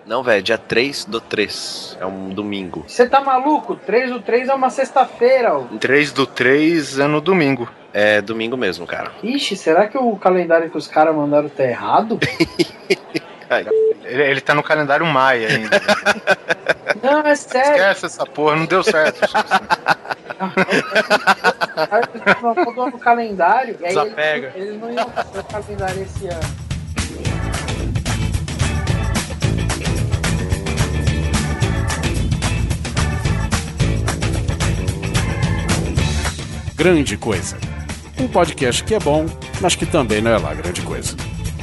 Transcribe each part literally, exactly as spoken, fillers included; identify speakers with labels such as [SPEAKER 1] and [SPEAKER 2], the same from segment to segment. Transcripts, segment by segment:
[SPEAKER 1] Não, velho, dia três do três. É um domingo.
[SPEAKER 2] Você tá maluco? três do três é uma sexta-feira. Ó.
[SPEAKER 3] três do três é no domingo.
[SPEAKER 1] É domingo mesmo, cara.
[SPEAKER 2] Ixi, será que o calendário que os caras mandaram tá errado?
[SPEAKER 3] ele, ele tá no calendário Maia ainda.
[SPEAKER 2] Não, é sério.
[SPEAKER 3] Esquece essa porra, não deu certo.
[SPEAKER 2] Eles não mudou no calendário. E aí
[SPEAKER 4] Desapega.
[SPEAKER 2] Eles, eles não iam fazer o calendário esse ano.
[SPEAKER 5] Grande Coisa. Um podcast que é bom, mas que também não é lá grande coisa.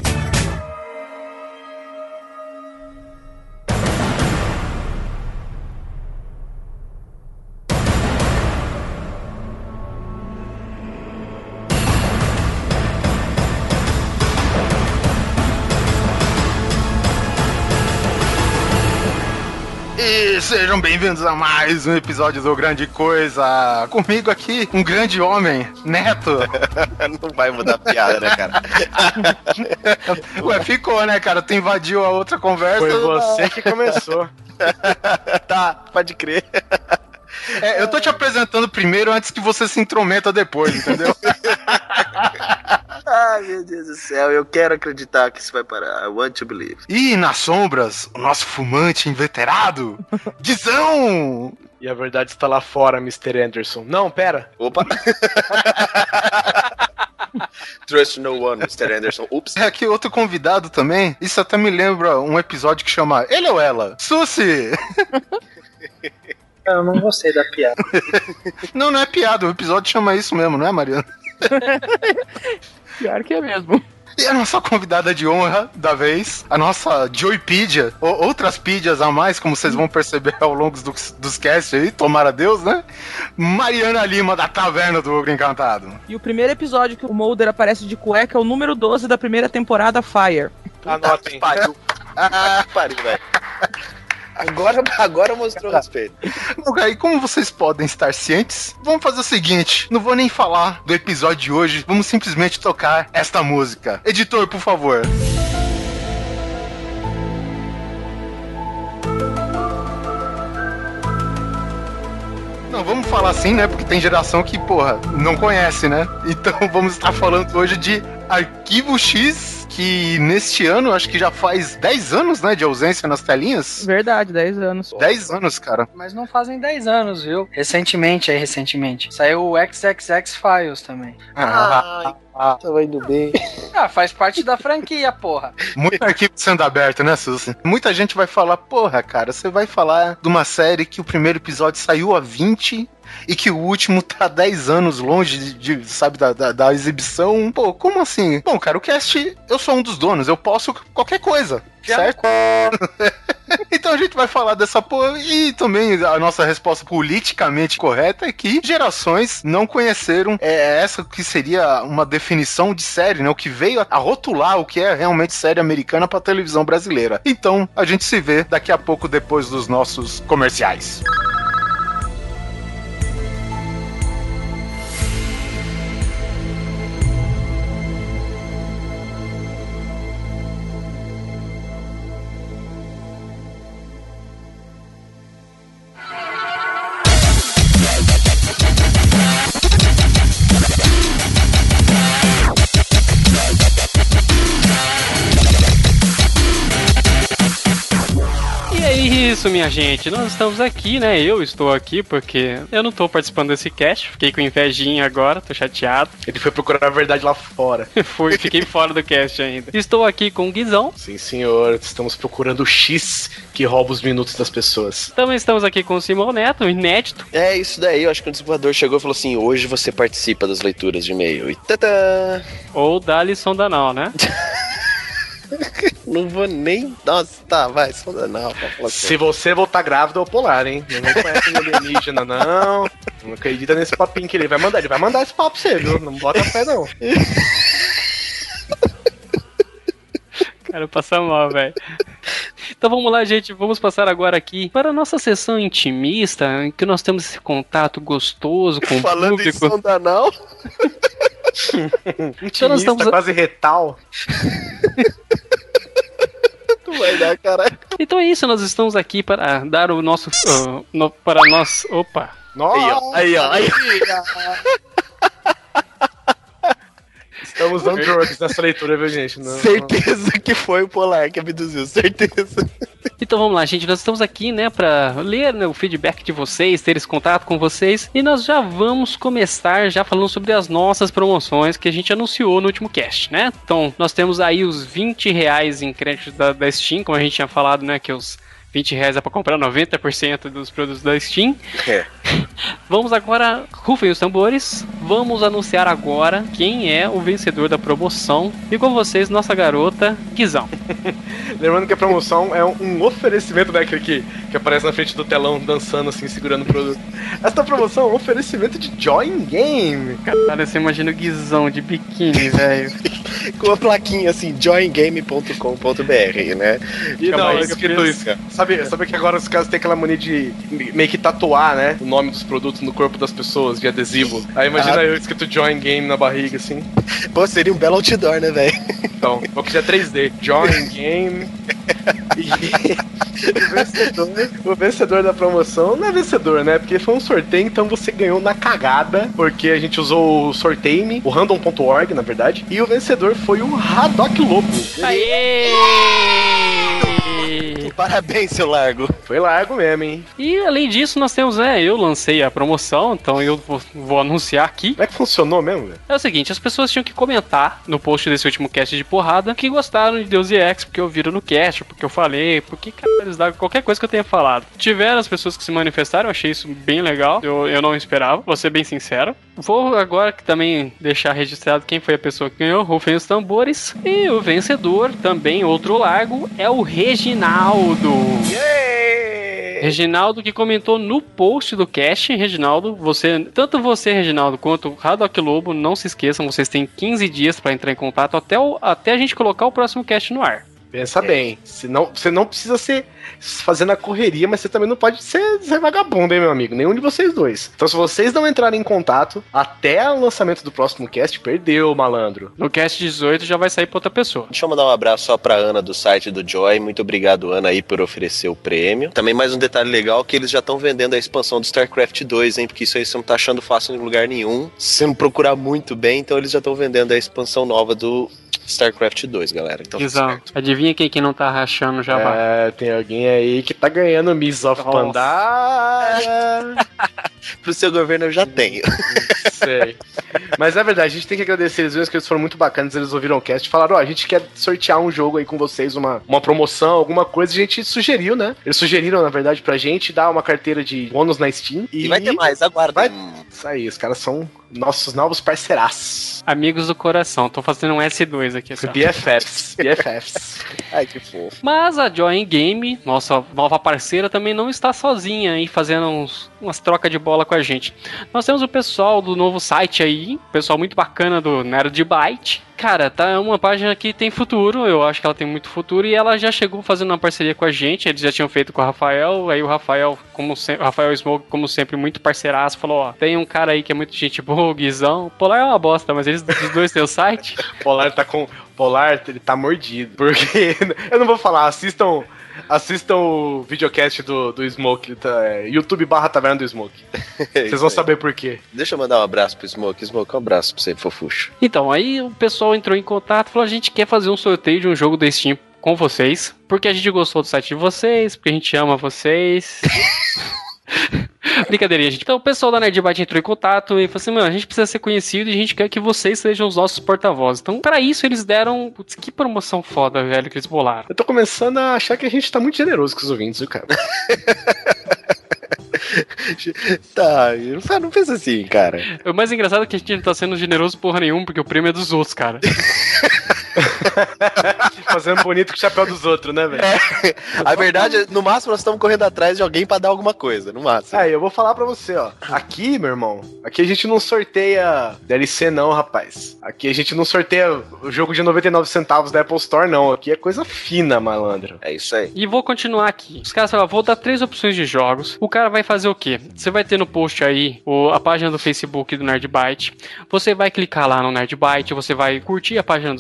[SPEAKER 3] E sejam bem-vindos a mais um episódio do Grande Coisa. Comigo aqui, um grande homem, Neto.
[SPEAKER 1] Não vai mudar a piada, né, cara?
[SPEAKER 3] Ué, ficou, né, cara? Tu invadiu a outra conversa.
[SPEAKER 4] Foi você que começou.
[SPEAKER 1] Tá, pode crer.
[SPEAKER 3] É, eu tô te apresentando primeiro antes que você se intrometa depois, entendeu?
[SPEAKER 1] Ai, meu Deus do céu, eu quero acreditar que isso vai parar. I want to believe.
[SPEAKER 3] E nas sombras, o nosso fumante inveterado, Guizão!
[SPEAKER 4] E a verdade está lá fora, mister Anderson. Não, pera.
[SPEAKER 1] Opa! Trust no one, mister Anderson. Ups.
[SPEAKER 3] É aqui outro convidado também. Isso até me lembra um episódio que chama Ele ou Ela? Susi!
[SPEAKER 2] Eu não gostei da piada.
[SPEAKER 3] Não, não é piada, o episódio chama isso mesmo, não é, Mariana?
[SPEAKER 6] Pior que é mesmo.
[SPEAKER 3] E a nossa convidada de honra da vez, a nossa Joypedia, ou outras pídias a mais, como vocês vão perceber ao longo dos, dos casts aí, tomara Deus, né? Mariana Lima, da Taverna do Ogro Encantado.
[SPEAKER 6] E o primeiro episódio que o Mulder aparece de cueca é o número doze da primeira temporada Fire.
[SPEAKER 4] Anotem.
[SPEAKER 1] Pariu. Ah, pariu, velho. Agora, agora mostrou respeito.
[SPEAKER 3] Bom, cara, e como vocês podem estar cientes, vamos fazer o seguinte, não vou nem falar do episódio de hoje, vamos simplesmente tocar esta música. Editor, por favor. Não, vamos falar assim, né, porque tem geração que, porra, não conhece, né? Então vamos estar falando hoje de Arquivo X, que neste ano, acho que já faz dez anos, né, de ausência nas telinhas.
[SPEAKER 6] Verdade, dez anos.
[SPEAKER 3] dez anos, cara.
[SPEAKER 2] Mas não fazem dez anos, viu? Recentemente, aí, recentemente. Saiu o X X X Files também.
[SPEAKER 1] Ai,
[SPEAKER 3] Ah,
[SPEAKER 1] tava indo bem.
[SPEAKER 2] Ah, faz parte da franquia, porra.
[SPEAKER 3] muito arquivo sendo aberto, né, Suzy? Muita gente vai falar, porra, cara, você vai falar de uma série que o primeiro episódio saiu há vinte e que o último tá dez anos longe de, de, sabe, da, da, da exibição. Pô, como assim? Bom, cara, o cast, eu sou um dos donos, eu posso qualquer coisa, certo? Então a gente vai falar dessa porra e também a nossa resposta politicamente correta é que gerações não conheceram é, essa que seria uma definição de série, né? O que veio a, a rotular o que é realmente série americana pra televisão brasileira. Então a gente se vê daqui a pouco depois dos nossos comerciais.
[SPEAKER 7] Isso, minha gente, nós estamos aqui, né? Eu estou aqui porque eu não tô participando desse cast, fiquei com invejinha agora, tô chateado.
[SPEAKER 4] Ele foi procurar a verdade lá fora.
[SPEAKER 7] Fui, fiquei fora do cast ainda. Estou aqui com o Guizão.
[SPEAKER 4] Sim, senhor, estamos procurando o X que rouba os minutos das pessoas.
[SPEAKER 7] Também estamos aqui com o Simão Neto, inédito.
[SPEAKER 1] É isso daí, eu acho que o desenvolvedor chegou e falou assim, hoje você participa das leituras de e-mail. E tadã!
[SPEAKER 7] Ou da lição da Nau, né?
[SPEAKER 1] Não vou nem... Nossa, tá, vai, só dá não.
[SPEAKER 4] Se você voltar grávida, eu polar, hein? Não conhece alienígena, não. Não acredita nesse papinho que ele vai mandar. Ele vai mandar esse papo pra você, viu? Não bota fé, não.
[SPEAKER 7] Cara, passa mal, velho. Então vamos lá, gente. Vamos passar agora aqui para a nossa sessão intimista, em que nós temos esse contato gostoso com
[SPEAKER 1] Falando
[SPEAKER 7] o público.
[SPEAKER 1] Falando em Sondanal...
[SPEAKER 4] Intimista, então estamos... quase retal.
[SPEAKER 1] Não vai dar, caralho.
[SPEAKER 7] Então é isso, nós estamos aqui para dar o nosso... Uh, no, para nós... Opa!
[SPEAKER 4] Nossa,
[SPEAKER 1] aí, ó. Aí, ó.
[SPEAKER 4] Estamos on drugs nessa leitura, viu, gente? Não,
[SPEAKER 1] Certeza não. que foi o Polar que abduziu, certeza.
[SPEAKER 7] Então vamos lá, gente, nós estamos aqui, né, pra ler, né, o feedback de vocês, ter esse contato com vocês, e nós já vamos começar já falando sobre as nossas promoções que a gente anunciou no último cast, né? Então, nós temos aí os vinte reais em crédito da, da Steam, como a gente tinha falado, né, que os vinte reais é pra comprar noventa por cento dos produtos da Steam.
[SPEAKER 1] É.
[SPEAKER 7] Vamos agora, rufem os tambores, vamos anunciar agora quem é o vencedor da promoção. E com vocês, nossa garota, Guizão.
[SPEAKER 4] Lembrando que a promoção é um oferecimento, né, que, que, que aparece na frente do telão, dançando assim, segurando o produto. Essa promoção é um oferecimento de Join Game.
[SPEAKER 7] Cara, você imagina o Guizão de biquíni, velho.
[SPEAKER 1] Com uma plaquinha assim, join game ponto com ponto b r, né?
[SPEAKER 4] E não, é escrito isso. Sabe, sabe que agora os caras têm aquela mania de meio que tatuar, né, o nome dos produtos no corpo das pessoas, de adesivo. Aí imagina ah. eu escrito Join Game na barriga, assim.
[SPEAKER 1] Pô, seria um belo outdoor, né, velho?
[SPEAKER 4] Então, vou criar três D. Join Game. E o vencedor, o vencedor da promoção não é vencedor, né? Porque foi um sorteio, então você ganhou na cagada, porque a gente usou o Sorteime, o random ponto org, na verdade, e o vencedor foi o Haddock Lobo.
[SPEAKER 7] Aê!
[SPEAKER 1] Parabéns, seu largo.
[SPEAKER 4] Foi largo mesmo, hein?
[SPEAKER 7] E além disso, nós temos, né, eu lancei a promoção, então eu vou, vou anunciar aqui.
[SPEAKER 4] Como é que funcionou mesmo, velho?
[SPEAKER 7] É o seguinte, as pessoas tinham que comentar no post desse último cast de porrada que gostaram de Deus e Ex, porque ouviram no cast, porque eu falei, porque, cara, eles davam qualquer coisa que eu tenha falado. Tiveram as pessoas que se manifestaram, eu achei isso bem legal, eu, eu não esperava, vou ser bem sincero. Vou agora também deixar registrado quem foi a pessoa que ganhou, rufem os tambores. E o vencedor, também outro largo, é o Reginaldo.
[SPEAKER 1] Yeah!
[SPEAKER 7] Reginaldo, que comentou no post do cast. Reginaldo, você, tanto você, Reginaldo, quanto o Haddock Lobo, não se esqueçam, vocês têm quinze dias para entrar em contato até, o, até a gente colocar o próximo cast no ar.
[SPEAKER 4] Pensa é. bem, senão, você não precisa ser fazendo a correria, mas você também não pode ser, ser vagabundo, hein, meu amigo? Nenhum de vocês dois. Então, se vocês não entrarem em contato até o lançamento do próximo cast, perdeu, malandro.
[SPEAKER 7] No cast dezoito já vai sair pra outra pessoa.
[SPEAKER 1] Deixa eu mandar um abraço só pra Ana do site do Joy. Muito obrigado, Ana, aí, por oferecer o prêmio. Também mais um detalhe legal, que eles já estão vendendo a expansão do StarCraft dois, hein? Porque isso aí você não tá achando fácil em lugar nenhum. Se você não procurar muito bem, então eles já estão vendendo a expansão nova do StarCraft dois, galera. Então,
[SPEAKER 7] exato. Adivinha quem que não tá rachando já
[SPEAKER 4] é, vai. Tem alguém aí que tá ganhando Miss of Pandaria.
[SPEAKER 1] Pro seu governo eu já tenho.
[SPEAKER 4] Sei. Mas é verdade, a gente tem que agradecer eles mesmo, que eles foram muito bacanas, eles ouviram o cast e falaram, ó, oh, a gente quer sortear um jogo aí com vocês, uma, uma promoção, alguma coisa, a gente sugeriu, né? Eles sugeriram, na verdade, pra gente dar uma carteira de bônus na Steam.
[SPEAKER 1] E, e vai ter mais, aguarda.
[SPEAKER 4] Vai... Isso aí, os caras são nossos novos parceiraços.
[SPEAKER 7] Amigos do coração, tô fazendo um S dois aqui. Assim,
[SPEAKER 4] B F Fs. B F Fs.
[SPEAKER 1] Ai, que fofo.
[SPEAKER 7] Mas a Join Game, nossa nova parceira, também não está sozinha aí fazendo uns, umas trocas de bola com a gente. Nós temos o pessoal do novo site aí, pessoal muito bacana do Nerdbyte. Cara, tá uma página que tem futuro, eu acho que ela tem muito futuro, e ela já chegou fazendo uma parceria com a gente, eles já tinham feito com o Rafael, aí o Rafael, como sempre, o Rafael Smoke, como sempre, muito parceiraço, falou, ó, tem um cara aí que é muito gente boa, o Guizão, Polar é uma bosta, mas eles os dois têm o site.
[SPEAKER 4] Polar tá com... Polar, ele tá mordido, porque, eu não vou falar, assistam... Assistam o videocast do, do Smoke, tá, é, YouTube barra Taverna do Smoke. Vocês vão saber por quê.
[SPEAKER 1] Deixa eu mandar um abraço pro Smoke. Smoke, um abraço pra você, fofuxo.
[SPEAKER 7] Então, aí o pessoal entrou em contato e falou, a gente quer fazer um sorteio de um jogo da Steam com vocês, porque a gente gostou do site de vocês, porque a gente ama vocês. Brincadeirinha, gente. Então o pessoal da Nerdbyte entrou em contato e falou assim, meu, a gente precisa ser conhecido e a gente quer que vocês sejam os nossos porta-vozes. Então, pra isso, eles deram... Putz, que promoção foda, velho, que eles bolaram.
[SPEAKER 4] Eu tô começando a achar que a gente tá muito generoso com os ouvintes, viu, cara?
[SPEAKER 1] Tá, não pensa assim, cara.
[SPEAKER 7] O mais engraçado é que a gente não tá sendo generoso porra nenhuma, porque o prêmio é dos outros, cara.
[SPEAKER 4] Fazendo bonito com o chapéu dos outros, né, velho?
[SPEAKER 1] É. A verdade é, no máximo, nós estamos correndo atrás de alguém pra dar alguma coisa, no máximo.
[SPEAKER 4] É, eu vou falar pra você, ó. Aqui, meu irmão, aqui a gente não sorteia D L C, não, rapaz. Aqui a gente não sorteia o jogo de noventa e nove centavos da Apple Store, não. Aqui é coisa fina, malandro.
[SPEAKER 1] É isso aí.
[SPEAKER 7] E vou continuar aqui. Os caras falaram, vou dar três opções de jogos. O cara vai fazer o quê? Você vai ter no post aí o, a página do Facebook do Nerdbyte. Você vai clicar lá no Nerdbyte, você vai curtir a página dos caras.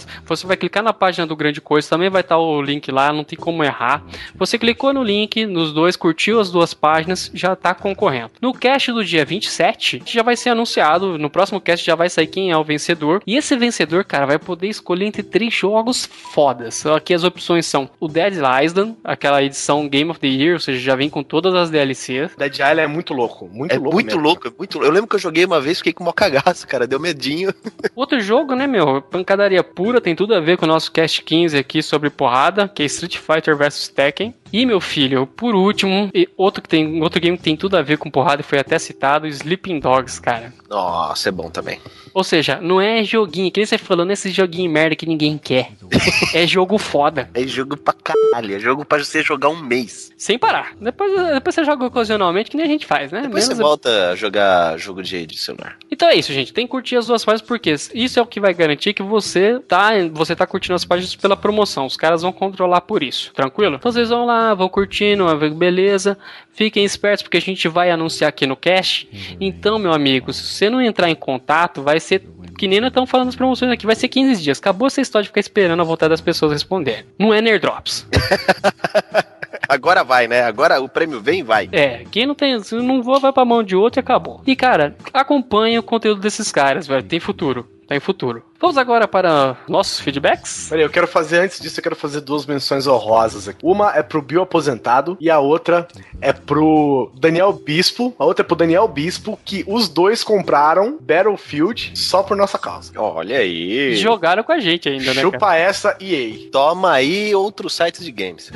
[SPEAKER 7] Você vai clicar na página do Grande Coisa, também vai estar o link lá, não tem como errar. Você clicou no link, nos dois, curtiu as duas páginas, já tá concorrendo. No cast do dia vinte e sete, já vai ser anunciado, no próximo cast já vai sair quem é o vencedor. E esse vencedor, cara, vai poder escolher entre três jogos fodas. Aqui as opções são o Dead Island, aquela edição Game of the Year, ou seja, já vem com todas as D L Cs.
[SPEAKER 4] Dead Island é muito louco, muito
[SPEAKER 1] é
[SPEAKER 4] louco
[SPEAKER 1] muito
[SPEAKER 4] mesmo.
[SPEAKER 1] louco, é muito louco. Eu lembro que eu joguei uma vez, fiquei com uma cagaça, cara, deu medinho.
[SPEAKER 7] Outro jogo, né, meu, pancadaria pura, tem tudo a ver com o nosso cast quinze aqui sobre porrada, que é Street Fighter versus Tekken. E, meu filho, por último, e outro, que tem, outro game que tem tudo a ver com porrada e foi até citado, Sleeping Dogs, cara.
[SPEAKER 1] Nossa, é bom também.
[SPEAKER 7] Ou seja, não é joguinho, que nem você falou, nesse joguinho merda que ninguém quer. É jogo foda.
[SPEAKER 1] É jogo pra caralho, é jogo pra você jogar um mês.
[SPEAKER 7] Sem parar. Depois, depois você joga ocasionalmente, que nem a gente faz, né?
[SPEAKER 1] Depois
[SPEAKER 7] Menos
[SPEAKER 1] você volta a jogar jogo de, de celular.
[SPEAKER 7] Então é isso, gente. Tem que curtir as duas páginas, porque isso é o que vai garantir que você tá, você tá curtindo as páginas pela promoção. Os caras vão controlar por isso, tranquilo? Então vocês vão lá, vão curtindo, beleza. Fiquem espertos, porque a gente vai anunciar aqui no cast. Então, meu amigo, se você não entrar em contato, vai ser que nem nós estamos falando das promoções aqui, vai ser quinze dias. Acabou essa história de ficar esperando a vontade das pessoas responderem. Não é Nerdrops.
[SPEAKER 1] Agora vai, né? Agora o prêmio vem e vai.
[SPEAKER 7] É, quem não tem, se não vou, vai pra mão de outro e acabou. E, cara, acompanha o conteúdo desses caras, velho. Tem futuro. Tem futuro. Vamos agora para nossos feedbacks?
[SPEAKER 4] Peraí, eu quero fazer, antes disso, eu quero fazer duas menções honrosas aqui. Uma é pro Bill Aposentado e a outra é pro Daniel Bispo. A outra é pro Daniel Bispo, que os dois compraram Battlefield só por nossa causa.
[SPEAKER 1] Olha aí.
[SPEAKER 7] Jogaram com a gente ainda, né,
[SPEAKER 4] Chupa
[SPEAKER 7] cara?
[SPEAKER 4] essa E A.
[SPEAKER 1] Toma aí outro site de games.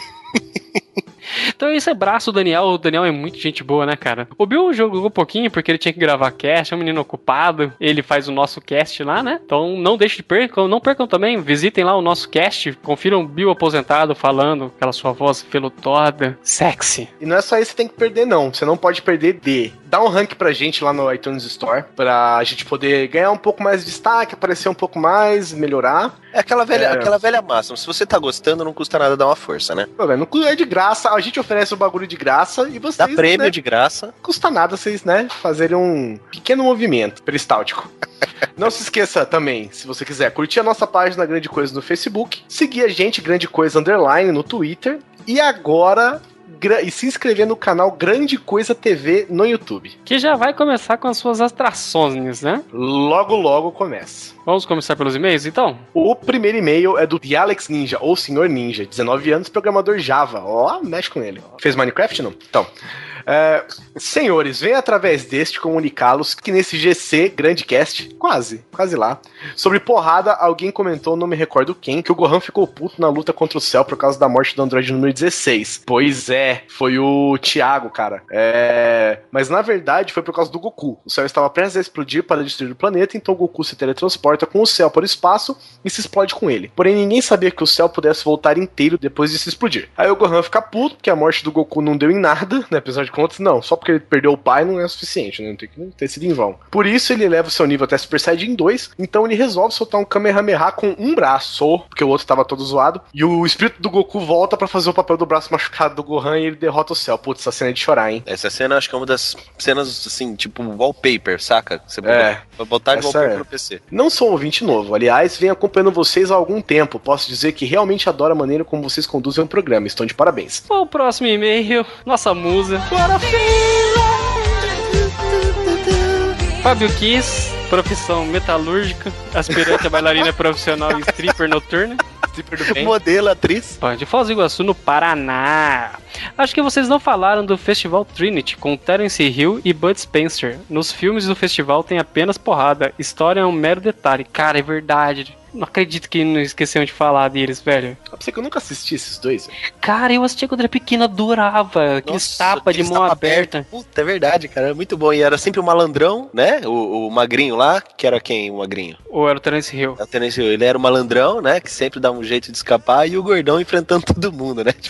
[SPEAKER 7] Então esse é braço do Daniel. O Daniel é muito gente boa, né, cara? O Bill jogou um pouquinho porque ele tinha que gravar cast, é um menino ocupado. Ele faz o nosso cast lá, né? Então não deixe de percam, não percam também. Visitem lá o nosso cast, confiram o Bill Aposentado falando, aquela sua voz velutoda, sexy.
[SPEAKER 4] E não é só isso que tem que perder, não. Você não pode perder de dar um rank pra gente lá no iTunes Store, pra gente poder ganhar um pouco mais de destaque, aparecer um pouco mais, melhorar.
[SPEAKER 1] É aquela velha,
[SPEAKER 4] É.
[SPEAKER 1] aquela velha máxima. Se você tá gostando, não custa nada dar uma força, né?
[SPEAKER 4] Pô, velho, não é de graça, a gente oferece o bagulho de graça e vocês,
[SPEAKER 1] Dá prêmio
[SPEAKER 4] né,
[SPEAKER 1] de graça.
[SPEAKER 4] custa nada vocês, né, fazerem um pequeno movimento peristáltico. Não se esqueça também, se você quiser, curtir a nossa página Grande Coisa no Facebook, seguir a gente, Grande Coisa Underline, no Twitter, e agora... e se inscrever no canal Grande Coisa T V no YouTube.
[SPEAKER 7] Que já vai começar com as suas atrações, né?
[SPEAKER 4] Logo, logo começa.
[SPEAKER 7] Vamos começar pelos e-mails, então?
[SPEAKER 4] O primeiro e-mail é do The Alex Ninja, ou Senhor Ninja, dezenove anos, programador Java. Ó, mexe com ele. Fez Minecraft, não? Então... É, senhores, venho através deste comunicá-los que nesse G C Grandcast, quase, quase lá, sobre porrada, alguém comentou, não me recordo quem, que o Gohan ficou puto na luta contra o Cell por causa da morte do Android número dezesseis. Pois é, foi o Thiago, cara. É, mas na verdade foi por causa do Goku. O Cell estava prestes a explodir para destruir o planeta, então o Goku se teletransporta com o Cell para o espaço e se explode com ele. Porém, ninguém sabia que o Cell pudesse voltar inteiro depois de se explodir. Aí o Gohan fica puto, porque a morte do Goku não deu em nada, né, apesar de contas, não, só porque ele perdeu o pai não é suficiente, né? Não tem que ter sido em vão. Por isso ele eleva o seu nível até Super Saiyajin dois, então ele resolve soltar um Kamehameha com um braço, porque o outro tava todo zoado, e o espírito do Goku volta pra fazer o papel do braço machucado do Gohan e ele derrota o Cell. Putz, essa cena é de chorar, hein?
[SPEAKER 1] Essa cena acho que é uma das cenas, assim, tipo wallpaper, saca? Você
[SPEAKER 4] É,
[SPEAKER 1] vai botar de
[SPEAKER 4] essa
[SPEAKER 1] wallpaper
[SPEAKER 4] é.
[SPEAKER 1] no P C.
[SPEAKER 4] Não sou um ouvinte novo, aliás, venho acompanhando vocês há algum tempo. Posso dizer que realmente adoro a maneira como vocês conduzem o programa. Estão de parabéns.
[SPEAKER 7] O próximo e-mail, nossa musa. Fábio Kiss, profissão metalúrgica, aspirante a bailarina profissional e stripper noturna.
[SPEAKER 4] Stripper do bem.
[SPEAKER 1] Modelo, atriz.
[SPEAKER 7] De Foz do Iguaçu, no Paraná. Acho que vocês não falaram do Festival Trinity com Terence Hill e Bud Spencer. Nos filmes do festival tem apenas porrada. História é um mero detalhe. Cara, é verdade. Não acredito que não esqueceram de falar deles, velho.
[SPEAKER 4] Ah, pra você que eu nunca assisti esses dois. Velho.
[SPEAKER 7] Cara, eu assisti quando era pequeno, adorava. Aqueles tapas de mão aberta.
[SPEAKER 1] Puta, é verdade, cara. É muito bom. E era sempre o malandrão, né? O, o magrinho lá, que era quem, o magrinho?
[SPEAKER 7] Ou era o Terence Hill?
[SPEAKER 1] O Terence Hill. Ele era o malandrão, né? Que sempre dava um jeito de escapar. E o gordão enfrentando todo mundo, né? Tipo...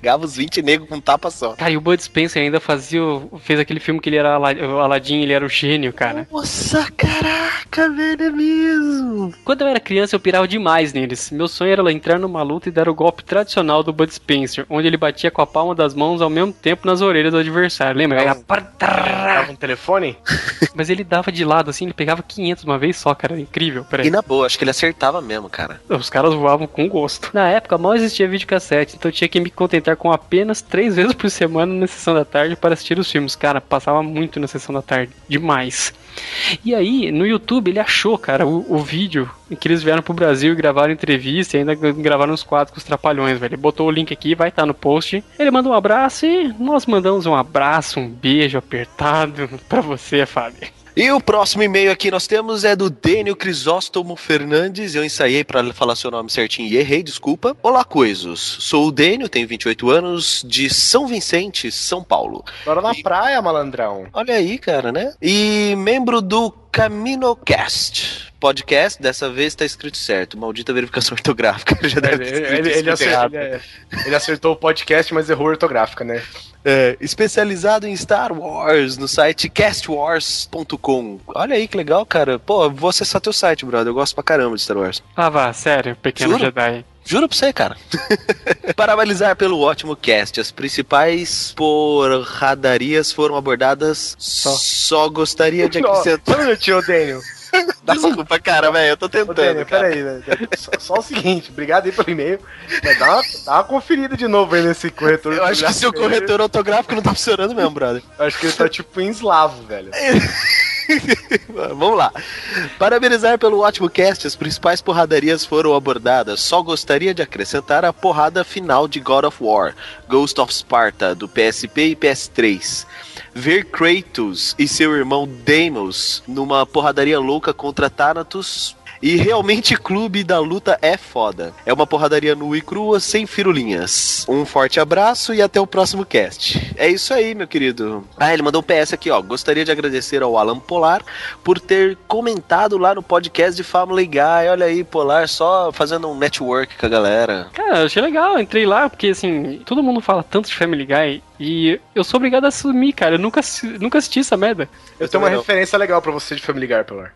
[SPEAKER 1] Pegava os vinte negros com um tapa só.
[SPEAKER 7] Cara, e o Bud Spencer ainda fazia, o- fez aquele filme que ele era Ala- o Aladdin, ele era o gênio, cara.
[SPEAKER 1] Nossa, caraca, velho, é mesmo.
[SPEAKER 7] Quando eu era criança, eu pirava demais neles. Meu sonho era entrar numa luta e dar o golpe tradicional do Bud Spencer, onde ele batia com a palma das mãos ao mesmo tempo nas orelhas do adversário. Lembra? Era...
[SPEAKER 4] Dava um telefone?
[SPEAKER 7] Mas ele dava de lado, assim, ele pegava quinhentos uma vez só, cara. Incrível, peraí.
[SPEAKER 1] E na boa, acho que ele acertava mesmo, cara.
[SPEAKER 7] Os caras voavam com gosto. Na época, mal existia videocassete, então eu tinha que me contentar com apenas três vezes por semana na sessão da tarde para assistir os filmes. Cara, passava muito na sessão da tarde. Demais. E aí, no YouTube, ele achou, cara, o, o vídeo em que eles vieram pro Brasil e gravaram entrevista e ainda gravaram os quadros com os Trapalhões, velho. Ele botou o link aqui, vai estar no post. Ele manda um abraço e nós mandamos um abraço, um beijo apertado pra você, Fábio.
[SPEAKER 1] E o próximo e-mail aqui nós temos é do Dênio Crisóstomo Fernandes. Eu ensaiei pra falar seu nome certinho e errei, desculpa. Olá, coisos. Sou o Dênio, tenho vinte e oito anos, de São Vicente, São Paulo.
[SPEAKER 4] Bora na
[SPEAKER 1] E-
[SPEAKER 4] praia, malandrão.
[SPEAKER 1] Olha aí, cara, né? E membro do CaminoCast podcast, dessa vez tá escrito certo. Maldita verificação ortográfica. Já deve
[SPEAKER 4] Ele,
[SPEAKER 1] ter escrito
[SPEAKER 4] ele, ele,
[SPEAKER 1] escrito
[SPEAKER 4] acertou,
[SPEAKER 1] errado.
[SPEAKER 4] ele, ele acertou o podcast, mas errou a ortográfica, né?
[SPEAKER 1] É, especializado em Star Wars, no site cast wars ponto com. Olha aí que legal, cara. Pô, vou acessar teu site, brother. Eu gosto pra caramba de Star Wars.
[SPEAKER 7] Ah, vá, sério, pequeno
[SPEAKER 1] Juro?
[SPEAKER 7] Jedi.
[SPEAKER 1] Juro pra você, cara. Parabenizar pelo ótimo cast. As principais porradarias foram abordadas. Só, só gostaria de
[SPEAKER 4] Ó,
[SPEAKER 1] acrescentar.
[SPEAKER 4] Só um minutinho, Daniel.
[SPEAKER 1] Desculpa, cara, velho. Eu tô
[SPEAKER 4] Ô,
[SPEAKER 1] tentando.
[SPEAKER 4] Daniel,
[SPEAKER 1] cara.
[SPEAKER 4] peraí, velho. Só, só o seguinte, obrigado aí pelo e-mail. Mas dá uma, dá uma conferida de novo aí nesse corretor.
[SPEAKER 1] Eu acho que seu corretor ortográfico não tá funcionando mesmo, brother.
[SPEAKER 4] Eu acho que ele tá tipo em eslavo, velho.
[SPEAKER 1] Vamos lá. Parabenizar pelo ótimo cast. As principais porradarias foram abordadas. Só gostaria de acrescentar a porrada final de God of War, Ghost of Sparta, do P S P e P S três. Ver Kratos e seu irmão Deimos numa porradaria louca contra Thanatos. E realmente Clube da Luta é foda. É uma porradaria nua e crua, sem firulinhas. Um forte abraço e até o próximo cast. É isso aí, meu querido. Ah, ele mandou um P S aqui, ó. Gostaria de agradecer ao Alan Polar por ter comentado lá no podcast de Family Guy. Olha aí, Polar, só fazendo um network com a galera.
[SPEAKER 7] Cara, eu achei legal, entrei lá, porque assim, todo mundo fala tanto de Family Guy e eu sou obrigado a assumir, cara. Eu nunca, assi- nunca assisti essa merda.
[SPEAKER 4] Eu tenho uma
[SPEAKER 1] não.
[SPEAKER 4] referência legal pra você de Family Guy, Pilar.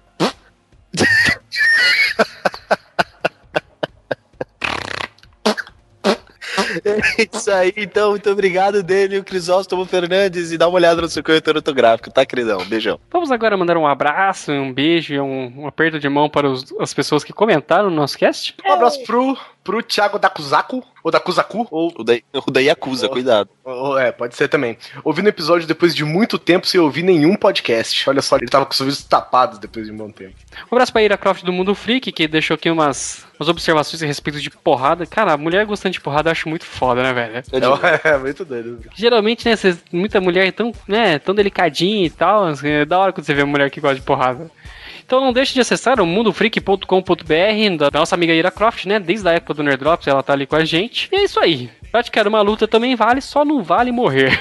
[SPEAKER 1] É isso aí, então. Muito obrigado, Daniel Crisóstomo Fernandes. E dá uma olhada no seu corretor ortográfico, tá, queridão? Beijão.
[SPEAKER 7] Vamos agora mandar um abraço, um beijo e um, um aperto de mão para os- as pessoas que comentaram no nosso cast.
[SPEAKER 4] Um abraço pro, pro Thiago Dakuzaku, ou Dakuzaku, ou,
[SPEAKER 1] O da, o da Yakuza,
[SPEAKER 4] Oh.
[SPEAKER 1] cuidado.
[SPEAKER 4] ou- É, pode ser também. Ouvindo o episódio depois de muito tempo sem ouvir nenhum podcast. Olha só, ele tava com os ouvidos tapados depois de um bom tempo.
[SPEAKER 7] Um abraço pra Ira Croft do Mundo Freak, que deixou aqui umas, umas observações a respeito de porrada. Cara, a mulher gostando de porrada eu acho muito foda, né, velho?
[SPEAKER 4] É, é muito doido.
[SPEAKER 7] Geralmente, né, cês- muita mulher tão, né, tão delicadinha e tal. assim, É da hora quando você vê uma mulher que gosta de porrada. Então não deixe de acessar o mundo freak ponto com ponto b r da nossa amiga Ira Croft, né? Desde a época do Nerd Drops, ela tá ali com a gente. E é isso aí. Praticar uma luta também vale, só não vale morrer.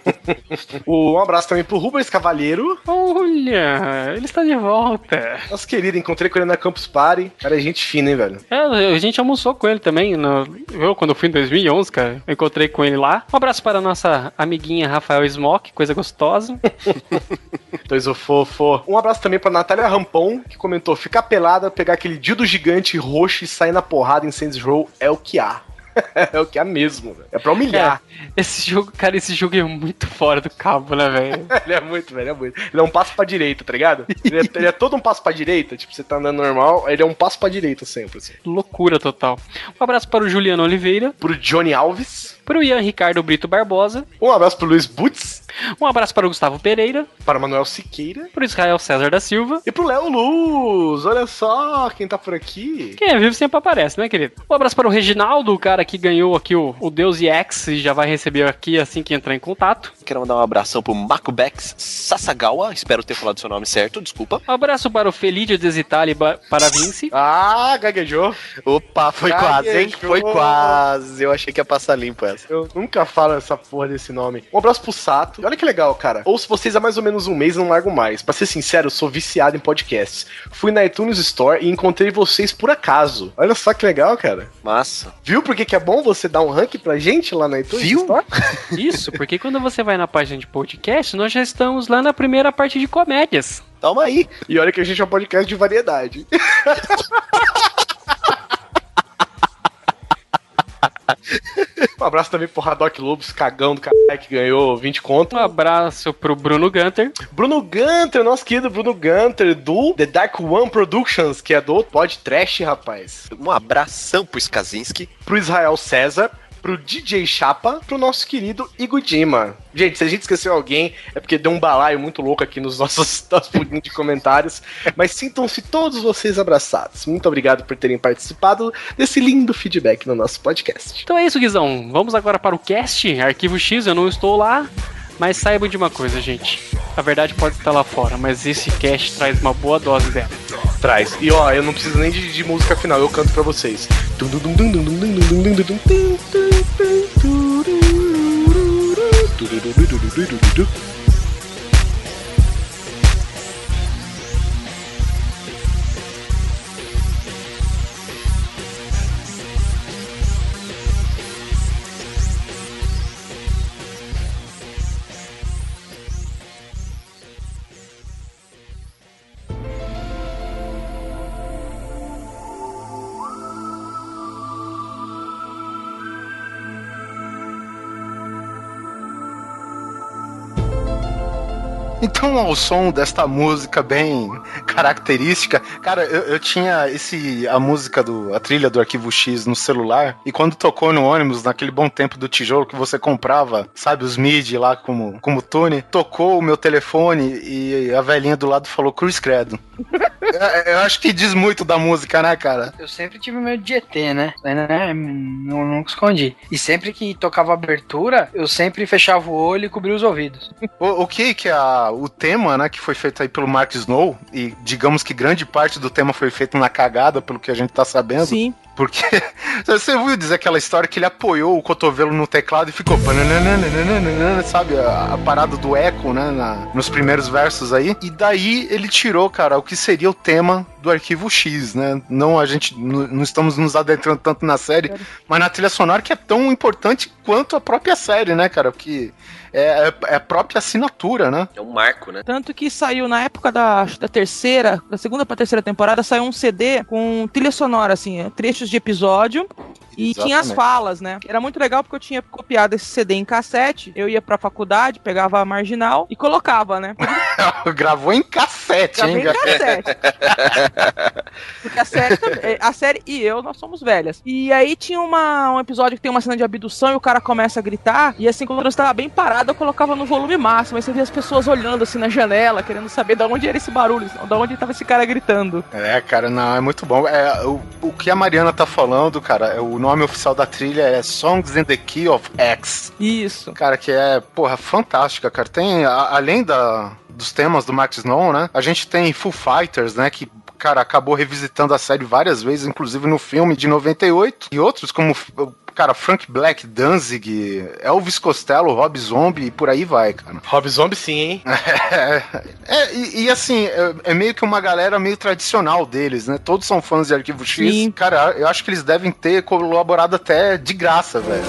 [SPEAKER 4] Um abraço também pro Rubens Cavalheiro.
[SPEAKER 7] Olha, ele está de volta.
[SPEAKER 4] Nosso querido, encontrei com ele na Campus Party. Cara, é gente fina, hein, velho?
[SPEAKER 7] É, a gente almoçou com ele também. No, eu, quando eu fui em dois mil e onze, cara, eu encontrei com ele lá. Um abraço para a nossa amiguinha Rafael Smock, coisa gostosa.
[SPEAKER 4] Dois o fofo. Um abraço também pra Natália Rampon, que comentou: ficar pelada, pegar aquele dildo gigante roxo e sair na porrada em Saints Row é o que há. É o que há mesmo, velho. É pra humilhar.
[SPEAKER 7] É, esse jogo, cara, esse jogo é muito fora do cabo, né, velho?
[SPEAKER 4] Ele é muito, velho, é muito. Ele é um passo pra direita, tá ligado? Ele é, ele é todo um passo pra direita, tipo, você tá andando normal, aí ele é um passo pra direita sempre, assim.
[SPEAKER 7] Loucura total. Um abraço para o Juliano Oliveira,
[SPEAKER 4] Pro Johnny Alves.
[SPEAKER 7] para o Ian Ricardo Brito Barbosa,
[SPEAKER 4] Um abraço pro Luiz Butz.
[SPEAKER 7] um abraço para o Gustavo Pereira,
[SPEAKER 4] Para o Manuel Siqueira.
[SPEAKER 7] para o Israel César da Silva.
[SPEAKER 4] E pro Léo Luz. Olha só quem tá por aqui.
[SPEAKER 7] Quem é vivo sempre aparece, né, querido? Um abraço para o Reginaldo, o cara que ganhou aqui o, o Deus E X e já vai receber aqui assim que entrar em contato.
[SPEAKER 1] Quero mandar um abração pro Makubex Sasagawa. Espero ter falado seu nome certo, desculpa.
[SPEAKER 7] Um abraço para o Felídio Desitali para Vinci.
[SPEAKER 4] Ah, gaguejou.
[SPEAKER 1] Opa, foi
[SPEAKER 4] Gaguejou.
[SPEAKER 1] quase, hein? Foi quase. Eu achei que ia passar limpo essa.
[SPEAKER 4] Eu nunca falo essa porra desse nome. Um abraço pro Sato. E olha olha que legal, cara. Ouço vocês há mais ou menos um mês e não largo mais. Pra ser sincero, eu sou viciado em podcasts. Fui na iTunes Store e encontrei vocês por acaso. Olha só que legal, cara.
[SPEAKER 1] Massa.
[SPEAKER 4] Viu por que que é bom você dar um rank pra gente lá na iTunes
[SPEAKER 3] Viu?
[SPEAKER 4] Store?
[SPEAKER 7] Isso, porque quando você vai na página de podcast, nós já estamos lá na primeira parte de comédias.
[SPEAKER 1] Toma aí.
[SPEAKER 4] E olha que a gente é um podcast de variedade. Um abraço também pro Haddock Lobos, cagão do caralho, que ganhou vinte conto.
[SPEAKER 7] Um abraço pro Bruno Gunter.
[SPEAKER 4] Bruno Gunter, nosso querido Bruno Gunter, do The Dark One Productions, que é do Pod Trash, rapaz.
[SPEAKER 1] Um abração pro Skazinski.
[SPEAKER 4] Pro Israel César, pro D J Chapa, pro nosso querido Igudima. Gente, se a gente esqueceu alguém, é porque deu um balaio muito louco aqui nos nossos, nossos pulinhos de comentários. Mas sintam-se todos vocês abraçados. Muito obrigado por terem participado desse lindo feedback no nosso podcast.
[SPEAKER 7] Então é isso, Guizão. Vamos agora para o cast, Arquivo X. Eu não estou lá, mas saibam de uma coisa, gente. A verdade pode estar lá fora, mas esse cast traz uma boa dose dela.
[SPEAKER 4] Traz. E ó, eu não preciso nem de, de música final, eu canto pra vocês.
[SPEAKER 3] Então, ao som desta música bem característica, cara, eu, eu tinha esse a música do a trilha do Arquivo X no celular, e quando tocou no ônibus, naquele bom tempo do tijolo que você comprava, sabe, os M I D I lá como, como tune, tocou o meu telefone e a velhinha do lado falou Cruz Credo. eu, eu acho que diz muito da música, né, cara?
[SPEAKER 2] Eu sempre tive medo de E T, né? né? Não, nunca escondi. E sempre que tocava abertura, eu sempre fechava o olho e cobria os ouvidos.
[SPEAKER 3] O, o que que a, o tema, né, que foi feito aí pelo Mark Snow, e digamos que grande parte do tema foi feito na cagada, pelo que a gente tá sabendo.
[SPEAKER 6] Sim.
[SPEAKER 3] Porque você ouviu dizer aquela história que ele apoiou o cotovelo no teclado e ficou, sabe, a, a parada do eco, né, na, nos primeiros versos aí. E daí ele tirou, cara, o que seria o tema do Arquivo X, né? Não, a gente n- não estamos nos adentrando tanto na série, mas na trilha sonora, que é tão importante quanto a própria série, né, cara? Porque é, é a própria assinatura, né?
[SPEAKER 1] É um marco, né?
[SPEAKER 6] Tanto que saiu na época da, da terceira, da segunda pra terceira temporada, saiu um C D com trilha sonora, assim, trechos de episódio. E
[SPEAKER 3] Exatamente.
[SPEAKER 6] tinha as falas, né? Era muito legal porque eu tinha copiado esse C D em cassete, eu ia pra faculdade, pegava a marginal e colocava, né?
[SPEAKER 3] Gravou em cassete,
[SPEAKER 6] Gravei
[SPEAKER 3] hein,
[SPEAKER 6] em
[SPEAKER 3] cara?
[SPEAKER 6] cassete. Porque a série, também- a série e eu, nós somos velhas. E aí tinha uma, um episódio que tem uma cena de abdução e o cara começa a gritar. E assim, quando eu estava bem parado, eu colocava no volume máximo. Aí você via as pessoas olhando assim na janela, querendo saber de onde era esse barulho, de onde estava esse cara gritando.
[SPEAKER 3] É, cara, não, é muito bom. É, o, o que a Mariana tá falando, cara, é, o nome oficial da trilha é Songs in the Key of X.
[SPEAKER 6] Isso.
[SPEAKER 3] Cara, que é, porra, fantástica, cara. Tem, a- além da, dos temas do Max Snow, né, a gente tem Foo Fighters, né, que, cara, acabou revisitando a série várias vezes, inclusive no filme de noventa e oito, e outros como, cara, Frank Black, Danzig, Elvis Costello, Rob Zombie, e por aí vai, cara.
[SPEAKER 4] Rob Zombie sim, hein?
[SPEAKER 3] É, é, e, e assim, é, é meio que uma galera meio tradicional deles, né? Todos são fãs de Arquivo X.
[SPEAKER 6] Sim.
[SPEAKER 3] Cara, eu acho que eles devem ter colaborado até de graça, velho.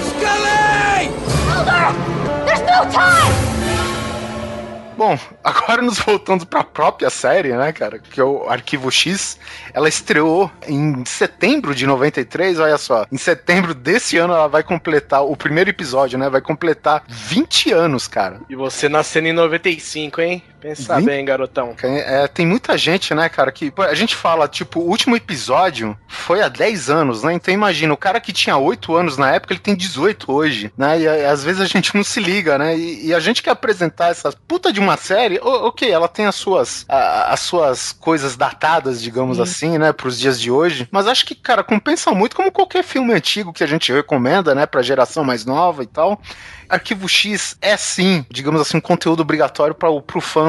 [SPEAKER 3] Bom, agora nos voltando pra própria série, né, cara, que é o Arquivo X, ela estreou em setembro de noventa e três, olha só, em setembro desse ano ela vai completar, o primeiro episódio, né, vai completar vinte anos, cara.
[SPEAKER 4] E você nascendo em noventa e cinco, hein? Pensa
[SPEAKER 3] Vim?
[SPEAKER 4] bem, garotão.
[SPEAKER 3] É, tem muita gente, né, cara, que pô, a gente fala, tipo, o último episódio foi há dez anos, né, então imagina, o cara que tinha oito anos na época, ele tem dezoito hoje, né, e, e às vezes a gente não se liga, né, e, e a gente quer apresentar essa puta de uma série, o- ok, ela tem as suas, a- as suas coisas datadas, digamos assim, né, pros dias de hoje, mas acho que, cara, compensa muito, como qualquer filme antigo que a gente recomenda, né, pra geração mais nova e tal. Arquivo X é sim, digamos assim, um conteúdo obrigatório para o pro fã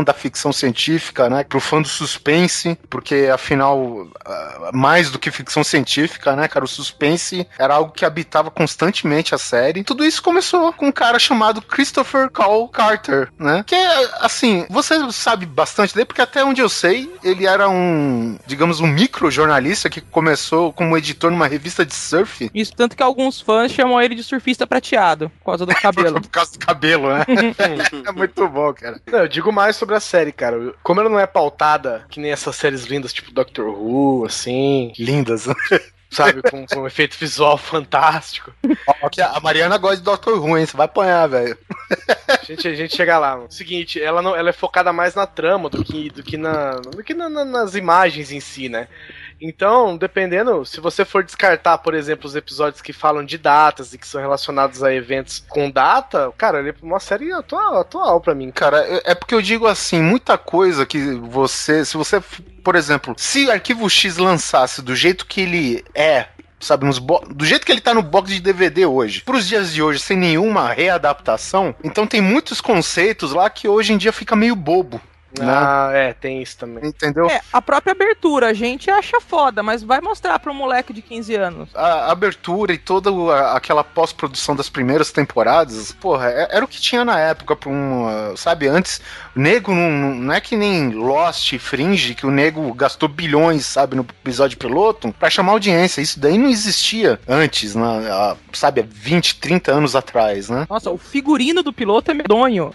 [SPEAKER 3] da ficção científica, né? Pro fã do suspense, porque afinal, mais do que ficção científica, né, cara? O suspense era algo que habitava constantemente a série. Tudo isso começou com um cara chamado Christopher Cole Carter, né? Que é, assim, você sabe bastante dele, porque até onde eu sei, ele era um, digamos, um micro-jornalista que começou como editor numa revista de surf.
[SPEAKER 6] Isso, tanto que alguns fãs chamam ele de surfista prateado, por causa do cabelo.
[SPEAKER 3] Por causa do cabelo, né? É muito bom, cara.
[SPEAKER 4] Não, eu digo mais sobre a série, cara. Como ela não é pautada que nem essas séries lindas, tipo Doctor Who, assim...
[SPEAKER 3] Lindas.
[SPEAKER 4] Sabe, com, com um efeito visual fantástico.
[SPEAKER 3] Ó, que a Mariana gosta de Doctor Who, hein? Você vai apanhar, velho.
[SPEAKER 4] A gente, a gente chega lá. Mano. Seguinte, ela, não, ela é focada mais na trama do que, do que, na, do que na, na, nas imagens em si, né? Então, dependendo, se você for descartar, por exemplo, os episódios que falam de datas e que são relacionados a eventos com data, cara, ele é uma série atual, atual pra mim.
[SPEAKER 3] Cara, é porque eu digo assim, muita coisa que você, se você, por exemplo, se Arquivo X lançasse do jeito que ele é, sabe, nos bo- do jeito que ele tá no box de D V D hoje, pros dias de hoje, sem nenhuma readaptação, então tem muitos conceitos lá que hoje em dia fica meio bobo.
[SPEAKER 4] Ah, é, tem isso também.
[SPEAKER 3] Entendeu?
[SPEAKER 6] É, a própria abertura, a gente acha foda, mas vai mostrar pra um moleque de quinze anos.
[SPEAKER 3] A abertura e toda a, aquela pós-produção das primeiras temporadas, porra, é, era o que tinha na época pra um, uh, sabe, antes, o nego não, não é que nem Lost e Fringe, que o nego gastou bilhões, sabe, no episódio piloto, pra chamar audiência. Isso daí não existia antes, né, a, sabe, há vinte, trinta anos atrás, né?
[SPEAKER 6] Nossa, o figurino do piloto é medonho.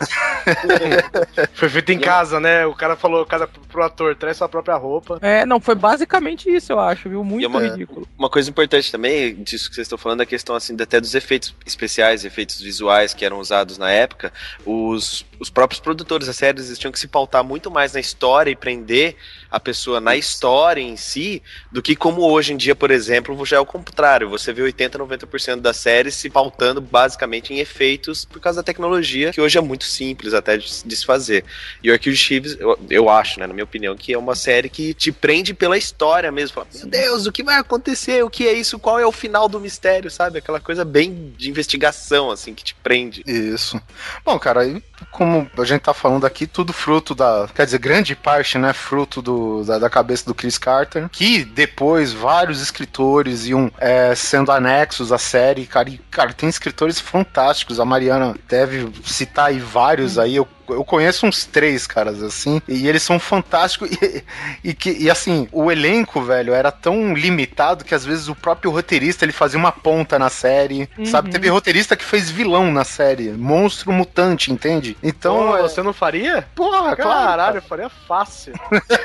[SPEAKER 4] Foi feito em casa, né? O cara falou cada, pro ator, traz sua própria roupa.
[SPEAKER 6] É, não, foi basicamente isso, eu acho, viu? Muito
[SPEAKER 1] E uma,
[SPEAKER 6] ridículo.
[SPEAKER 1] Uma coisa importante também, disso que vocês estão falando, é a questão assim, até dos efeitos especiais, efeitos visuais que eram usados na época. Os, os próprios produtores da série eles tinham que se pautar muito mais na história e prender a pessoa na história em si, do que como hoje em dia, por exemplo, já é o contrário. Você vê oitenta, noventa por cento da série se pautando basicamente em efeitos por causa da tecnologia, que hoje é muito simples até de, de se fazer. E o Arquivo X, eu, eu acho, né, na minha opinião, que é uma série que te prende pela história mesmo. Fala, meu Deus, o que vai acontecer? O que é isso? Qual é o final do mistério, sabe? Aquela coisa bem de investigação, assim, que te prende.
[SPEAKER 3] Isso. Bom, cara, como a gente tá falando aqui, tudo fruto da... Quer dizer, grande parte, né, fruto do, da, da cabeça do Chris Carter, que depois vários escritores iam é, sendo anexos à série, cara, e, cara, tem escritores fantásticos, a Mariana deve citar aí vários aí, eu Eu conheço uns três caras assim, e eles são fantásticos. E, e, que, e assim, o elenco, velho, era tão limitado que às vezes o próprio roteirista ele fazia uma ponta na série. Uhum. Sabe? Teve roteirista que fez vilão na série, monstro mutante, entende? Então.
[SPEAKER 4] Pô,
[SPEAKER 3] é...
[SPEAKER 4] você não faria?
[SPEAKER 3] Porra,
[SPEAKER 4] caralho,
[SPEAKER 3] claro,
[SPEAKER 4] eu faria fácil.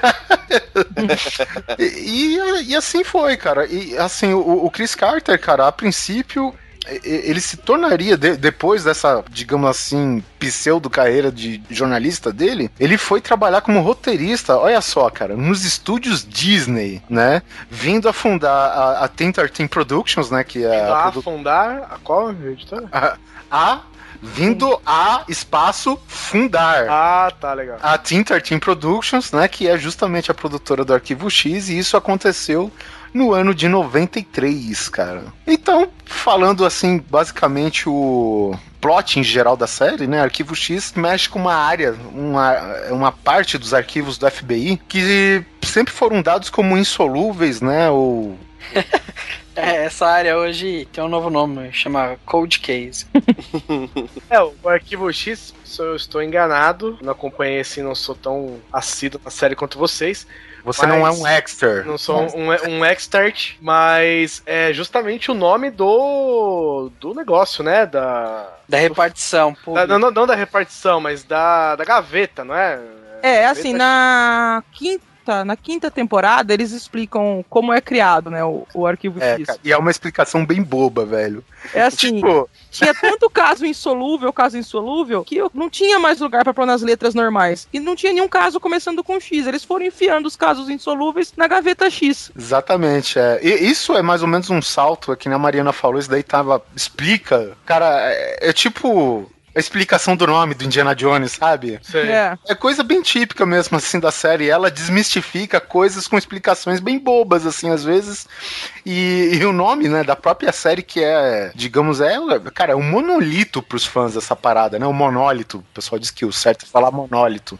[SPEAKER 3] e, e, e assim foi, cara. E assim, o, o Chris Carter, cara, a princípio. Ele se tornaria, de, depois dessa, digamos assim, pseudo-carreira de jornalista dele, ele foi trabalhar como roteirista, olha só, cara, nos estúdios Disney, né? Vindo a fundar a, a Team treze Productions, né? Que é
[SPEAKER 4] Vindo a, a
[SPEAKER 3] produ...
[SPEAKER 4] fundar a qual editora?
[SPEAKER 3] A, a vindo a espaço fundar.
[SPEAKER 4] Ah, tá, legal.
[SPEAKER 3] A Team treze Productions, né? Que é justamente a produtora do Arquivo X, e isso aconteceu no ano de noventa e três, cara. Então, falando assim, basicamente o plot em geral da série, né? Arquivo X mexe com uma área, uma, uma parte dos arquivos do F B I que sempre foram dados como insolúveis, né? Ou...
[SPEAKER 2] É, essa área hoje tem um novo nome, chama Cold Case.
[SPEAKER 4] É, o Arquivo X, se eu estou enganado, não acompanhei assim, não sou tão assíduo na série quanto vocês.
[SPEAKER 3] Você mas não é um exter.
[SPEAKER 4] Não sou um, um, um expert, mas é justamente o nome do do negócio, né? Da,
[SPEAKER 2] da repartição.
[SPEAKER 4] Da, não, não da repartição, mas da, da gaveta, não é?
[SPEAKER 6] É, assim, na quinta na quinta temporada eles explicam como é criado, né, o, o Arquivo
[SPEAKER 3] é,
[SPEAKER 6] X.
[SPEAKER 3] Cara, e é uma explicação bem boba, velho.
[SPEAKER 6] É assim, tipo... tinha tanto caso insolúvel, caso insolúvel, que eu não tinha mais lugar pra pôr nas letras normais. E não tinha nenhum caso começando com X. Eles foram enfiando os casos insolúveis na gaveta X.
[SPEAKER 3] Exatamente, é. E isso é mais ou menos um salto, é que nem a Mariana falou, isso daí tava... Explica. Cara, é, é tipo... a explicação do nome do Indiana Jones, sabe?
[SPEAKER 6] É.
[SPEAKER 3] É coisa bem típica mesmo, assim, da série. Ela desmistifica coisas com explicações bem bobas, assim, às vezes. E, e o nome, né, da própria série que é, digamos, é, cara, é um monolito pros fãs dessa parada, né? Um monólito. O pessoal diz que o certo é falar monólito.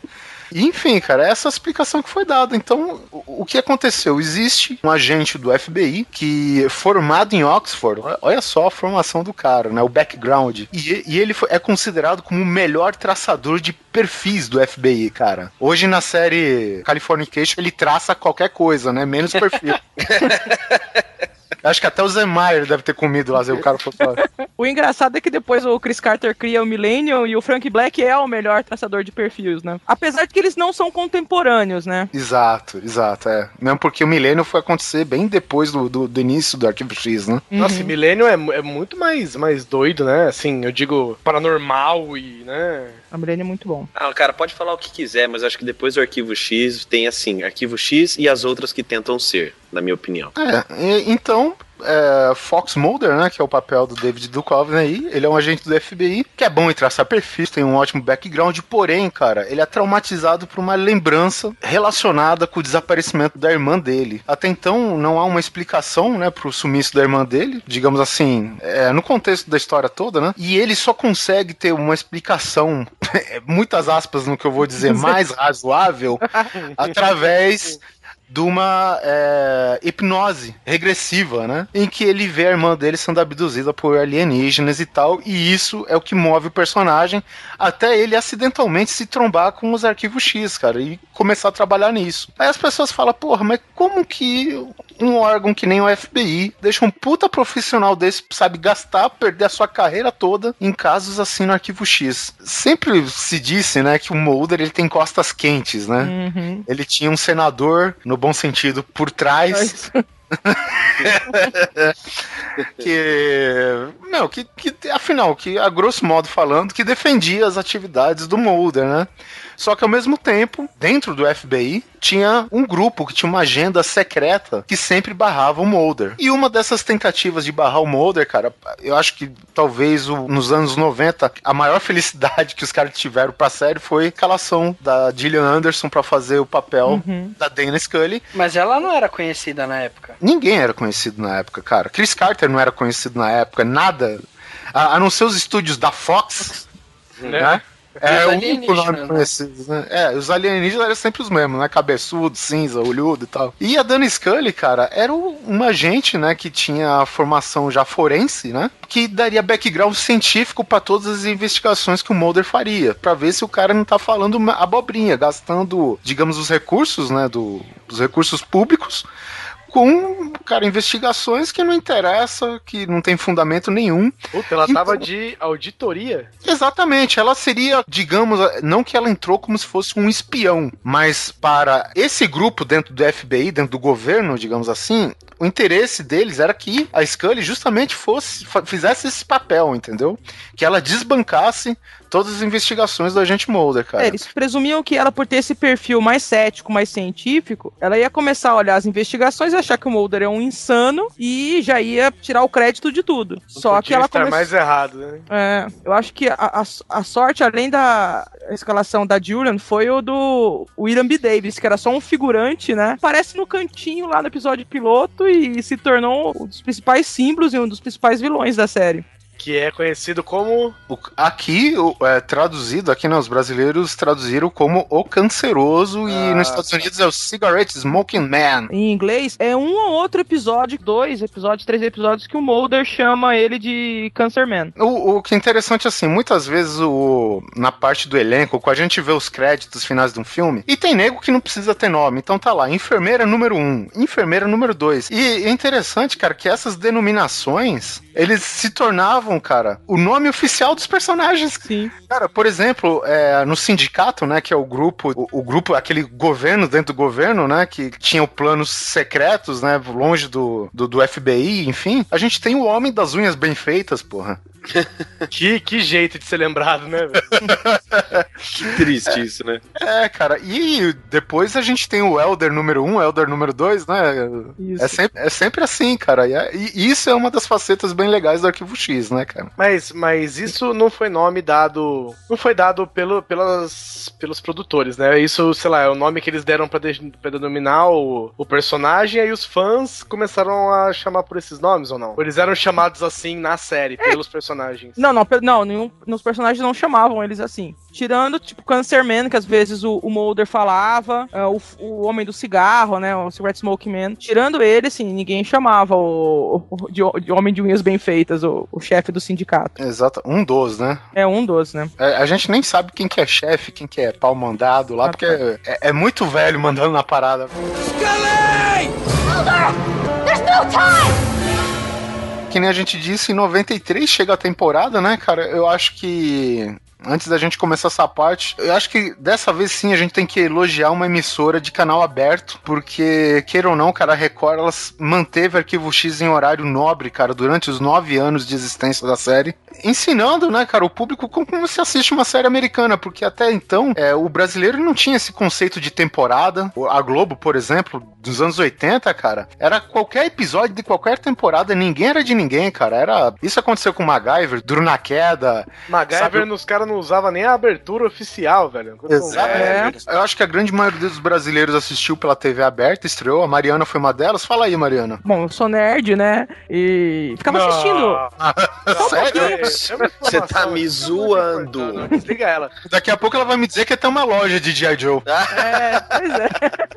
[SPEAKER 3] E, enfim, cara, essa é a explicação que foi dada. Então, o, o que aconteceu? Existe um agente do F B I que é formado em Oxford, olha só a formação do cara, né? O background. E, e ele foi, é considerado como o melhor traçador de perfis do F B I, cara. Hoje na série Californication ele traça qualquer coisa, né? Menos perfil. Acho que até o Zemeyer deve ter comido lá, se o cara for falar.
[SPEAKER 6] O engraçado é que depois o Chris Carter cria o Millennium e o Frank Black é o melhor traçador de perfis, né? Apesar de que eles não são contemporâneos, né?
[SPEAKER 3] Exato, exato, é. Mesmo porque o Millennium foi acontecer bem depois do, do, do início do Arquivo X, né?
[SPEAKER 4] Nossa, uhum. E Millennium é, é muito mais, mais doido, né? Assim, eu digo paranormal e, né...
[SPEAKER 6] A Millennium é muito bom.
[SPEAKER 1] Ah, cara, pode falar o que quiser, mas acho que depois do Arquivo X tem, assim, Arquivo X e as outras que tentam ser, na minha opinião.
[SPEAKER 3] É, e, então... É, Fox Mulder, né, que é o papel do David Duchovny aí, ele é um agente do F B I, que é bom em traçar perfis, tem um ótimo background, porém, cara, ele é traumatizado por uma lembrança relacionada com o desaparecimento da irmã dele. Até então, não há uma explicação, né, pro sumiço da irmã dele, digamos assim, é, no contexto da história toda, né, e ele só consegue ter uma explicação, muitas aspas no que eu vou dizer, mais razoável, através... de uma é, hipnose regressiva, né? Em que ele vê a irmã dele sendo abduzida por alienígenas e tal, e isso é o que move o personagem até ele acidentalmente se trombar com os arquivos X, cara, e começar a trabalhar nisso. Aí as pessoas falam, porra, mas como que um órgão que nem o F B I deixa um puta profissional desse, sabe, gastar, perder a sua carreira toda em casos assim no arquivo X? Sempre se disse, né, que o Mulder, ele tem costas quentes, né? Uhum. Ele tinha um senador, no bom sentido, por trás... que, não, que, que afinal, que a grosso modo falando, que defendia as atividades do Mulder, né? Só que ao mesmo tempo, dentro do F B I, tinha um grupo que tinha uma agenda secreta que sempre barrava o Mulder. E uma dessas tentativas de barrar o Mulder, cara, eu acho que talvez o, nos anos noventa, a maior felicidade que os caras tiveram pra série foi a escalação da Gillian Anderson pra fazer o papel uhum. da Dana Scully.
[SPEAKER 2] Mas ela não era conhecida na época.
[SPEAKER 3] Ninguém era conhecido na época, cara. Chris Carter não era conhecido na época, nada. A, a não ser os estúdios da Fox, né? né? É o único nome conhecido, né? É, os alienígenas eram sempre os mesmos, né? Cabeçudo, cinza, olhudo e tal. E a Dana Scully, cara, era uma agente, né, que tinha a formação já forense, né? Que daria background científico pra todas as investigações que o Mulder faria, pra ver se o cara não tá falando uma abobrinha, gastando, digamos, os recursos, né, do, os recursos públicos com, cara, investigações que não interessam, que não tem fundamento nenhum.
[SPEAKER 4] Puta, ela então, tava de auditoria?
[SPEAKER 3] Exatamente, ela seria, digamos, não que ela entrou como se fosse um espião, mas para esse grupo dentro do F B I, dentro do governo, digamos assim, o interesse deles era que a Scully justamente fosse, fizesse esse papel, entendeu? Que ela desbancasse todas as investigações do agente Mulder, cara.
[SPEAKER 6] É, eles presumiam que ela, por ter esse perfil mais cético, mais científico, ela ia começar a olhar as investigações e achar que o Mulder é um insano e já ia tirar o crédito de tudo.
[SPEAKER 4] Não
[SPEAKER 6] Só que ela
[SPEAKER 4] estar
[SPEAKER 6] começou...
[SPEAKER 4] mais errado, né?
[SPEAKER 6] É, eu acho que a, a, a sorte, além da escalação da Julian, foi o do William B. Davis, que era só um figurante, né? Aparece no cantinho lá no episódio piloto e se tornou um dos principais símbolos e um dos principais vilões da série.
[SPEAKER 4] Que é conhecido como...
[SPEAKER 3] Aqui, é, traduzido, aqui né, os brasileiros traduziram como o canceroso, ah, e nos Estados Unidos é o Cigarette Smoking Man.
[SPEAKER 6] Em inglês, é um ou outro episódio, dois episódios, três episódios, que o Mulder chama ele de Cancer Man.
[SPEAKER 3] O, o que é interessante, assim, muitas vezes o, na parte do elenco, quando a gente vê os créditos finais de um filme, e tem nego que não precisa ter nome, então tá lá, enfermeira número um, enfermeira número dois. E é interessante, cara, que essas denominações, eles se tornavam, cara, o nome oficial dos personagens.
[SPEAKER 6] Sim.
[SPEAKER 3] Cara, por exemplo, é, no sindicato, né, que é o grupo, o, o grupo, aquele governo dentro do governo, né, que tinha planos secretos, né, longe do, do, do F B I, enfim, a gente tem o homem das unhas bem feitas, porra.
[SPEAKER 4] que, que jeito de ser lembrado, né, velho?
[SPEAKER 1] Que triste isso, né?
[SPEAKER 3] É, cara, e depois a gente tem o Elder número um, Elder número dois, né? Isso. É sempre, é sempre assim, cara. E, é, e isso é uma das facetas bem legais do Arquivo X, né, cara?
[SPEAKER 4] Mas, mas isso não foi nome dado... Não foi dado pelo, pelas, pelos produtores, né? Isso, sei lá, é o nome que eles deram pra, de, pra denominar o, o personagem, aí os fãs começaram a chamar por esses nomes, ou não? Ou eles eram chamados assim na série,
[SPEAKER 6] é.
[SPEAKER 4] pelos personagens?
[SPEAKER 6] Não, não, não, nenhum, nos personagens não chamavam eles assim. Tirando, tipo, Cancerman, que às vezes o, o Mulder falava, uh, o, o Homem do Cigarro, né, o Cigarette Smoke Man. Tirando ele, assim, ninguém chamava o, o de, de Homem de Unhas Bem Feitas, o, o chefe do sindicato.
[SPEAKER 3] Exato, um dos, né?
[SPEAKER 6] É, um dos, né?
[SPEAKER 3] É, a gente nem sabe quem que é chefe, quem que é pau mandado lá, ah, porque é, é muito velho mandando na parada. Scully! Mulder! There's no time! Que nem a gente disse, em noventa e três chega a temporada, né, cara? Eu acho que... Antes da gente começar essa parte, eu acho que dessa vez sim a gente tem que elogiar uma emissora de canal aberto, porque, queira ou não, cara, a Record, ela manteve Arquivo X em horário nobre, cara, durante os nove anos de existência da série, ensinando, né, cara, o público como se assiste uma série americana, porque até então, é, o brasileiro não tinha esse conceito de temporada. A Globo, por exemplo, dos anos oitenta, cara, era qualquer episódio de qualquer temporada, ninguém era de ninguém, cara, era... Isso aconteceu com MacGyver, Duro na Queda...
[SPEAKER 4] MacGyver nos caras não usava nem a abertura oficial, velho.
[SPEAKER 3] Exatamente. É. Eu acho que a grande maioria dos brasileiros assistiu pela T V aberta, estreou. A Mariana foi uma delas. Fala aí, Mariana.
[SPEAKER 6] Bom, eu sou nerd, né? E ficava não. assistindo.
[SPEAKER 3] Sério?
[SPEAKER 1] Você tá me zoando.
[SPEAKER 4] Desliga ela.
[SPEAKER 3] Daqui a pouco ela vai me dizer que tem uma loja de G I. Joe.
[SPEAKER 6] É, pois é.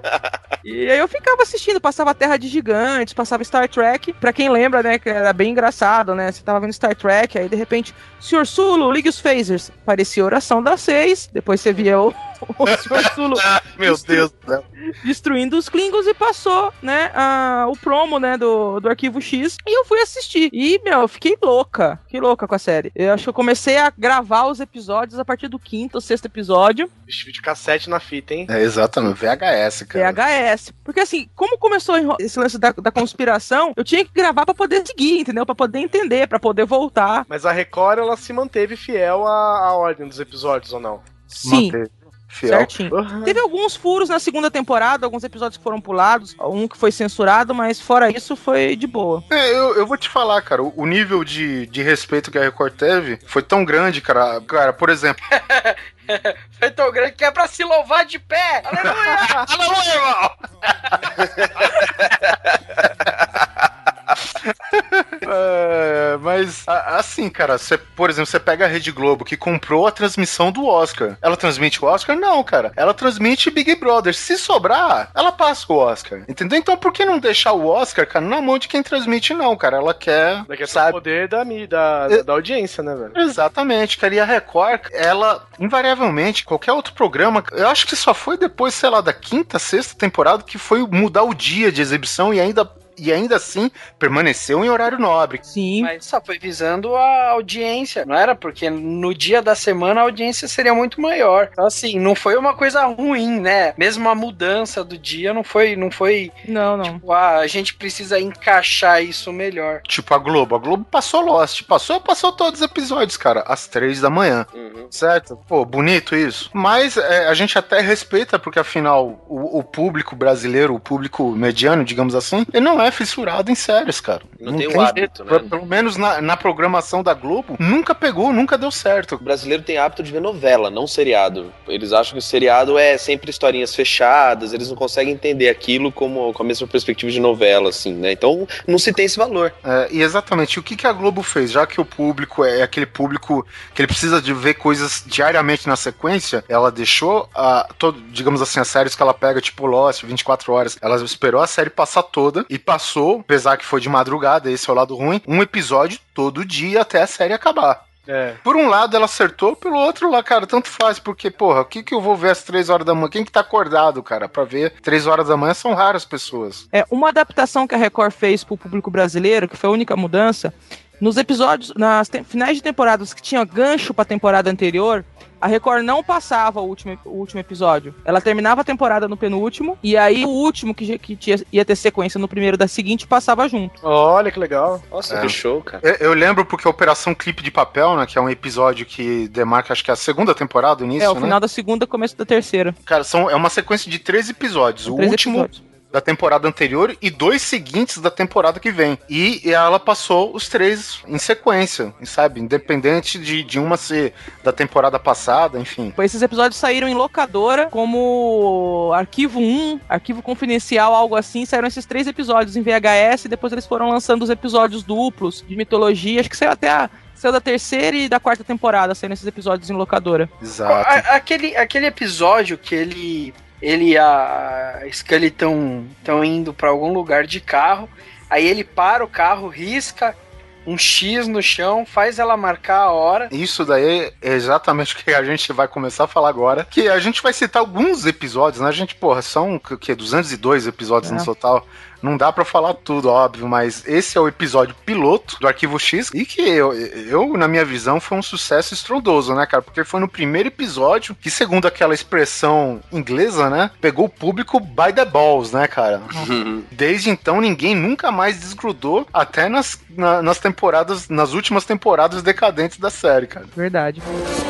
[SPEAKER 6] E aí eu ficava assistindo, passava Terra de Gigantes, passava Star Trek. Pra quem lembra, né, que era bem engraçado, né? Você tava vendo Star Trek, aí de repente, senhor Sulo, ligue os phasers. Parecia Oração das Seis, depois você via o, o senhor Sulo
[SPEAKER 3] meu Deus do céu,
[SPEAKER 6] destruindo os Klingons e passou, né, a, o promo, né, do, do Arquivo X, e eu fui assistir. E, meu, eu fiquei louca, fiquei louca com a série. Eu acho que eu comecei a gravar os episódios a partir do quinto ou sexto episódio.
[SPEAKER 4] Vídeo cassete na fita, hein?
[SPEAKER 3] É, exatamente, V H S, cara.
[SPEAKER 6] V H S. Porque, assim, como começou esse lance da, da conspiração, eu tinha que gravar pra poder seguir, entendeu? Pra poder entender, pra poder voltar.
[SPEAKER 4] Mas a Record, ela se manteve fiel à, à ordem dos episódios, ou não?
[SPEAKER 6] Sim.
[SPEAKER 3] Manteve. Fiel.
[SPEAKER 6] Certinho. Uhum. Teve alguns furos na segunda temporada, alguns episódios que foram pulados, um que foi censurado, mas fora isso foi de boa.
[SPEAKER 3] É, eu, eu vou te falar, cara, o, o nível de, de respeito que a Record teve foi tão grande, cara. Cara, por exemplo...
[SPEAKER 2] Foi tão grande que é pra se louvar de pé! Aleluia!
[SPEAKER 3] Aleluia, irmão! É, mas assim, cara, cê, por exemplo, você pega a Rede Globo, que comprou a transmissão do Oscar. Ela transmite o Oscar? Não, cara. Ela transmite Big Brother. Se sobrar, ela passa o Oscar. Entendeu? Então por que não deixar o Oscar, cara, na mão de quem transmite, não, cara? Ela quer...
[SPEAKER 4] Ela quer sabe? O poder da, da, da, da audiência, né, velho?
[SPEAKER 3] Exatamente, cara. E a Record, ela, invariavelmente, qualquer outro programa, eu acho que só foi depois, sei lá, da quinta, sexta temporada que foi mudar o dia de exibição e ainda... E ainda assim, permaneceu em horário nobre.
[SPEAKER 6] Sim.
[SPEAKER 2] Mas só foi visando a audiência, não era? Porque no dia da semana a audiência seria muito maior. Então, assim, não foi uma coisa ruim, né? Mesmo a mudança do dia não foi... Não, foi,
[SPEAKER 6] não, não.
[SPEAKER 2] Tipo, ah, a gente precisa encaixar isso melhor.
[SPEAKER 3] Tipo a Globo. A Globo passou Lost. Passou, passou todos os episódios, cara. Às três da manhã. Uhum. Certo? Pô, bonito isso. Mas é, a gente até respeita, porque afinal, o, o público brasileiro, o público mediano, digamos assim, ele não é fissurado em séries, cara.
[SPEAKER 1] Não, não tem o hábito, né?
[SPEAKER 3] Pelo menos na, na programação da Globo, nunca pegou, nunca deu certo.
[SPEAKER 1] O brasileiro tem hábito de ver novela, não seriado. Eles acham que o seriado é sempre historinhas fechadas, eles não conseguem entender aquilo como com a mesma perspectiva de novela, assim, né? Então, não se tem esse valor.
[SPEAKER 3] É, e exatamente, o que, que a Globo fez? Já que o público é aquele público que ele precisa de ver coisas diariamente na sequência, ela deixou, a, todo, digamos assim, as séries que ela pega, tipo Lost, vinte e quatro horas, ela esperou a série passar toda e passou, apesar que foi de madrugada, esse é o lado ruim, um episódio todo dia até a série acabar. É. Por um lado ela acertou, pelo outro lá, cara, tanto faz, porque, porra, o que que eu vou ver às três horas da manhã? Quem que tá acordado, cara, pra ver três horas da manhã são raras pessoas.
[SPEAKER 6] É, uma adaptação que a Record fez pro público brasileiro, que foi a única mudança, nos episódios, nas te- finais de temporadas que tinha gancho pra temporada anterior, a Record não passava o último, o último episódio. Ela terminava a temporada no penúltimo, e aí o último, que, que tinha, ia ter sequência no primeiro da seguinte, passava junto.
[SPEAKER 4] Olha que legal.
[SPEAKER 1] Nossa,
[SPEAKER 3] é.
[SPEAKER 1] que show, cara.
[SPEAKER 3] Eu, eu lembro porque a Operação Clipe de Papel, né, que é um episódio que demarca, acho que é a segunda temporada, o início,
[SPEAKER 6] É, o
[SPEAKER 3] né?
[SPEAKER 6] final da segunda, começo da terceira.
[SPEAKER 3] Cara, são, é uma sequência de três episódios.
[SPEAKER 6] São
[SPEAKER 3] o
[SPEAKER 6] três
[SPEAKER 3] último...
[SPEAKER 6] episódios
[SPEAKER 3] da temporada anterior e dois seguintes da temporada que vem. E, e ela passou os três em sequência, sabe? Independente de, de uma ser da temporada passada, enfim.
[SPEAKER 6] Esses episódios saíram em locadora como Arquivo um, Arquivo Confidencial, algo assim. Saíram esses três episódios em V H S e depois eles foram lançando os episódios duplos de mitologia. Acho que saiu até a aconteceu da terceira e da quarta temporada, saindo esses episódios em locadora.
[SPEAKER 3] Exato.
[SPEAKER 2] A- aquele, aquele episódio que ele, ele e a Scully estão tão indo pra algum lugar de carro, aí ele para o carro, risca um X no chão, faz ela marcar a hora.
[SPEAKER 3] Isso daí é exatamente o que a gente vai começar a falar agora, que a gente vai citar alguns episódios, né? A gente, porra, são o que, duzentos e dois episódios
[SPEAKER 6] É.
[SPEAKER 3] no total. Não dá pra falar tudo, óbvio, mas esse é o episódio piloto do Arquivo X e que eu, eu, na minha visão, foi um sucesso estrondoso, né, cara? Porque foi no primeiro episódio que, segundo aquela expressão inglesa, né, pegou o público by the balls, né, cara? Desde então, ninguém nunca mais desgrudou, até nas, na- nas temporadas, nas últimas temporadas decadentes da série, cara.
[SPEAKER 6] Verdade.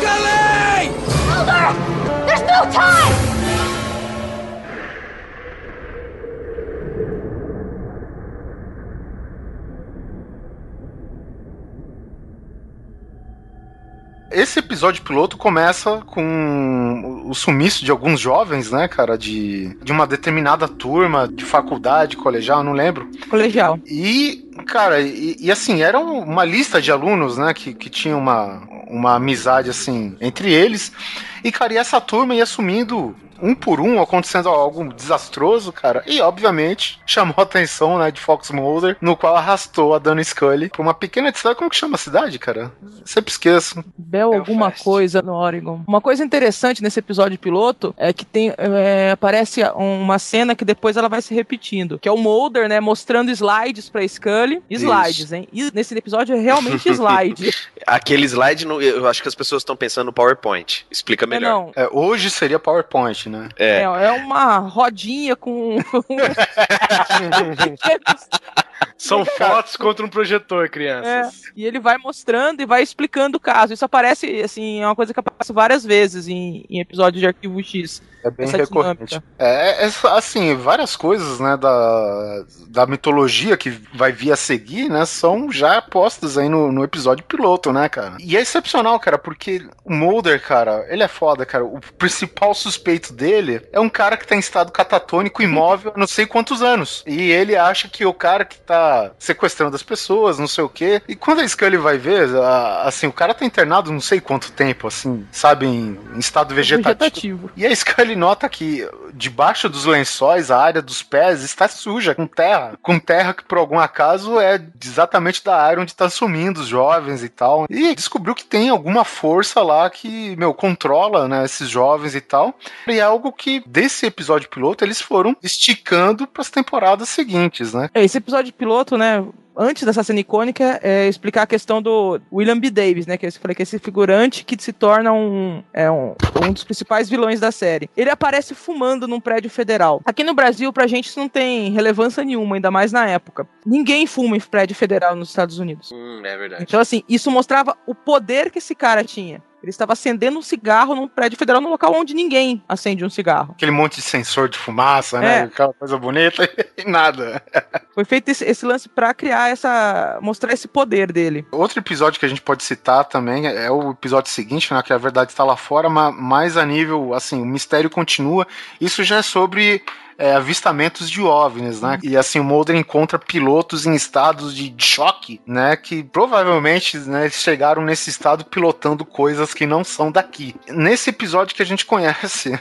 [SPEAKER 3] Esse episódio piloto começa com o sumiço de alguns jovens, né, cara, de, de uma determinada turma de faculdade, colegial, não lembro.
[SPEAKER 6] Colegial.
[SPEAKER 3] E, cara, e, e assim, era uma lista de alunos, né, que, que tinha uma, uma amizade, assim, entre eles. E, cara, e essa turma ia sumindo um por um, acontecendo algo desastroso, cara. E, obviamente, chamou a atenção, né, de Fox Mulder, no qual arrastou a Dana Scully pra uma pequena cidade. Como que chama a cidade, cara? Sempre esqueço.
[SPEAKER 6] Bel alguma
[SPEAKER 2] Belfast.
[SPEAKER 6] coisa no Oregon. Uma coisa interessante nesse episódio piloto é que tem é, aparece uma cena que depois ela vai se repetindo, que é o Mulder, né, mostrando slides pra Scully. Slides,
[SPEAKER 1] Isso.
[SPEAKER 6] hein? E nesse episódio é realmente slide.
[SPEAKER 1] Aquele slide, no- eu acho que as pessoas estão pensando no PowerPoint. Explica
[SPEAKER 6] É,
[SPEAKER 1] melhor.
[SPEAKER 6] não.
[SPEAKER 3] É, hoje seria PowerPoint, né?
[SPEAKER 6] É,
[SPEAKER 1] É.
[SPEAKER 6] é uma rodinha com.
[SPEAKER 4] São fotos contra um projetor, crianças.
[SPEAKER 6] É, e ele vai mostrando e vai explicando o caso. Isso aparece, assim, é uma coisa que aparece várias vezes em, em episódios de Arquivo X.
[SPEAKER 3] É bem
[SPEAKER 6] Essa
[SPEAKER 3] recorrente.
[SPEAKER 6] dinâmica.
[SPEAKER 3] É, é, assim, várias coisas, né, da, da mitologia que vai vir a seguir, né, são já postas aí no, no episódio piloto, né, cara? E é excepcional, cara, porque o Mulder, cara, ele é foda, cara. O principal suspeito dele é um cara que tá em estado catatônico, imóvel, há não sei quantos anos. E ele acha que o cara que tá sequestrando as pessoas, não sei o quê. E quando a Scully vai ver, a- assim, o cara tá internado não sei quanto tempo, assim, sabe, em, em estado vegetativo.
[SPEAKER 6] Vegetativo.
[SPEAKER 3] E a Scully nota que debaixo dos lençóis, a área dos pés está suja, com terra. Com terra que por algum acaso é exatamente da área onde tá sumindo os jovens e tal. E descobriu que tem alguma força lá que, meu, controla, né, esses jovens e tal. E é algo que, desse episódio piloto, eles foram esticando pras temporadas seguintes, né?
[SPEAKER 6] É, esse episódio piloto, né? Antes dessa cena icônica, é explicar a questão do William B. Davis, né? Que eu falei que é esse figurante que se torna um, é um, um dos principais vilões da série. Ele aparece fumando num prédio federal. Aqui no Brasil, pra gente, isso não tem relevância nenhuma, ainda mais na época. Ninguém fuma em prédio federal nos Estados Unidos.
[SPEAKER 1] Hum, é verdade.
[SPEAKER 6] Então, assim, isso mostrava o poder que esse cara tinha. Ele estava acendendo um cigarro num prédio federal, num local onde ninguém acende um cigarro.
[SPEAKER 3] Aquele monte de sensor de fumaça, né?
[SPEAKER 6] É.
[SPEAKER 3] Aquela coisa bonita e nada.
[SPEAKER 6] Foi feito esse, esse lance pra criar essa... mostrar esse poder dele.
[SPEAKER 3] Outro episódio que a gente pode citar também é o episódio seguinte, né? Que a verdade está lá fora, mas mais a nível, assim, o mistério continua. Isso já é sobre é, avistamentos de OVNIs, né? E assim, o Mulder encontra pilotos em estados de choque, né? Que provavelmente, né, eles chegaram nesse estado pilotando coisas que não são daqui. Nesse episódio que a gente conhece,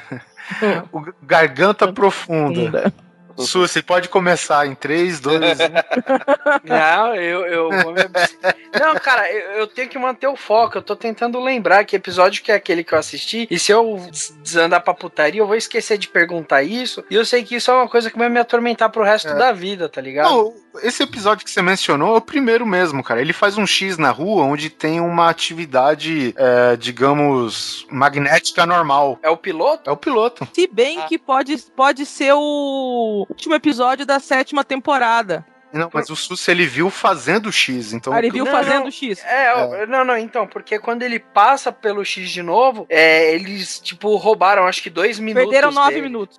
[SPEAKER 3] o Garganta Profunda. Susi, pode começar em três, dois, um.
[SPEAKER 2] Não, eu, eu vou me... Não, cara, eu, eu tenho que manter o foco. Eu tô tentando lembrar que episódio que é aquele que eu assisti. E se eu des- desandar pra putaria, eu vou esquecer de perguntar isso. E eu sei que isso é uma coisa que vai me atormentar pro resto
[SPEAKER 3] É.
[SPEAKER 2] da vida, tá ligado?
[SPEAKER 3] Não, esse episódio que você mencionou é o primeiro mesmo, cara. Ele faz um X na rua onde tem uma atividade, é, digamos, magnética normal.
[SPEAKER 2] É o piloto?
[SPEAKER 3] É o piloto.
[SPEAKER 6] Se bem que pode, pode ser o último episódio da sétima temporada.
[SPEAKER 3] Não, mas o Susi, ele viu fazendo o X, então...
[SPEAKER 6] Ah, ele viu
[SPEAKER 2] Não,
[SPEAKER 6] fazendo
[SPEAKER 2] não.
[SPEAKER 6] X.
[SPEAKER 2] É, ó, não, não, então, porque quando ele passa pelo X de novo, é, eles, tipo, roubaram acho que dois minutos.
[SPEAKER 6] Perderam nove
[SPEAKER 2] dele.
[SPEAKER 6] minutos.
[SPEAKER 2] É,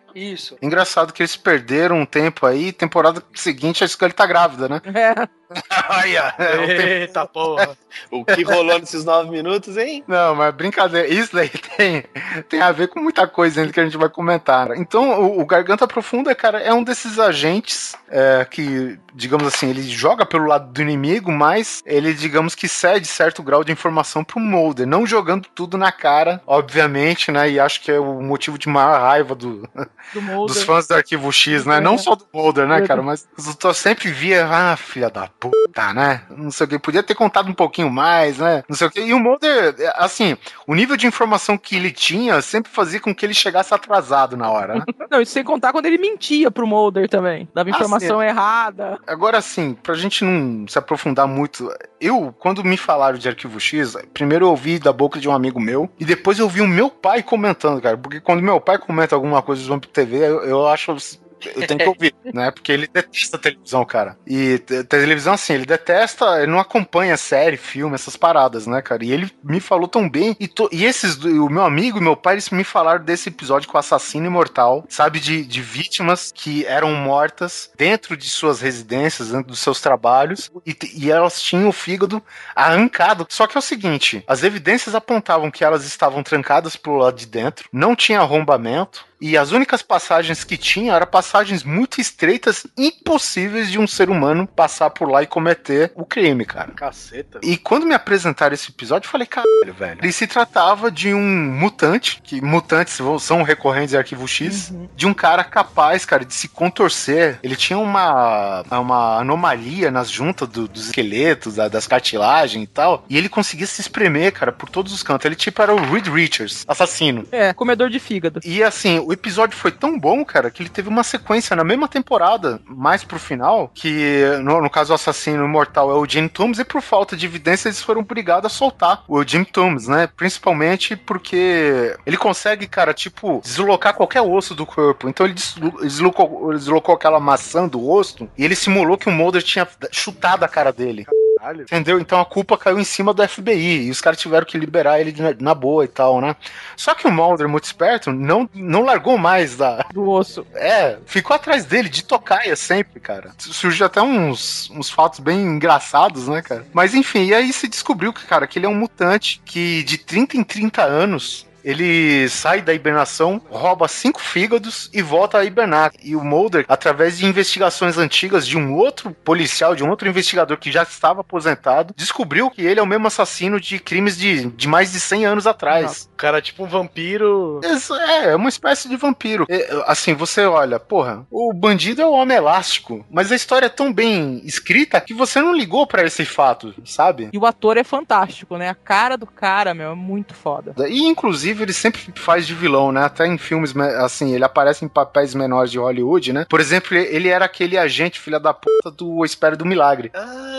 [SPEAKER 2] Isso.
[SPEAKER 3] Engraçado que eles perderam um tempo aí, temporada seguinte a Scully tá grávida, né?
[SPEAKER 6] É.
[SPEAKER 3] Olha,
[SPEAKER 4] Eita porra.
[SPEAKER 1] O que rolou nesses nove minutos, hein?
[SPEAKER 3] Não, mas brincadeira. Isso daí tem, tem a ver com muita coisa ainda que a gente vai comentar. Então, o, o Garganta Profunda, cara, é um desses agentes é, que, digamos assim, ele joga pelo lado do inimigo, mas ele, digamos que cede certo grau de informação pro Mulder, não jogando tudo na cara, obviamente, né? E acho que é o motivo de maior raiva do,
[SPEAKER 6] Do
[SPEAKER 3] dos fãs do Arquivo X, né?
[SPEAKER 6] É.
[SPEAKER 3] Não só do Mulder, né, cara? Mas eu sempre via, ah, filha da puta, né? Não sei o que, podia ter contado um pouquinho mais, né? Não sei o que. E o Mulder, assim, o nível de informação que ele tinha sempre fazia com que ele chegasse atrasado na hora, né?
[SPEAKER 6] Não, isso sem contar quando ele mentia pro Mulder também. Dava informação
[SPEAKER 3] Ah,
[SPEAKER 6] errada.
[SPEAKER 3] Agora, assim, pra gente não se aprofundar muito, eu, quando me falaram de Arquivo X, primeiro eu ouvi da boca de um amigo meu, e depois eu vi o meu pai comentando, cara, porque quando meu pai comenta alguma coisa do Vamp T V, eu, eu acho... Eu tenho que ouvir, né? Porque ele detesta televisão, cara. E te- televisão, assim, ele detesta, ele não acompanha série, filme, essas paradas, né, cara? E ele me falou tão bem. E, to- e esses, do- o meu amigo e meu pai, eles me falaram desse episódio com o assassino imortal, sabe? De, de vítimas que eram mortas dentro de suas residências, dentro dos seus trabalhos, e, t- e elas tinham o fígado arrancado. Só que é o seguinte, as evidências apontavam que elas estavam trancadas pro lado de dentro, não tinha arrombamento, e as únicas passagens que tinha eram passagens muito estreitas, impossíveis de um ser humano passar por lá e cometer o crime, cara.
[SPEAKER 4] Caceta.
[SPEAKER 3] E quando me apresentaram esse episódio, eu falei, caralho, velho. Ele se tratava de um mutante, que mutantes são recorrentes em Arquivo X,
[SPEAKER 6] Uhum.
[SPEAKER 3] de um cara capaz, cara, de se contorcer. Ele tinha uma, uma anomalia nas juntas do- dos esqueletos, da- das cartilagens e tal, e ele conseguia se espremer, cara, por todos os cantos. Ele tipo era o Reed Richards, assassino.
[SPEAKER 6] É, comedor de fígado.
[SPEAKER 3] E assim, o episódio foi tão bom, cara, que ele teve uma sequência na mesma temporada, mais pro final, que no, no caso o assassino imortal é o Jim Toomes, e por falta de evidência eles foram obrigados a soltar o Jim Toomes, né? Principalmente porque ele consegue, cara, tipo, deslocar qualquer osso do corpo. Então ele deslo- deslocou, deslocou aquela maçã do rosto e ele simulou que o Mulder tinha chutado a cara dele.
[SPEAKER 4] Caralho.
[SPEAKER 3] Entendeu? Então a culpa caiu em cima do F B I e os caras tiveram que liberar ele na, na boa e tal, né? Só que o Mulder, muito esperto, não, não largou mais da.
[SPEAKER 6] Do osso.
[SPEAKER 3] É, ficou atrás dele, de tocaia sempre, cara. Surgiu até uns, uns fatos bem engraçados, né, cara? Mas enfim, e aí se descobriu que, cara, que ele é um mutante que de trinta em trinta anos. Ele sai da hibernação, rouba cinco fígados e volta a hibernar. E o Mulder, através de investigações antigas de um outro policial, de um outro investigador que já estava aposentado, descobriu que ele é o mesmo assassino de crimes de, de mais de cem anos atrás.
[SPEAKER 4] O cara é tipo um vampiro.
[SPEAKER 3] Isso É, é uma espécie de vampiro. É, assim, você olha, porra, o bandido é o homem elástico, mas a história é tão bem escrita que você não ligou pra esse fato, sabe?
[SPEAKER 6] E o ator é fantástico, né? A cara do cara, meu, é muito foda.
[SPEAKER 3] E, inclusive, ele sempre faz de vilão, né? Até em filmes, assim, ele aparece em papéis menores de Hollywood, né? Por exemplo, ele era aquele agente filha da puta do Espera do Milagre.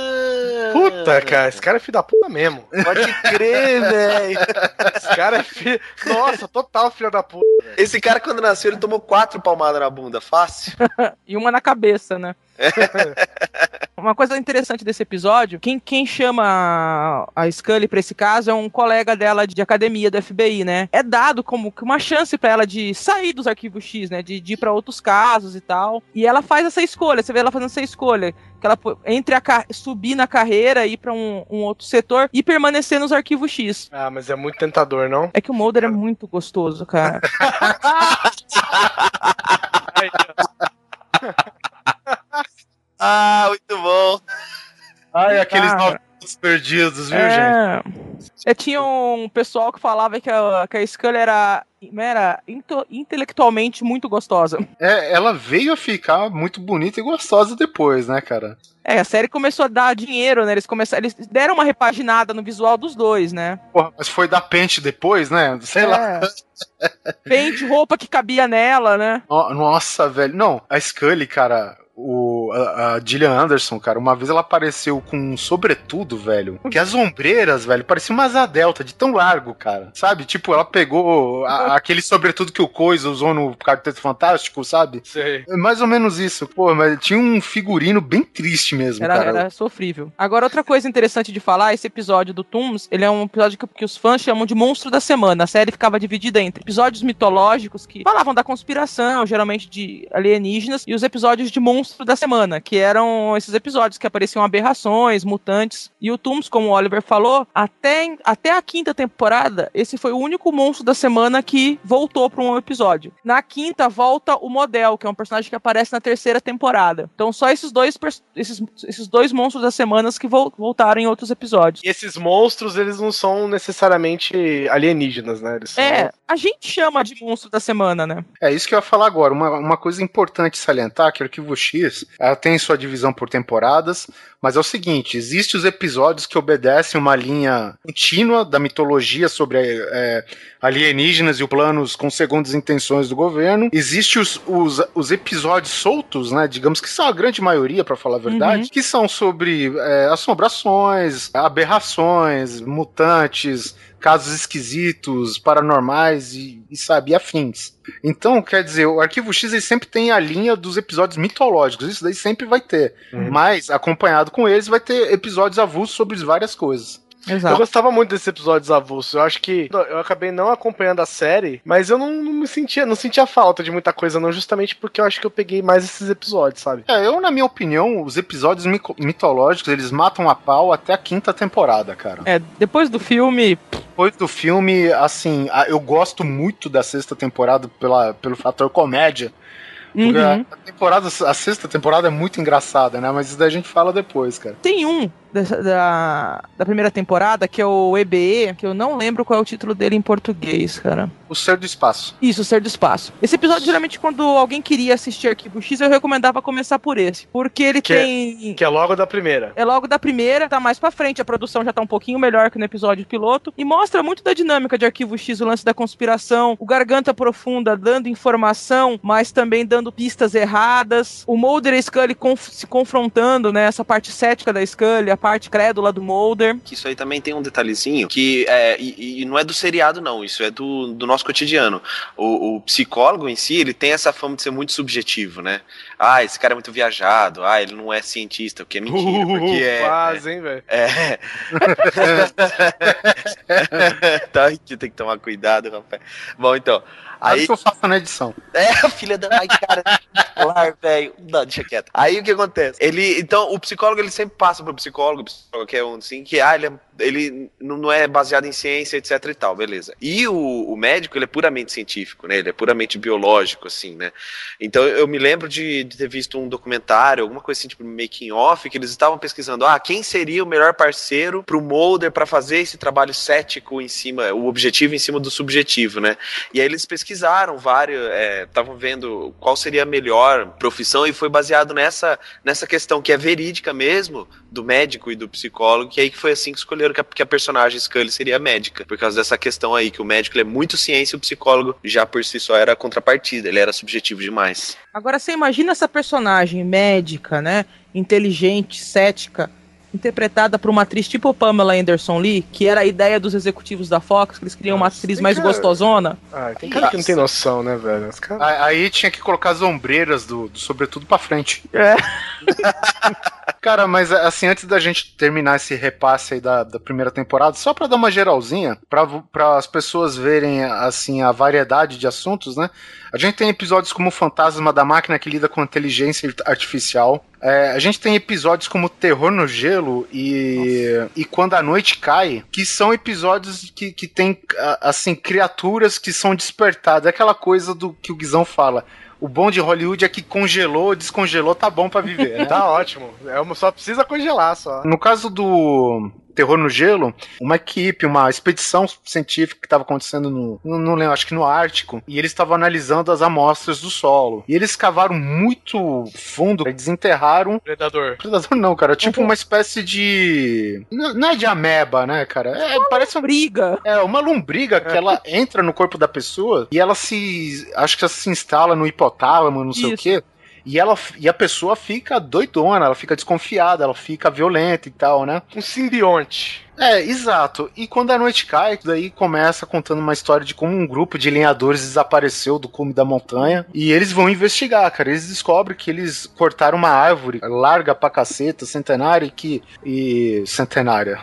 [SPEAKER 1] Ah,
[SPEAKER 4] Puta, cara, esse cara é filho da puta mesmo.
[SPEAKER 1] Pode crer, velho.
[SPEAKER 4] Esse cara é filho. Nossa, total filho da puta.
[SPEAKER 1] Esse cara, quando nasceu, ele tomou quatro palmadas na bunda, fácil.
[SPEAKER 6] E uma na cabeça, né? Uma coisa interessante desse episódio, quem, quem chama a, a Scully pra esse caso é um colega dela de academia do F B I, né? É dado como que uma chance pra ela de sair dos arquivos X, né? De, de ir pra outros casos e tal. E ela faz essa escolha, você vê ela fazendo essa escolha. Que ela entre a subir na carreira, ir pra um, um outro setor e permanecer nos arquivos X.
[SPEAKER 4] Ah, mas é muito tentador, não?
[SPEAKER 6] É que o Mulder é muito gostoso, cara.
[SPEAKER 1] Ah, muito bom.
[SPEAKER 3] Ai, aqueles
[SPEAKER 6] Cara.
[SPEAKER 3] nove minutos perdidos, viu, gente?
[SPEAKER 6] É. É, tinha um pessoal que falava que a, que a Scully era, era into- intelectualmente muito gostosa.
[SPEAKER 3] É, ela veio a ficar muito bonita e gostosa depois, né, cara?
[SPEAKER 6] É, a série começou a dar dinheiro, né? Eles começaram, eles deram uma repaginada no visual dos dois, né?
[SPEAKER 3] Porra, mas foi dar pente depois, né? Sei lá.
[SPEAKER 6] É. Pente, roupa que cabia nela, né?
[SPEAKER 3] No- Nossa, velho. Não, a Scully, cara, o o, a, a Gillian Anderson, cara, uma vez ela apareceu com um sobretudo, velho, que as ombreiras, velho, pareciam uma asa delta de tão largo, cara. Sabe? Tipo, ela pegou a, aquele sobretudo que o Coisa usou no Quarteto Fantástico, sabe?
[SPEAKER 4] Sei.
[SPEAKER 3] É mais ou menos isso. Pô, mas tinha um figurino bem triste mesmo,
[SPEAKER 6] Era,
[SPEAKER 3] cara.
[SPEAKER 6] era sofrível. Agora, outra coisa interessante de falar, esse episódio do Tooms, ele é um episódio que, que os fãs chamam de Monstro da Semana. A série ficava dividida entre episódios mitológicos que falavam da conspiração, geralmente de alienígenas, e os episódios de Monstro da Semana, que eram esses episódios que apareciam aberrações, mutantes. E o Tooms, como o Oliver falou, até, até a quinta temporada, esse foi o único monstro da semana que voltou para um episódio. Na quinta, volta o Model, que é um personagem que aparece na terceira temporada. Então, só esses dois, esses, esses dois monstros das semanas que vo- voltaram em outros episódios.
[SPEAKER 4] E esses monstros, eles não são necessariamente alienígenas, né? Eles são...
[SPEAKER 6] É, a gente chama de monstro da semana, né?
[SPEAKER 3] É isso que eu ia falar agora. Uma, uma coisa importante salientar que o Arquivo X ela tem sua divisão por temporadas, mas é o seguinte, existem os episódios que obedecem uma linha contínua da mitologia sobre é, alienígenas e os planos com segundas intenções do governo. Existem os, os, os episódios soltos, né, digamos que são a grande maioria, para falar a verdade, uhum. que são sobre é, assombrações, aberrações, mutantes, casos esquisitos, paranormais e, e sabe, afins. Então, quer dizer, o Arquivo X ele sempre tem a linha dos episódios mitológicos, isso daí sempre vai ter. Uhum. Mas, acompanhado com eles, vai ter episódios avulsos sobre várias coisas.
[SPEAKER 4] Exato. Eu gostava muito desses episódios avulsos. Eu acho que eu acabei não acompanhando a série, mas eu não, não me sentia, não sentia falta de muita coisa, não, justamente porque eu acho que eu peguei mais esses episódios, sabe?
[SPEAKER 3] É, eu, na minha opinião, os episódios mitológicos, eles matam a pau até a quinta temporada, cara.
[SPEAKER 6] É, depois do filme...
[SPEAKER 3] Depois do filme, assim, eu gosto muito da sexta temporada pela, pelo fator comédia. Porque uhum. a, temporada, a sexta temporada é muito engraçada, né? Mas isso daí a gente fala depois, cara.
[SPEAKER 6] Tem um da, da, da primeira temporada, que é o E B E, que eu não lembro qual é o título dele em português, cara.
[SPEAKER 3] O Ser do Espaço.
[SPEAKER 6] Isso, o Ser do Espaço. Esse episódio, geralmente, quando alguém queria assistir Arquivo X, eu recomendava começar por esse. Porque ele
[SPEAKER 4] que
[SPEAKER 6] tem...
[SPEAKER 4] É, que é logo da primeira.
[SPEAKER 6] É logo da primeira, tá mais pra frente. A produção já tá um pouquinho melhor que no episódio piloto. E mostra muito da dinâmica de Arquivo X, o lance da conspiração, o Garganta Profunda dando informação, mas também dando pistas erradas. O Mulder e a Scully conf- se confrontando, né? Essa parte cética da Scully, a parte crédula do Mulder.
[SPEAKER 1] Que isso aí também tem um detalhezinho que é, e, e não é do seriado, não. Isso é do, do nosso cotidiano. O, o psicólogo em si, ele tem essa fama de ser muito subjetivo, né? Ah, esse cara é muito viajado. Ah, ele não é cientista, o que é mentira.
[SPEAKER 4] Uh,
[SPEAKER 1] porque é,
[SPEAKER 4] quase, é, hein, velho?
[SPEAKER 1] É. Tá, aqui tem que tomar cuidado, rapaz. Bom, então...
[SPEAKER 3] Aí que eu faço na edição.
[SPEAKER 1] É, filha da... Ai, cara, claro, velho. Não, deixa quieto. Aí o que acontece? Ele, então, o psicólogo, ele sempre passa pro psicólogo, psicólogo que é um assim, que ah, ele, é, ele não é baseado em ciência, etc e tal, beleza. E o, o médico, ele é puramente científico, né? Ele é puramente biológico, assim, né? Então, eu me lembro de, de ter visto um documentário, alguma coisa assim, tipo making off, que eles estavam pesquisando, ah, quem seria o melhor parceiro pro Mulder pra fazer esse trabalho cético em cima, o objetivo em cima do subjetivo, né? E aí eles pesquisaram pesquisaram vários, estavam é, vendo qual seria a melhor profissão e foi baseado nessa, nessa questão que é verídica mesmo, do médico e do psicólogo, que aí foi assim que escolheram que a, que a personagem Scully seria médica, por causa dessa questão aí, que o médico ele é muito ciência e o psicólogo já por si só era a contrapartida, ele era subjetivo demais.
[SPEAKER 6] Agora você imagina essa personagem médica, né, inteligente, cética, interpretada por uma atriz tipo Pamela Anderson Lee, que era a ideia dos executivos da Fox, que eles queriam uma atriz mais cara... gostosona.
[SPEAKER 4] Ah, tem cara que não tem noção, né, velho?
[SPEAKER 3] Cara... Aí tinha que colocar as ombreiras do, do sobretudo pra frente.
[SPEAKER 6] É.
[SPEAKER 3] Cara, mas assim, antes da gente terminar esse repasse aí da, da primeira temporada, só pra dar uma geralzinha, pra, pra as pessoas verem, assim, a variedade de assuntos, né? A gente tem episódios como o Fantasma da Máquina, que lida com inteligência artificial. É, a gente tem episódios como Terror no Gelo e, e Quando a Noite Cai, que são episódios que, que tem, assim, criaturas que são despertadas. É aquela coisa do que o Guizão fala. O bom de Hollywood é que congelou, descongelou, tá bom pra viver, né?
[SPEAKER 4] Tá ótimo. É uma, só precisa congelar, só.
[SPEAKER 3] No caso do Terror no Gelo, uma equipe, uma expedição científica que estava acontecendo no, não, não lembro, acho que no Ártico, e eles estavam analisando as amostras do solo. E eles cavaram muito fundo e desenterraram...
[SPEAKER 4] Predador.
[SPEAKER 3] Predador não, cara. Tipo uhum. uma espécie de... Não é de ameba, né, cara? É,
[SPEAKER 6] uma
[SPEAKER 3] parece
[SPEAKER 6] lombriga.
[SPEAKER 3] É, uma lombriga que ela entra no corpo da pessoa e ela se... Acho que ela se instala no hipotálamo, não sei Isso. o quê. E, ela, e a pessoa fica doidona, ela fica desconfiada, ela fica violenta e tal, né?
[SPEAKER 4] Um simbionte.
[SPEAKER 3] É, exato. E quando a noite cai, daí começa contando uma história de como um grupo de lenhadores desapareceu do cume da montanha. E eles vão investigar, cara. Eles descobrem que eles cortaram uma árvore larga pra caceta, centenária, e que... E... centenária...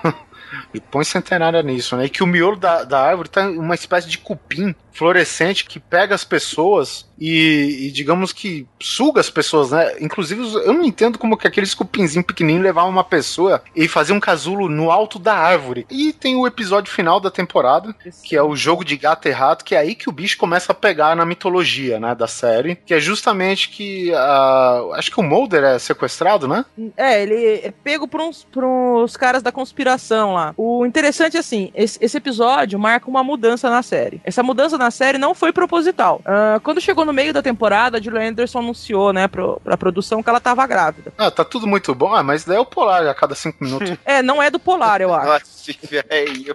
[SPEAKER 3] E põe centenária nisso, né? E que o miolo da, da árvore tá uma espécie de cupim fluorescente que pega as pessoas e, e digamos que suga as pessoas, né? Inclusive, eu não entendo como que aqueles cupinzinhos pequenininhos levavam uma pessoa e faziam um casulo no alto da árvore. E tem o episódio final da temporada, que é o jogo de gato e rato, que é aí que o bicho começa a pegar na mitologia, né, da série, que é justamente que uh, acho que o Mulder é sequestrado, né?
[SPEAKER 6] É, ele é pego por uns, por uns caras da conspiração lá. O interessante é assim, esse, esse episódio marca uma mudança na série. Essa mudança na série não foi proposital. Uh, quando chegou no meio da temporada, a Julia Anderson anunciou, né, pro, pra produção que ela tava grávida.
[SPEAKER 3] Ah, tá tudo muito bom. Ah, mas daí é o Polar a cada cinco minutos.
[SPEAKER 6] É, não é do Polar, eu acho.
[SPEAKER 1] Nossa, velho.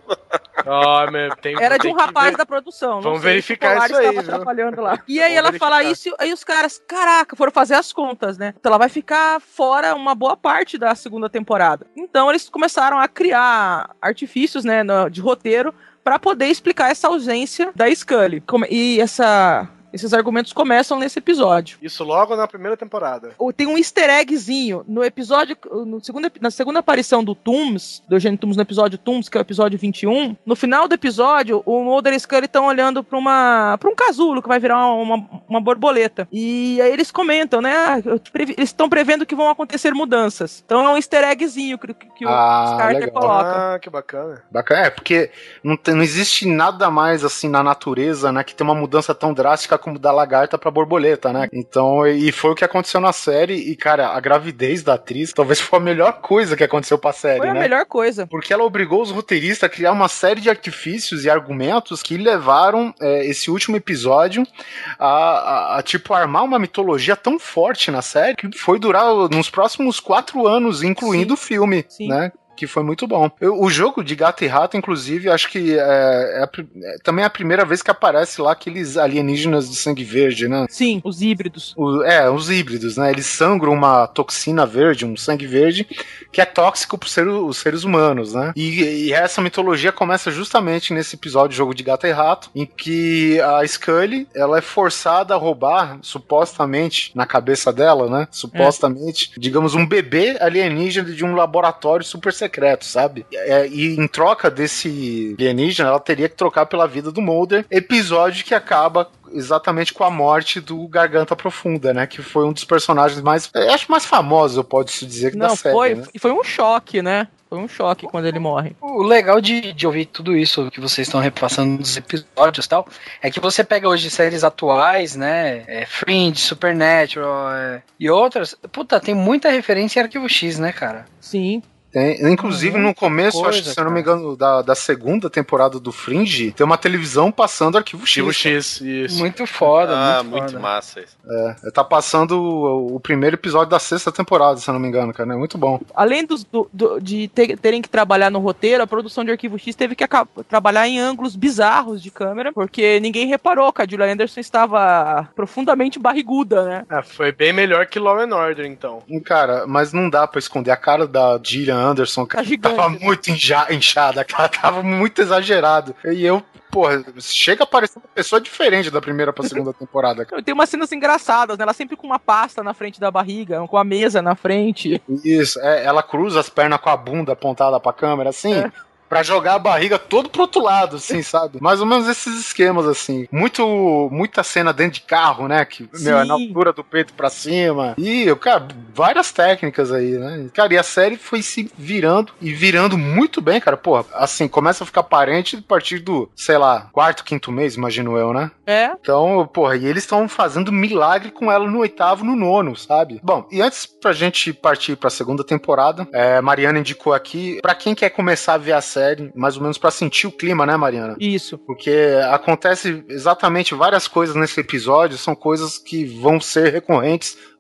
[SPEAKER 4] Oh, meu, tem,
[SPEAKER 6] Era de
[SPEAKER 4] tem
[SPEAKER 6] um rapaz
[SPEAKER 4] ver...
[SPEAKER 6] da produção.
[SPEAKER 4] Vamos verificar
[SPEAKER 6] se o
[SPEAKER 4] isso aí,
[SPEAKER 6] estava
[SPEAKER 4] viu?
[SPEAKER 6] atrapalhando lá. E aí
[SPEAKER 4] Vamos
[SPEAKER 6] ela
[SPEAKER 4] verificar.
[SPEAKER 6] fala isso, aí os caras, caraca, foram fazer as contas, né? Então ela vai ficar fora uma boa parte da segunda temporada. Então eles começaram a criar artifícios, né, no, de roteiro pra poder explicar essa ausência da Scully. Como- E essa... Esses argumentos começam nesse episódio.
[SPEAKER 4] Isso logo na primeira temporada.
[SPEAKER 6] Tem um easter eggzinho no episódio, no segundo, na segunda aparição do Tooms, do Eugênio Tooms no episódio Tooms, que é o episódio vinte e um. No final do episódio, o Mulder e Scully estão olhando pra, uma, pra um casulo que vai virar uma, uma borboleta. E aí eles comentam, né? Ah, eu previ- eles estão prevendo que vão acontecer mudanças. Então é um easter eggzinho que, que
[SPEAKER 3] Ah,
[SPEAKER 6] o Carter
[SPEAKER 3] legal.
[SPEAKER 6] coloca.
[SPEAKER 4] Ah, que bacana.
[SPEAKER 3] Bacana, é, porque não, tem- não existe nada mais assim na natureza, né, que tem uma mudança tão drástica como da lagarta pra borboleta, né? Então, e foi o que aconteceu na série, e cara, a gravidez da atriz talvez foi a melhor coisa que aconteceu pra série,
[SPEAKER 6] Foi a
[SPEAKER 3] né?
[SPEAKER 6] melhor coisa.
[SPEAKER 3] Porque ela obrigou os roteiristas a criar uma série de artifícios e argumentos que levaram é, esse último episódio a, a, a, tipo, armar uma mitologia tão forte na série que foi durar nos próximos quatro anos, incluindo
[SPEAKER 6] Sim.
[SPEAKER 3] o filme,
[SPEAKER 6] Sim.
[SPEAKER 3] né? Que foi muito bom. Eu- o jogo de gato e rato, inclusive, acho que é, é a pri- é também a primeira vez que aparece lá aqueles alienígenas de sangue verde, né?
[SPEAKER 6] Sim, os híbridos.
[SPEAKER 3] O- é, os híbridos, né? Eles sangram uma toxina verde, um sangue verde, que é tóxico para os seres humanos, né? E, e essa mitologia começa justamente nesse episódio Jogo de Gato e Rato, em que a Scully, ela é forçada a roubar, supostamente, na cabeça dela, né? Supostamente, digamos, um bebê alienígena de um laboratório super secreto, sabe? É, e em troca desse alienígena, ela teria que trocar pela vida do Mulder, episódio que acaba exatamente com a morte do Garganta Profunda, né? Que foi um dos personagens mais, eu acho mais famosos, eu posso dizer, que da
[SPEAKER 6] Não,
[SPEAKER 3] série,
[SPEAKER 6] foi,
[SPEAKER 3] né?
[SPEAKER 6] foi um choque, né? Foi um choque quando ele morre.
[SPEAKER 2] O legal de, de ouvir tudo isso que vocês estão repassando nos episódios e tal, é que você pega hoje séries atuais, né? É, Fringe, Supernatural é, e outras. Puta, tem muita referência em Arquivo X, né, cara?
[SPEAKER 6] Sim.
[SPEAKER 3] Tem, inclusive, no começo,
[SPEAKER 2] coisa,
[SPEAKER 3] acho que, se eu não me
[SPEAKER 2] cara.
[SPEAKER 3] engano, da, da segunda temporada do Fringe, tem uma televisão passando Arquivo X.
[SPEAKER 4] Arquivo X, isso.
[SPEAKER 2] Muito foda,
[SPEAKER 1] Ah,
[SPEAKER 2] muito,
[SPEAKER 1] muito
[SPEAKER 2] foda.
[SPEAKER 1] massa isso.
[SPEAKER 3] É, tá passando o, o primeiro episódio da sexta temporada, se eu não me engano, cara. É muito bom.
[SPEAKER 6] Além dos, do, do- de ter- terem que trabalhar no roteiro, a produção de Arquivo X teve que aca- trabalhar em ângulos bizarros de câmera, porque ninguém reparou que a Julia Anderson estava profundamente barriguda, né?
[SPEAKER 4] Ah, foi bem melhor que Law and Order, então.
[SPEAKER 3] E, cara, mas não dá pra esconder a cara da Gillian Anderson,
[SPEAKER 6] Tá
[SPEAKER 3] que
[SPEAKER 6] gigante.
[SPEAKER 3] tava
[SPEAKER 6] né?
[SPEAKER 3] muito inja- inchada, ela tava muito exagerado. E eu, porra, chega a parecer uma pessoa diferente da primeira pra segunda temporada. cara.
[SPEAKER 6] Tem umas cenas engraçadas, né? Ela sempre com uma pasta na frente da barriga, com a mesa na frente.
[SPEAKER 3] Isso, é, ela cruza as pernas com a bunda apontada pra câmera, assim.
[SPEAKER 6] É.
[SPEAKER 3] Pra jogar a barriga todo pro outro lado, assim, sabe? Mais ou menos esses esquemas, assim. Muito, muita cena dentro de carro, né? Que, meu, é na
[SPEAKER 6] Sim.
[SPEAKER 3] altura do peito pra cima. E, cara, várias técnicas aí, né? Cara, e a série foi se virando e virando muito bem, cara. Porra, assim, começa a ficar aparente a partir do, sei lá, quarto, quinto mês, imagino eu, né?
[SPEAKER 6] É.
[SPEAKER 3] Então, porra, e eles estão fazendo milagre com ela no oitavo, no nono, sabe? Bom, e antes pra gente partir pra segunda temporada, é, Mariana indicou aqui, pra quem quer começar a ver a série, mais ou menos pra sentir o clima, né, Mariana?
[SPEAKER 6] Isso.
[SPEAKER 3] Porque acontece exatamente várias coisas nesse episódio, são coisas que vão ser recorrentes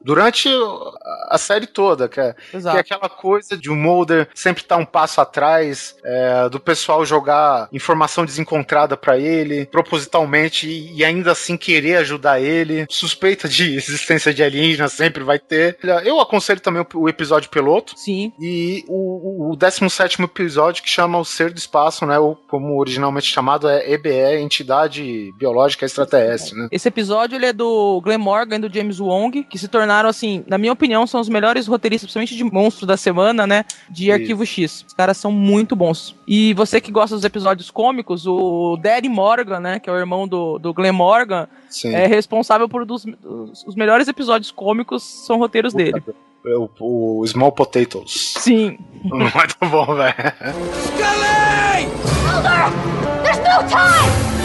[SPEAKER 3] durante a série toda, que é, que é aquela coisa de o Mulder sempre estar tá um passo atrás, é, do pessoal jogar informação desencontrada pra ele, propositalmente, e, e ainda assim querer ajudar ele. Suspeita de existência de alienígenas sempre vai ter. Eu aconselho também o, o episódio piloto.
[SPEAKER 6] Sim.
[SPEAKER 3] E o, o décimo sétimo episódio, que chama O Ser do Espaço, né? Ou como originalmente chamado é E B E, Entidade Biológica Extraterrestre, né?
[SPEAKER 6] Esse episódio ele é do Glenn Morgan e do James Wong, que se tornaram, assim, na minha opinião, são os melhores roteiristas, principalmente de monstro da semana, né? De
[SPEAKER 3] Isso.
[SPEAKER 6] Arquivo X. Os caras são muito bons. E você que gosta dos episódios cômicos, o Daddy Morgan, né? Que é o irmão do, do Glenn Morgan,
[SPEAKER 3] Sim.
[SPEAKER 6] é responsável por dos, dos os melhores episódios cômicos, são roteiros dele.
[SPEAKER 3] O, o Small Potatoes.
[SPEAKER 6] Sim.
[SPEAKER 3] Muito bom, velho.
[SPEAKER 8] Scully! Mulder! There's no time!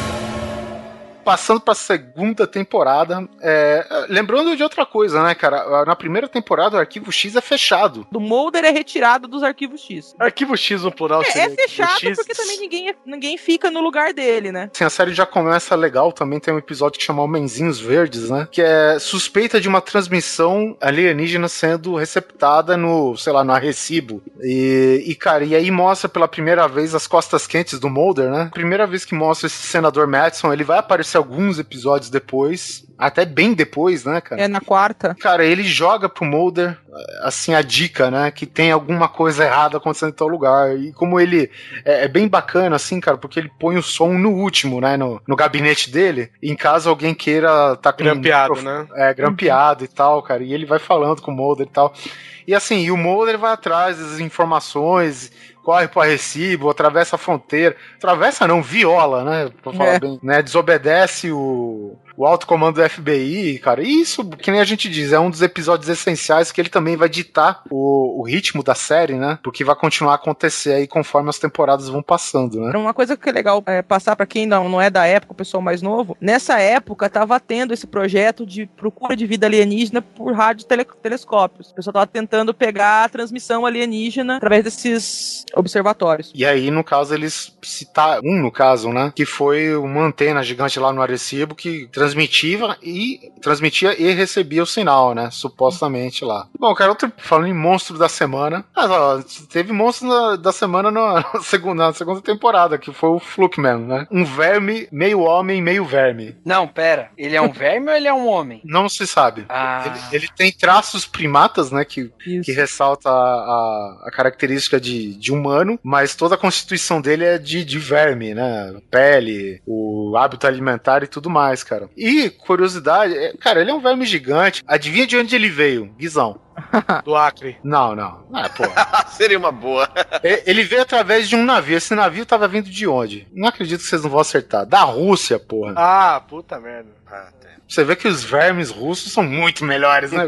[SPEAKER 3] Passando pra segunda temporada, é, lembrando de outra coisa, né, cara? Na primeira temporada o Arquivo X é fechado.
[SPEAKER 6] Do Mulder é retirado dos Arquivos X.
[SPEAKER 4] Arquivo X no plural
[SPEAKER 6] é,
[SPEAKER 4] seria
[SPEAKER 6] é fechado
[SPEAKER 4] X...
[SPEAKER 6] porque também ninguém, ninguém fica no lugar dele, né?
[SPEAKER 3] Assim, a série já começa legal, também tem um episódio que chama Homenzinhos Verdes, né? Que é suspeita de uma transmissão alienígena sendo receptada no, sei lá, no Arrecibo. E, e, cara, e aí mostra pela primeira vez as costas quentes do Mulder, né? Primeira vez que mostra esse senador Madison, ele vai aparecer alguns episódios depois, até bem depois, né, cara?
[SPEAKER 6] É, na quarta.
[SPEAKER 3] Cara, ele joga pro Mulder, assim, a dica, né, que tem alguma coisa errada acontecendo em tal lugar, e como ele é, é bem bacana, assim, cara, porque ele põe o som no último, né, no, no gabinete dele, em caso alguém queira tá com...
[SPEAKER 4] Grampeado, um, né?
[SPEAKER 3] É, grampeado uhum. e tal, cara, e ele vai falando com o Mulder e tal. E assim, e o Mulder vai atrás das informações, corre pro Arrecibo, atravessa a fronteira. Atravessa não, viola, né? Pra falar
[SPEAKER 6] é.
[SPEAKER 3] bem. Né? Desobedece o, o alto comando do F B I, cara. E isso, que nem a gente diz, é um dos episódios essenciais que ele também vai ditar o, o ritmo da série, né? Porque vai continuar a acontecer aí conforme as temporadas vão passando, né?
[SPEAKER 6] Uma coisa que é legal é, passar pra quem não, não é da época, o pessoal mais novo, nessa época tava tendo esse projeto de procura de vida alienígena por rádio tele, telescópios. O pessoal tava tentando pegar a transmissão alienígena através desses observatórios.
[SPEAKER 3] E aí, no caso, eles citaram, um no caso, né, que foi uma antena gigante lá no Arrecibo que transmitia e transmitia e recebia o sinal, né, supostamente lá. Bom, cara, outro, falando em monstro da semana, mas, ó, teve monstro na, da semana na segunda, na segunda temporada, que foi o Flukeman, né, um verme, meio homem, meio verme.
[SPEAKER 2] Não, pera, ele é um verme ou ele é um homem?
[SPEAKER 3] Não se sabe.
[SPEAKER 2] Ah.
[SPEAKER 3] Ele, ele tem traços primatas, né, que, que ressalta a, a, a característica de, de humano, mas toda a constituição dele é de, de verme, né? Pele, o hábito alimentar e tudo mais, cara. E, curiosidade, cara, ele é um verme gigante. Adivinha de onde ele veio? Guizão.
[SPEAKER 4] Do Acre.
[SPEAKER 3] Não, não. Ah, porra.
[SPEAKER 1] Seria uma boa.
[SPEAKER 3] Ele veio através de um navio. Esse navio tava vindo de onde? Não acredito que vocês não vão acertar. Da Rússia, porra.
[SPEAKER 4] Ah, puta merda.
[SPEAKER 1] Ah, tá.
[SPEAKER 3] Você vê que os vermes russos são muito melhores, né?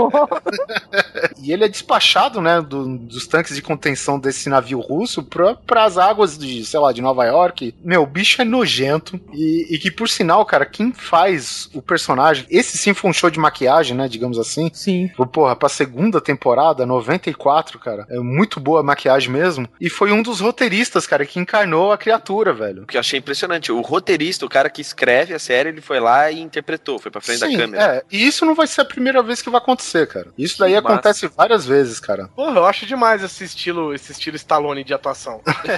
[SPEAKER 3] E ele é despachado, né, do, dos tanques de contenção desse navio russo para as águas de, sei lá, de Nova York. Meu, o bicho é nojento. E, e que, por sinal, cara, quem faz o personagem... Esse sim foi um show de maquiagem, né, digamos assim.
[SPEAKER 6] Sim.
[SPEAKER 3] Porra, pra segunda temporada, noventa e quatro, cara. É muito boa a maquiagem mesmo. E foi um dos roteiristas, cara, que encarnou a criatura, velho.
[SPEAKER 1] O que eu achei impressionante. O roteirista, o cara que escreve a série, ele foi lá e interpretou. Foi pra frente
[SPEAKER 3] Sim,
[SPEAKER 1] da câmera.
[SPEAKER 3] É, e isso não vai ser a primeira vez que vai acontecer, cara. Isso daí
[SPEAKER 1] Que
[SPEAKER 3] acontece
[SPEAKER 1] massa.
[SPEAKER 3] várias vezes, cara.
[SPEAKER 4] Porra, eu acho demais esse estilo, esse estilo Stallone de atuação.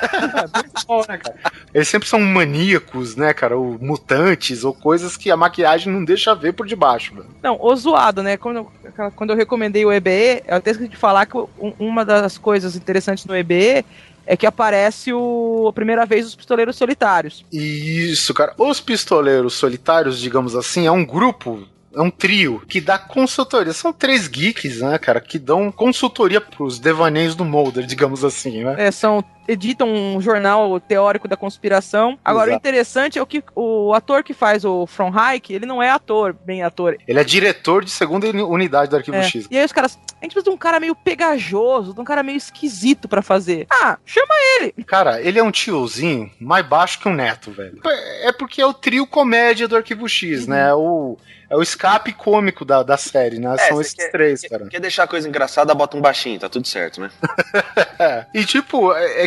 [SPEAKER 3] Eles sempre são maníacos, né, cara? Ou mutantes, ou coisas que a maquiagem não deixa ver por debaixo, velho.
[SPEAKER 6] Não, o zoado, né? Quando eu, quando eu recomendei o E B E, eu até esqueci de falar que um, uma das coisas interessantes no E B E é que aparece o, a primeira vez os Pistoleiros Solitários.
[SPEAKER 3] Isso, cara. Os Pistoleiros Solitários, digamos assim, é um grupo, é um trio que dá consultoria. São três geeks, né, cara, que dão consultoria pros devaneios do Mulder, digamos assim, né?
[SPEAKER 6] É, são... editam um jornal teórico da conspiração. Agora,
[SPEAKER 3] Exato.
[SPEAKER 6] O interessante é que o ator que faz o Frohnreich, ele não é ator, bem ator.
[SPEAKER 3] Ele é diretor de segunda unidade do Arquivo
[SPEAKER 6] É.
[SPEAKER 3] X.
[SPEAKER 6] E aí os caras, a gente precisa de um cara meio pegajoso, de um cara meio esquisito pra fazer. Ah, chama ele.
[SPEAKER 3] Cara, ele é um tiozinho mais baixo que um neto, velho. É porque é o trio comédia do Arquivo X, uhum. né? O, é o escape cômico da, da série, né?
[SPEAKER 1] É,
[SPEAKER 3] São esses
[SPEAKER 1] quer,
[SPEAKER 3] três,
[SPEAKER 1] quer,
[SPEAKER 3] cara.
[SPEAKER 1] Quer deixar a coisa engraçada, bota um baixinho, tá tudo certo, né?
[SPEAKER 3] E tipo, é, é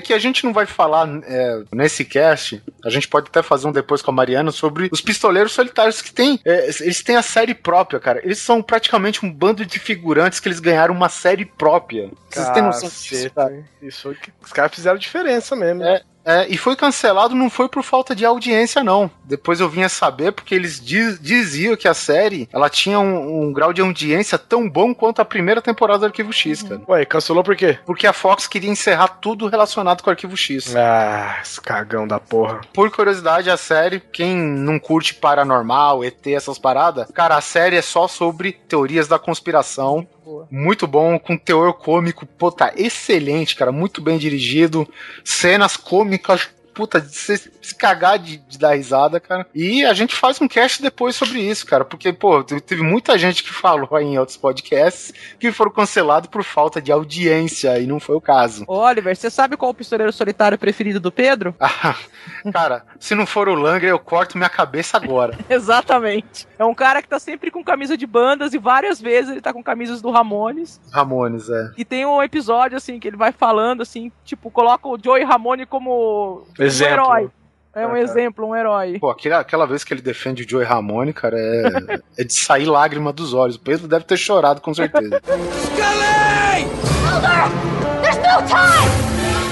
[SPEAKER 3] que a gente não vai falar é, nesse cast, a gente pode até fazer um depois com a Mariana, sobre os pistoleiros solitários que tem. É, eles têm a série própria, cara. Eles são praticamente um bando de figurantes que eles ganharam uma série própria. Vocês têm noção disso, cara?
[SPEAKER 4] Isso foi que os caras fizeram diferença mesmo.
[SPEAKER 3] É. É, e foi cancelado, não foi por falta de audiência, não. Depois eu vim a saber, porque eles diz, diziam que a série ela tinha um, um grau de audiência tão bom quanto a primeira temporada do Arquivo X, cara.
[SPEAKER 4] Ué, cancelou por quê?
[SPEAKER 3] Porque a Fox queria encerrar tudo relacionado com o Arquivo X.
[SPEAKER 4] Ah, esse cagão da porra.
[SPEAKER 3] Por curiosidade, a série, quem não curte paranormal, E T, essas paradas, cara, a série é só sobre teorias da conspiração. Muito bom, com teor cômico, pô, tá excelente, cara, muito bem dirigido, cenas cômicas, puta, de se, se cagar de, de dar risada, cara. E a gente faz um cast depois sobre isso, cara, porque, pô, teve muita gente que falou aí em outros podcasts que foram cancelados por falta de audiência, e não foi o caso.
[SPEAKER 6] Ô, Oliver, você sabe qual é o pistoleiro solitário preferido do Pedro?
[SPEAKER 3] Ah, cara, se não for o Langer, eu corto minha cabeça agora.
[SPEAKER 6] Exatamente. É um cara que tá sempre com camisa de bandas e várias vezes ele tá com camisas do Ramones.
[SPEAKER 3] Ramones, é.
[SPEAKER 6] E tem um episódio, assim, que ele vai falando, assim, tipo, coloca o Joey Ramone como
[SPEAKER 4] exemplo.
[SPEAKER 6] Um herói. É um
[SPEAKER 3] Ah,
[SPEAKER 6] exemplo, um herói.
[SPEAKER 3] Pô, aquela, aquela vez que ele defende o Joey Ramone, cara, é, é de sair lágrima dos olhos. O Pedro deve ter chorado, com certeza.
[SPEAKER 8] Scully! Mulder! There's no time!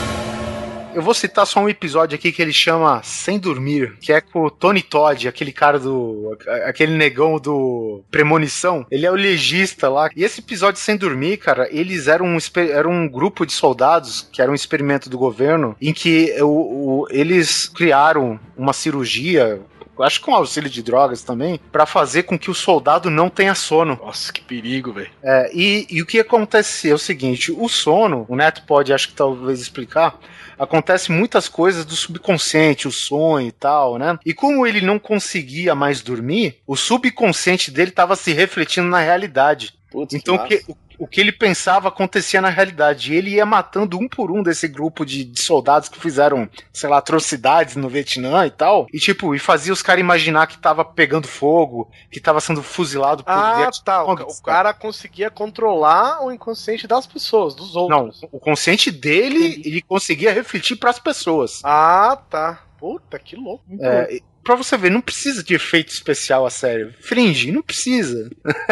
[SPEAKER 3] Eu vou citar só um episódio aqui que ele chama Sem Dormir, que é com o Tony Todd, aquele cara do... aquele negão do Premonição. Ele é o legista lá. E esse episódio Sem Dormir, cara, eles eram um, eram um grupo de soldados, que era um experimento do governo, em que o, o, eles criaram uma cirurgia... acho que com auxílio de drogas também, pra fazer com que o soldado não tenha sono.
[SPEAKER 4] Nossa, que perigo, velho.
[SPEAKER 3] É, e, e o que acontece é o seguinte, o sono, o Neto pode, acho que talvez explicar, acontece muitas coisas do subconsciente, o sonho e tal, né? E como ele não conseguia mais dormir, o subconsciente dele estava se refletindo na realidade.
[SPEAKER 1] Putz,
[SPEAKER 3] então
[SPEAKER 1] que
[SPEAKER 3] que, o, o que ele pensava acontecia na realidade. E ele ia matando um por um desse grupo de, de soldados que fizeram, sei lá, atrocidades no Vietnã e tal. E tipo, e fazia os caras imaginar que tava pegando fogo, que tava sendo fuzilado por
[SPEAKER 4] Ah,
[SPEAKER 3] Vietnã.
[SPEAKER 4] tá. O, o cara conseguia controlar o inconsciente das pessoas, dos outros.
[SPEAKER 3] Não, o consciente dele, ele conseguia refletir pras pessoas.
[SPEAKER 4] Ah, tá. Puta, que louco.
[SPEAKER 3] É, pra você ver, não precisa de efeito especial a série. Fringe, não precisa.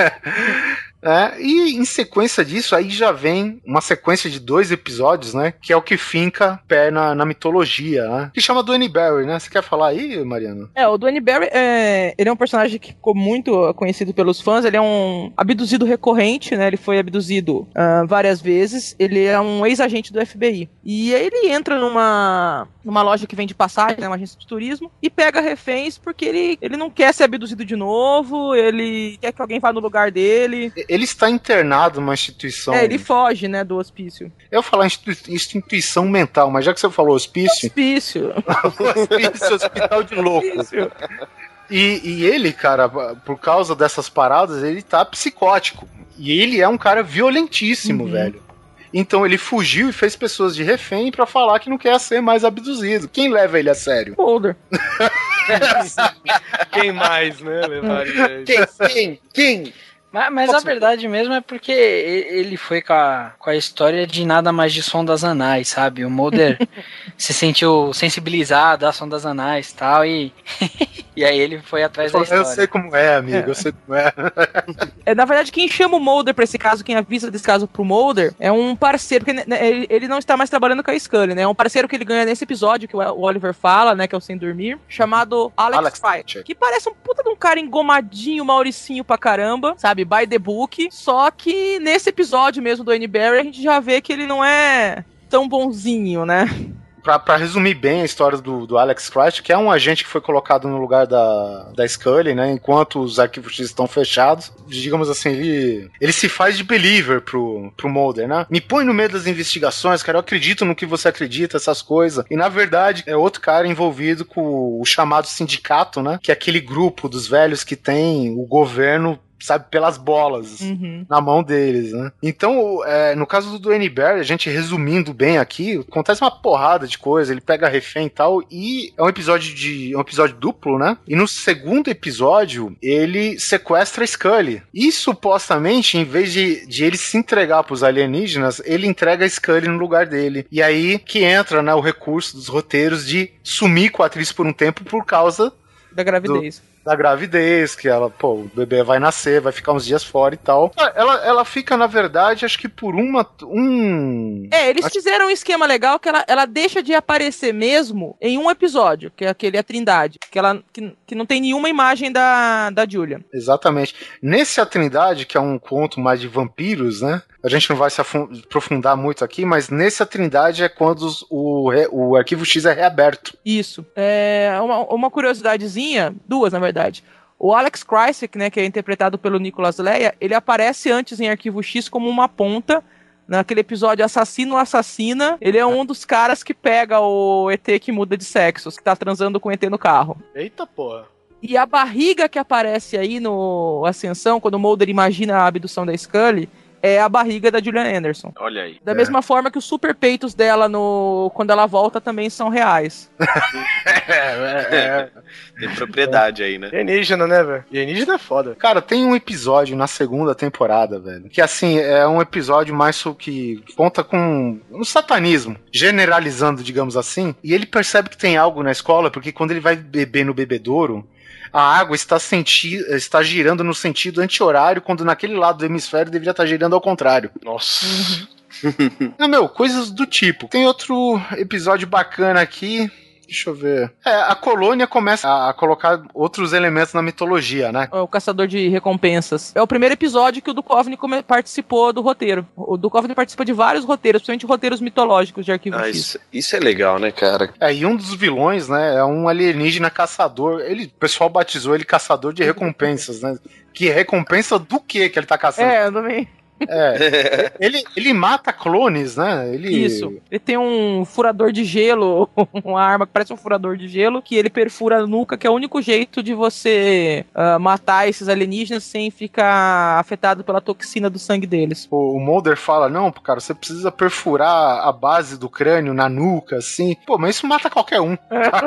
[SPEAKER 3] É, e em sequência disso, aí já vem uma sequência de dois episódios, né? Que é o que finca pé na, na mitologia, né? Que chama Duane Barry, né? Você quer falar aí, Mariana?
[SPEAKER 6] É, o Duane Barry, é, ele é um personagem que ficou muito conhecido pelos fãs. Ele é um abduzido recorrente, né? Ele foi abduzido uh, várias vezes. Ele é um ex-agente do F B I. E aí ele entra numa, numa loja que vende passagem, né, uma agência de turismo, e pega reféns porque ele, ele não quer ser abduzido de novo, ele quer que alguém vá no lugar dele.
[SPEAKER 3] Ele está internado numa instituição...
[SPEAKER 6] É, ele foge, né, do hospício.
[SPEAKER 3] Eu ia falar institu- instituição mental, mas já que você falou hospício...
[SPEAKER 6] Hospício.
[SPEAKER 3] Hospício, hospital de louco.
[SPEAKER 6] Hospício.
[SPEAKER 3] E, e ele, cara, por causa dessas paradas, ele tá psicótico. E ele é um cara violentíssimo, uhum. velho. Então ele fugiu e fez pessoas de refém pra falar que não quer ser mais abduzido. Quem leva ele a sério?
[SPEAKER 6] Mulder.
[SPEAKER 4] Quem mais, né? Levaria
[SPEAKER 3] quem? Quem? Quem?
[SPEAKER 2] Mas, mas a verdade mesmo é porque ele foi com a, com a história de nada mais de sondas anais, sabe? O Mulder se sentiu sensibilizado às sondas anais e tal, e, e aí ele foi atrás da história.
[SPEAKER 3] Eu sei como é, amigo, é. eu sei como é.
[SPEAKER 6] é. Na verdade, quem chama o Mulder pra esse caso, quem avisa desse caso pro Mulder, é um parceiro, porque ele, ele não está mais trabalhando com a Scully, né? É um parceiro que ele ganha nesse episódio, que o Oliver fala, né, que é o Sem Dormir, chamado Alex, Alex Fight, que parece um puta de um cara engomadinho, mauricinho pra caramba, sabe? By the book, só que nesse episódio mesmo do Duane Barry a gente já vê que ele não é tão bonzinho, né?
[SPEAKER 3] Pra, pra resumir bem a história do, do Alex Christ, que é um agente que foi colocado no lugar da, da Scully, né, enquanto os arquivos X estão fechados, digamos assim, ele, ele se faz de believer pro, pro Mulder, né? Me põe no meio das investigações, cara, eu acredito no que você acredita, essas coisas. E na verdade é outro cara envolvido com o chamado sindicato, né, que é aquele grupo dos velhos que tem o governo sabe, pelas bolas
[SPEAKER 6] Uhum.
[SPEAKER 3] na mão deles, né? Então, é, no caso do Duane Barry, a gente resumindo bem aqui, acontece uma porrada de coisa, ele pega refém e tal, e é um episódio de é um episódio duplo, né? E no segundo episódio, ele sequestra a Scully. E supostamente, em vez de, de ele se entregar pros alienígenas, ele entrega a Scully no lugar dele. E aí que entra, né, o recurso dos roteiros de sumir com a atriz por um tempo por causa
[SPEAKER 6] Da gravidez.
[SPEAKER 3] Do... da gravidez, que ela, pô, o bebê vai nascer, vai ficar uns dias fora e tal. Ela, ela fica, na verdade, acho que por uma, um...
[SPEAKER 6] É, eles
[SPEAKER 3] acho...
[SPEAKER 6] fizeram um esquema legal que ela, ela deixa de aparecer mesmo em um episódio, que é aquele A Trindade, que, ela, que, que não tem nenhuma imagem da, da Julia.
[SPEAKER 3] Exatamente. Nesse A Trindade, que é um conto mais de vampiros, né? A gente não vai se aprofundar muito aqui, mas nesse A Trindade é quando os, o, o Arquivo X é reaberto.
[SPEAKER 6] Isso. É uma, uma curiosidadezinha, duas, na verdade. O Alex Krycek, né, que é interpretado pelo Nicolas Leia, ele aparece antes em Arquivo X como uma ponta. Naquele episódio Assassino Assassina, ele é um dos caras que pega o E T que muda de sexo, que tá transando com o E T no carro.
[SPEAKER 4] Eita porra.
[SPEAKER 6] E a barriga que aparece aí no Ascensão, quando o Mulder imagina a abdução da Scully, é a barriga da Gillian Anderson.
[SPEAKER 1] Olha aí.
[SPEAKER 6] Da
[SPEAKER 3] É.
[SPEAKER 6] mesma forma que os super peitos dela no quando ela volta também são reais.
[SPEAKER 3] é,
[SPEAKER 1] Tem propriedade aí, né?
[SPEAKER 4] Alienígena, né, velho? Alienígena é foda.
[SPEAKER 3] Cara, tem um episódio na segunda temporada, velho, que assim, é um episódio mais que conta com um satanismo, generalizando, digamos assim, e ele percebe que tem algo na escola, porque quando ele vai beber no bebedouro, a água está, senti está girando no sentido anti-horário, quando naquele lado do hemisfério deveria estar girando ao contrário.
[SPEAKER 4] Nossa.
[SPEAKER 3] Não, meu, coisas do tipo. Tem outro episódio bacana aqui. Deixa eu ver. É, a colônia começa a, a colocar outros elementos na mitologia, né?
[SPEAKER 6] É o caçador de recompensas. É o primeiro episódio que o Duchovny come- participou do roteiro. O Duchovny participa de vários roteiros, principalmente roteiros mitológicos de Arquivo
[SPEAKER 1] Ah,
[SPEAKER 6] X.
[SPEAKER 1] isso, isso é legal, né, cara?
[SPEAKER 3] É, e um dos vilões, né, é um alienígena caçador. Ele, o pessoal batizou ele caçador de recompensas, né? Que recompensa do que que ele tá caçando?
[SPEAKER 6] É, eu também.
[SPEAKER 3] É, ele, ele mata clones, né? Ele...
[SPEAKER 6] Isso. Ele tem um furador de gelo, uma arma que parece um furador de gelo, que ele perfura a nuca, que é o único jeito de você uh, matar esses alienígenas sem ficar afetado pela toxina do sangue deles.
[SPEAKER 3] O, o Mulder fala, não, cara, você precisa perfurar a base do crânio na nuca, assim. Pô, mas isso mata qualquer um.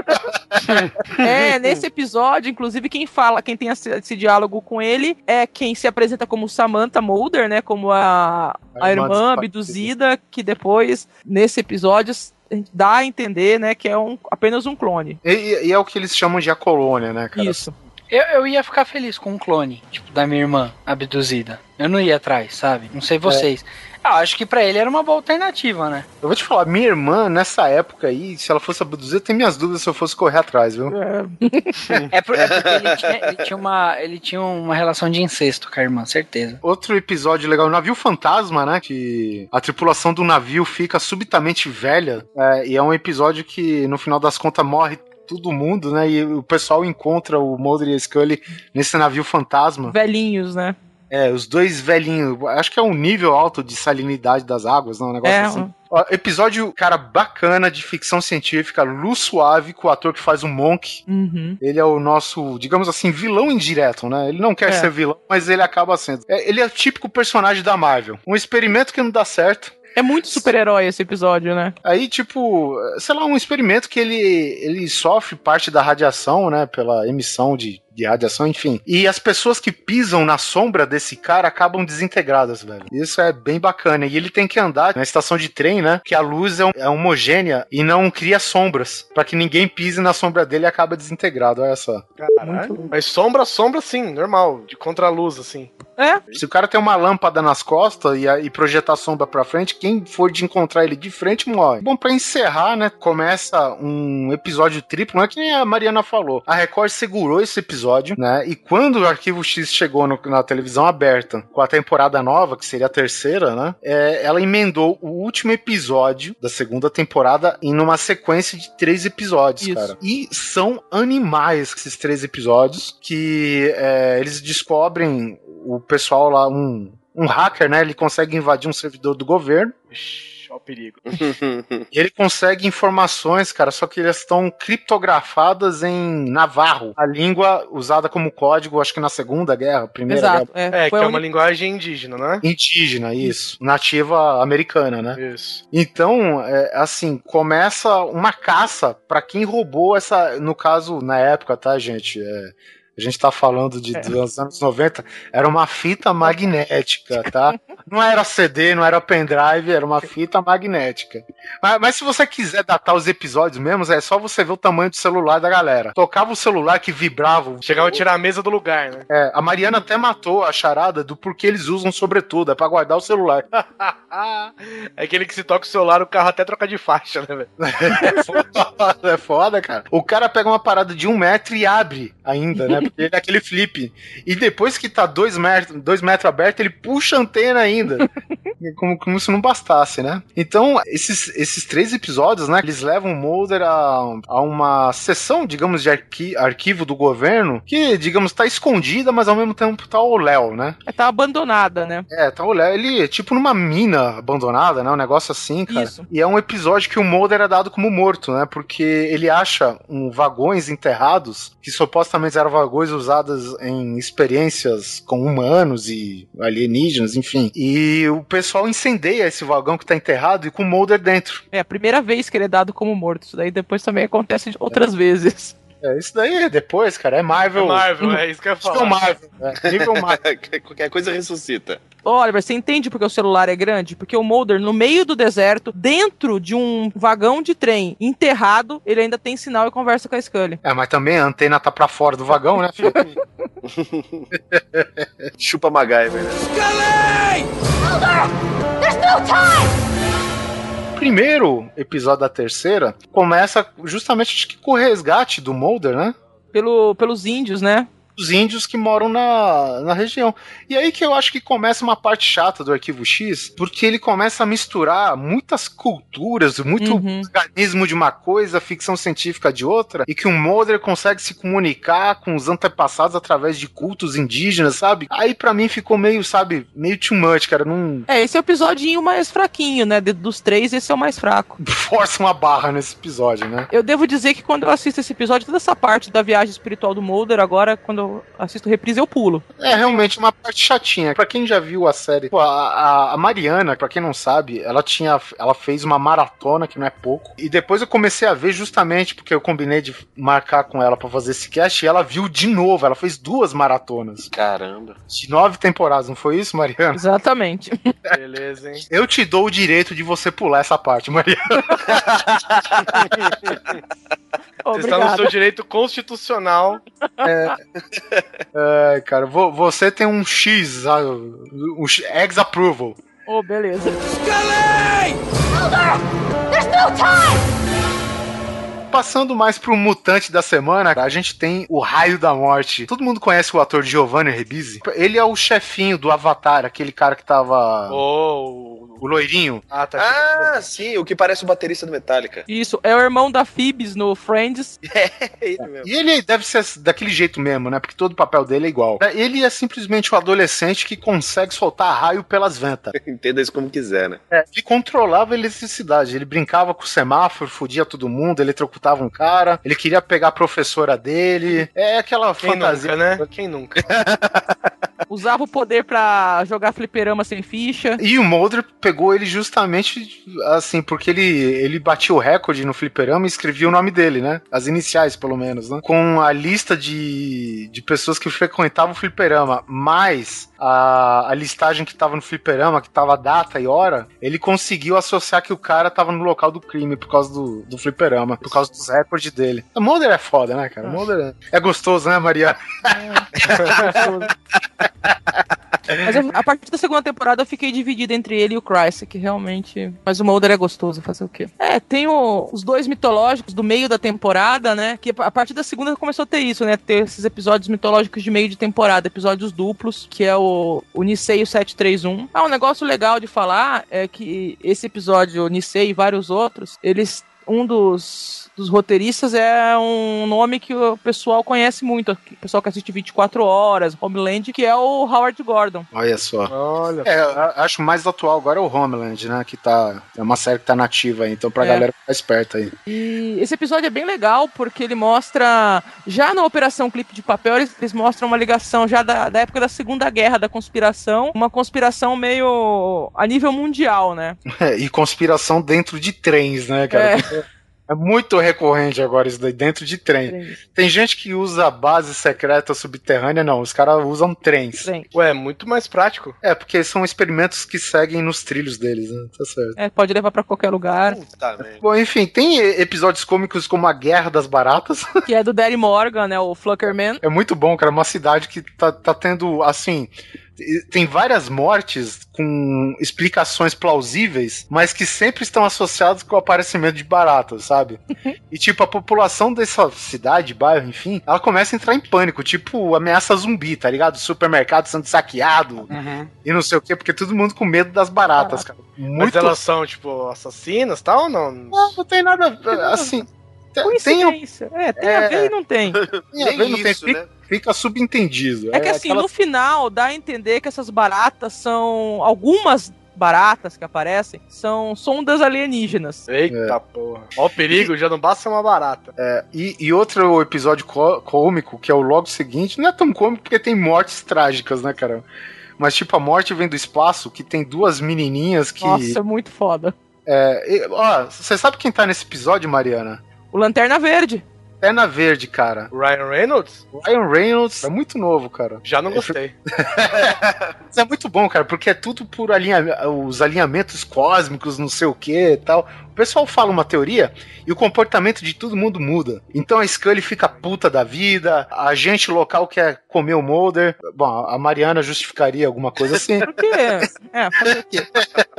[SPEAKER 6] É, nesse episódio, inclusive, quem fala, quem tem esse, esse diálogo com ele é quem se apresenta como Samantha Mulder, né? Como a, a,
[SPEAKER 3] A
[SPEAKER 6] irmã,
[SPEAKER 3] irmã
[SPEAKER 6] abduzida, que depois, nesse episódio, dá a entender, né, que é um, apenas um clone.
[SPEAKER 3] E, e é o que eles chamam de a colônia, né, cara?
[SPEAKER 6] Isso.
[SPEAKER 2] Eu, eu ia ficar feliz com um clone, tipo, da minha irmã abduzida. Eu não ia atrás, sabe? Não sei vocês. Eu acho que pra ele era uma boa alternativa, né?
[SPEAKER 3] Eu vou te falar, minha irmã, nessa época aí, se ela fosse abduzida, eu tenho minhas dúvidas se eu fosse correr atrás, viu?
[SPEAKER 2] É, por- é porque ele tinha, ele, tinha uma, ele tinha uma relação de incesto com a irmã, certeza.
[SPEAKER 3] Outro episódio legal, o navio fantasma, né? Que a tripulação do navio fica subitamente velha. É, e é um episódio que, no final das contas, morre todo mundo, né? E o pessoal encontra o Mulder e a Scully nesse navio fantasma.
[SPEAKER 6] Velhinhos, né?
[SPEAKER 3] É, os dois velhinhos. Acho que é um nível alto de salinidade das águas, não? Um negócio
[SPEAKER 6] É,
[SPEAKER 3] assim. Ó, episódio, cara, bacana de ficção científica, Luz Suave, com o ator que faz o Monk.
[SPEAKER 6] Uhum.
[SPEAKER 3] Ele é o nosso, digamos assim, vilão indireto, né? Ele não quer
[SPEAKER 6] É.
[SPEAKER 3] ser vilão, mas ele acaba sendo. É, ele é o típico personagem da Marvel. Um experimento que não dá certo.
[SPEAKER 6] É muito super-herói esse episódio, né?
[SPEAKER 3] Aí, tipo, sei lá, um experimento que ele, ele sofre parte da radiação, né? Pela emissão de, de radiação, enfim. E as pessoas que pisam na sombra desse cara acabam desintegradas, velho. Isso é bem bacana. E ele tem que andar na estação de trem, né? Que a luz é, um- é homogênea e não cria sombras. Pra que ninguém pise na sombra dele e acaba desintegrado. Olha só.
[SPEAKER 4] Caralho. Mas sombra, sombra sim, normal. De contra-luz, assim.
[SPEAKER 6] É,
[SPEAKER 3] Se o cara tem uma lâmpada nas costas e, a- e projetar a sombra pra frente, quem for de encontrar ele de frente morre. Bom, pra encerrar, né, começa um episódio triplo, não é que nem a Mariana falou. A Record segurou esse episódio, né, e quando o Arquivo X chegou no- na televisão aberta com a temporada nova, que seria a terceira, né, é, ela emendou o último episódio da segunda temporada em uma sequência de três episódios,
[SPEAKER 6] Isso.
[SPEAKER 3] cara. E são animais esses três episódios, que é, eles descobrem o pessoal lá, um, um hacker, né? Ele consegue invadir um servidor do governo.
[SPEAKER 4] Ixi, Olha o perigo.
[SPEAKER 3] E ele consegue informações, cara, só que elas estão criptografadas em navarro, a língua usada como código, acho que na Segunda Guerra, Primeira
[SPEAKER 6] Exato,
[SPEAKER 3] Guerra.
[SPEAKER 6] é.
[SPEAKER 4] É, que
[SPEAKER 6] Foi
[SPEAKER 4] é
[SPEAKER 6] a
[SPEAKER 4] uma
[SPEAKER 6] única-
[SPEAKER 4] linguagem indígena, né?
[SPEAKER 3] Indígena, isso. Nativa americana, né?
[SPEAKER 4] Isso.
[SPEAKER 3] Então, é, assim, começa uma caça pra quem roubou essa, no caso, na época, tá, gente? É, a gente tá falando de, dos anos noventa, era uma fita magnética, tá? Não era C D, não era pendrive, era uma fita magnética. Mas, mas se você quiser datar os episódios mesmo, é só você ver o tamanho do celular da galera. Tocava o celular que vibrava.
[SPEAKER 4] Chegava a tirar a mesa do lugar, né?
[SPEAKER 3] É, a Mariana até matou a charada do porquê eles usam sobretudo, é pra guardar o celular.
[SPEAKER 4] É aquele que se toca o celular, o carro até troca de faixa, né, velho?
[SPEAKER 3] É foda, é foda, cara. O cara pega uma parada de um metro e abre ainda, né? Porque ele é aquele flip. E depois que tá dois metros, dois metros aberto, ele puxa a antena ainda. Como, como se não bastasse, né? Então, esses, esses três episódios, né? Eles levam o Mulder a, a uma sessão, digamos, de arqui, arquivo do governo que, digamos, tá escondida, mas ao mesmo tempo tá o Léo, né?
[SPEAKER 6] É, tá abandonada, né?
[SPEAKER 3] É, tá o Léo. Ele é tipo numa mina abandonada, né? Um negócio assim, cara.
[SPEAKER 6] Isso.
[SPEAKER 3] E é um episódio que o Mulder é dado como morto, né? Porque ele acha um vagões enterrados que supostamente eram vagões usados em experiências com humanos e alienígenas, enfim. E o pessoal incendeia esse vagão que tá enterrado e com o Mulder dentro.
[SPEAKER 6] É a primeira vez que ele é dado como morto. Isso daí depois também acontece outras vezes.
[SPEAKER 3] É, isso daí é depois, cara, é Marvel.
[SPEAKER 4] É Marvel, é isso que eu ia
[SPEAKER 3] Nível
[SPEAKER 4] falar.
[SPEAKER 3] Marvel, é, nível Marvel.
[SPEAKER 1] Qualquer coisa ressuscita.
[SPEAKER 6] Ô, Oliver, você entende porque o celular é grande? Porque o Mulder, no meio do deserto, dentro de um vagão de trem enterrado, ele ainda tem sinal e conversa com a Scully.
[SPEAKER 3] É, mas também a antena tá pra fora do vagão, né, filho?
[SPEAKER 1] Chupa MacGyver, né?
[SPEAKER 8] Scully! Mulder! There's no time!
[SPEAKER 3] Primeiro episódio da terceira começa justamente acho que com o resgate do Mulder, né?
[SPEAKER 6] Pelo, pelos índios, né?
[SPEAKER 3] Os índios que moram na, na região. E aí que eu acho que começa uma parte chata do Arquivo X, porque ele começa a misturar muitas culturas, muito
[SPEAKER 6] Uhum.
[SPEAKER 3] organismo de uma coisa, ficção científica de outra, e que o Mulder consegue se comunicar com os antepassados através de cultos indígenas, sabe? Aí pra mim ficou meio, sabe, meio too much, cara. Não
[SPEAKER 6] É, esse é o episódio mais fraquinho, né? De- dos três, esse é o mais fraco.
[SPEAKER 3] força uma barra nesse episódio, né?
[SPEAKER 6] Eu devo dizer que quando eu assisto esse episódio, toda essa parte da viagem espiritual do Mulder, agora, quando eu assisto reprise, eu pulo.
[SPEAKER 3] É realmente uma parte chatinha. Pra quem já viu a série, pô, a, a- a Mariana, pra quem não sabe, ela tinha, ela fez uma maratona que não é pouco. E depois eu comecei a ver justamente porque eu combinei de marcar com ela pra fazer esse cast e ela viu de novo. Ela fez duas maratonas
[SPEAKER 1] Caramba.
[SPEAKER 3] de nove temporadas, não foi isso, Mariana?
[SPEAKER 6] Exatamente.
[SPEAKER 4] Beleza, hein?
[SPEAKER 3] Eu te dou o direito de você pular essa parte, Mariana.
[SPEAKER 4] Você está no
[SPEAKER 6] Obrigado.
[SPEAKER 4] seu direito constitucional.
[SPEAKER 3] Ai, cara, vo- você tem um X, ah, um X- Eggs Approval.
[SPEAKER 6] Oh, beleza.
[SPEAKER 8] Scully! Mulder! There's no time!
[SPEAKER 3] Passando mais pro mutante da semana, a gente tem o Raio da Morte. Todo mundo conhece o ator Giovanni Ribisi? Ele é o chefinho do Avatar, aquele cara que tava...
[SPEAKER 4] Oh.
[SPEAKER 3] O loirinho.
[SPEAKER 4] Ah, tá.
[SPEAKER 1] Ah, sim, o que parece o baterista do Metallica.
[SPEAKER 6] Isso, é o irmão da Phoebes no Friends.
[SPEAKER 1] É ele mesmo.
[SPEAKER 3] E ele deve ser daquele jeito mesmo, né? Porque todo o papel dele é igual. Ele é simplesmente um adolescente que consegue soltar raio pelas ventas.
[SPEAKER 1] Entenda isso como quiser, né?
[SPEAKER 3] Ele controlava a eletricidade, ele brincava com o semáforo, fudia todo mundo, eletrocutava um cara, ele queria pegar a professora dele. É aquela
[SPEAKER 4] Quem
[SPEAKER 3] fantasia,
[SPEAKER 4] nunca, né? Quem nunca?
[SPEAKER 6] Usava o poder pra jogar fliperama sem ficha.
[SPEAKER 3] E o Mulder pegou ele justamente assim, porque ele, ele batia o recorde no fliperama e escrevia o nome dele, né? As iniciais, pelo menos, né? Com a lista de, de pessoas que frequentavam o fliperama, mais a, a listagem que tava no fliperama, que tava a data e hora, ele conseguiu associar que o cara tava no local do crime por causa do, do fliperama, por causa dos recordes dele. O Mulder é foda, né, cara? O Mulder é, é gostoso, né, Maria?
[SPEAKER 6] Mas eu- a partir da segunda temporada eu fiquei dividida entre ele e o Chrysa, que realmente... Mas o Mulder é gostoso, fazer o quê? É, tem o- os dois mitológicos do meio da temporada, né? Que a partir da segunda começou a ter isso, né? Ter esses episódios mitológicos de meio de temporada, episódios duplos, que é o, o Nisei sete três um. Ah, um negócio legal de falar é que esse episódio, o Nisei e vários outros, eles... um dos, dos roteiristas é um nome que o pessoal conhece muito, o pessoal que assiste vinte e quatro horas, Homeland, que é o Howard Gordon.
[SPEAKER 3] Olha só.
[SPEAKER 4] Olha.
[SPEAKER 3] É, eu acho mais atual agora é o Homeland, né? Que tá. É uma série que tá nativa aí, então pra
[SPEAKER 6] É.
[SPEAKER 3] galera ficar esperta aí.
[SPEAKER 6] E esse episódio é bem legal porque ele mostra, já na Operação Clipe de Papel, eles, eles mostram uma ligação já da, da época da Segunda Guerra, da conspiração, uma conspiração meio a nível mundial, né?
[SPEAKER 3] É, e conspiração dentro de trens, né, cara?
[SPEAKER 6] É.
[SPEAKER 3] É muito recorrente agora isso daí, dentro de trem.
[SPEAKER 6] Trem.
[SPEAKER 3] Tem gente que usa base secreta subterrânea, não. Os caras usam trens.
[SPEAKER 6] Trem.
[SPEAKER 4] Ué, muito mais prático.
[SPEAKER 3] É, porque são experimentos que seguem nos trilhos deles, né? Tá certo.
[SPEAKER 6] É, pode levar pra qualquer lugar.
[SPEAKER 1] Puta merda.
[SPEAKER 3] Bom, enfim, tem episódios cômicos como a Guerra das Baratas.
[SPEAKER 6] Que é do Daddy Morgan, né? O Fluckerman.
[SPEAKER 3] É muito bom, cara. Uma cidade que tá, tá tendo, assim... Tem várias mortes com explicações plausíveis, mas que sempre estão associadas com o aparecimento de baratas, sabe? E tipo, a população dessa cidade, bairro, enfim, ela começa a entrar em pânico, tipo ameaça zumbi, tá ligado? O supermercado sendo saqueado
[SPEAKER 4] Uhum.
[SPEAKER 3] e não sei o quê, porque todo mundo com medo das baratas, cara.
[SPEAKER 4] Mas
[SPEAKER 3] Muito...
[SPEAKER 4] elas são, tipo, assassinas e tal ou não?
[SPEAKER 3] Não, não tem nada, assim... Tem,
[SPEAKER 6] Coincidência. É, tem
[SPEAKER 3] É.
[SPEAKER 6] a ver e não tem.
[SPEAKER 3] tem a ver, não tem,
[SPEAKER 1] isso,
[SPEAKER 3] fica,
[SPEAKER 1] né?
[SPEAKER 3] fica subentendido.
[SPEAKER 6] É que assim,
[SPEAKER 3] aquela-
[SPEAKER 6] no final, dá a entender que essas baratas são... Algumas baratas que aparecem são sondas alienígenas.
[SPEAKER 4] Eita
[SPEAKER 3] É.
[SPEAKER 4] porra. Ó o perigo, já não basta ser uma barata.
[SPEAKER 3] E, e outro episódio có- cômico, que é o logo seguinte, não é tão cômico porque tem mortes trágicas, né, cara? Mas, tipo, a morte vem do espaço, que tem duas menininhas que...
[SPEAKER 6] Nossa, é muito foda.
[SPEAKER 3] É, e, ó, você sabe quem tá nesse episódio, Mariana?
[SPEAKER 6] O Lanterna Verde.
[SPEAKER 3] Perna Verde, cara.
[SPEAKER 4] Ryan Reynolds?
[SPEAKER 3] Ryan Reynolds é muito novo, cara.
[SPEAKER 4] Já não gostei.
[SPEAKER 3] Mas é muito bom, cara, porque é tudo por alinha... os alinhamentos cósmicos, não sei o que e tal. O pessoal fala uma teoria e o comportamento de todo mundo muda. Então a Scully fica puta da vida, a gente local quer comer o Mulder. Bom, a Mariana justificaria alguma coisa assim.
[SPEAKER 6] Por quê? É, fazer o quê?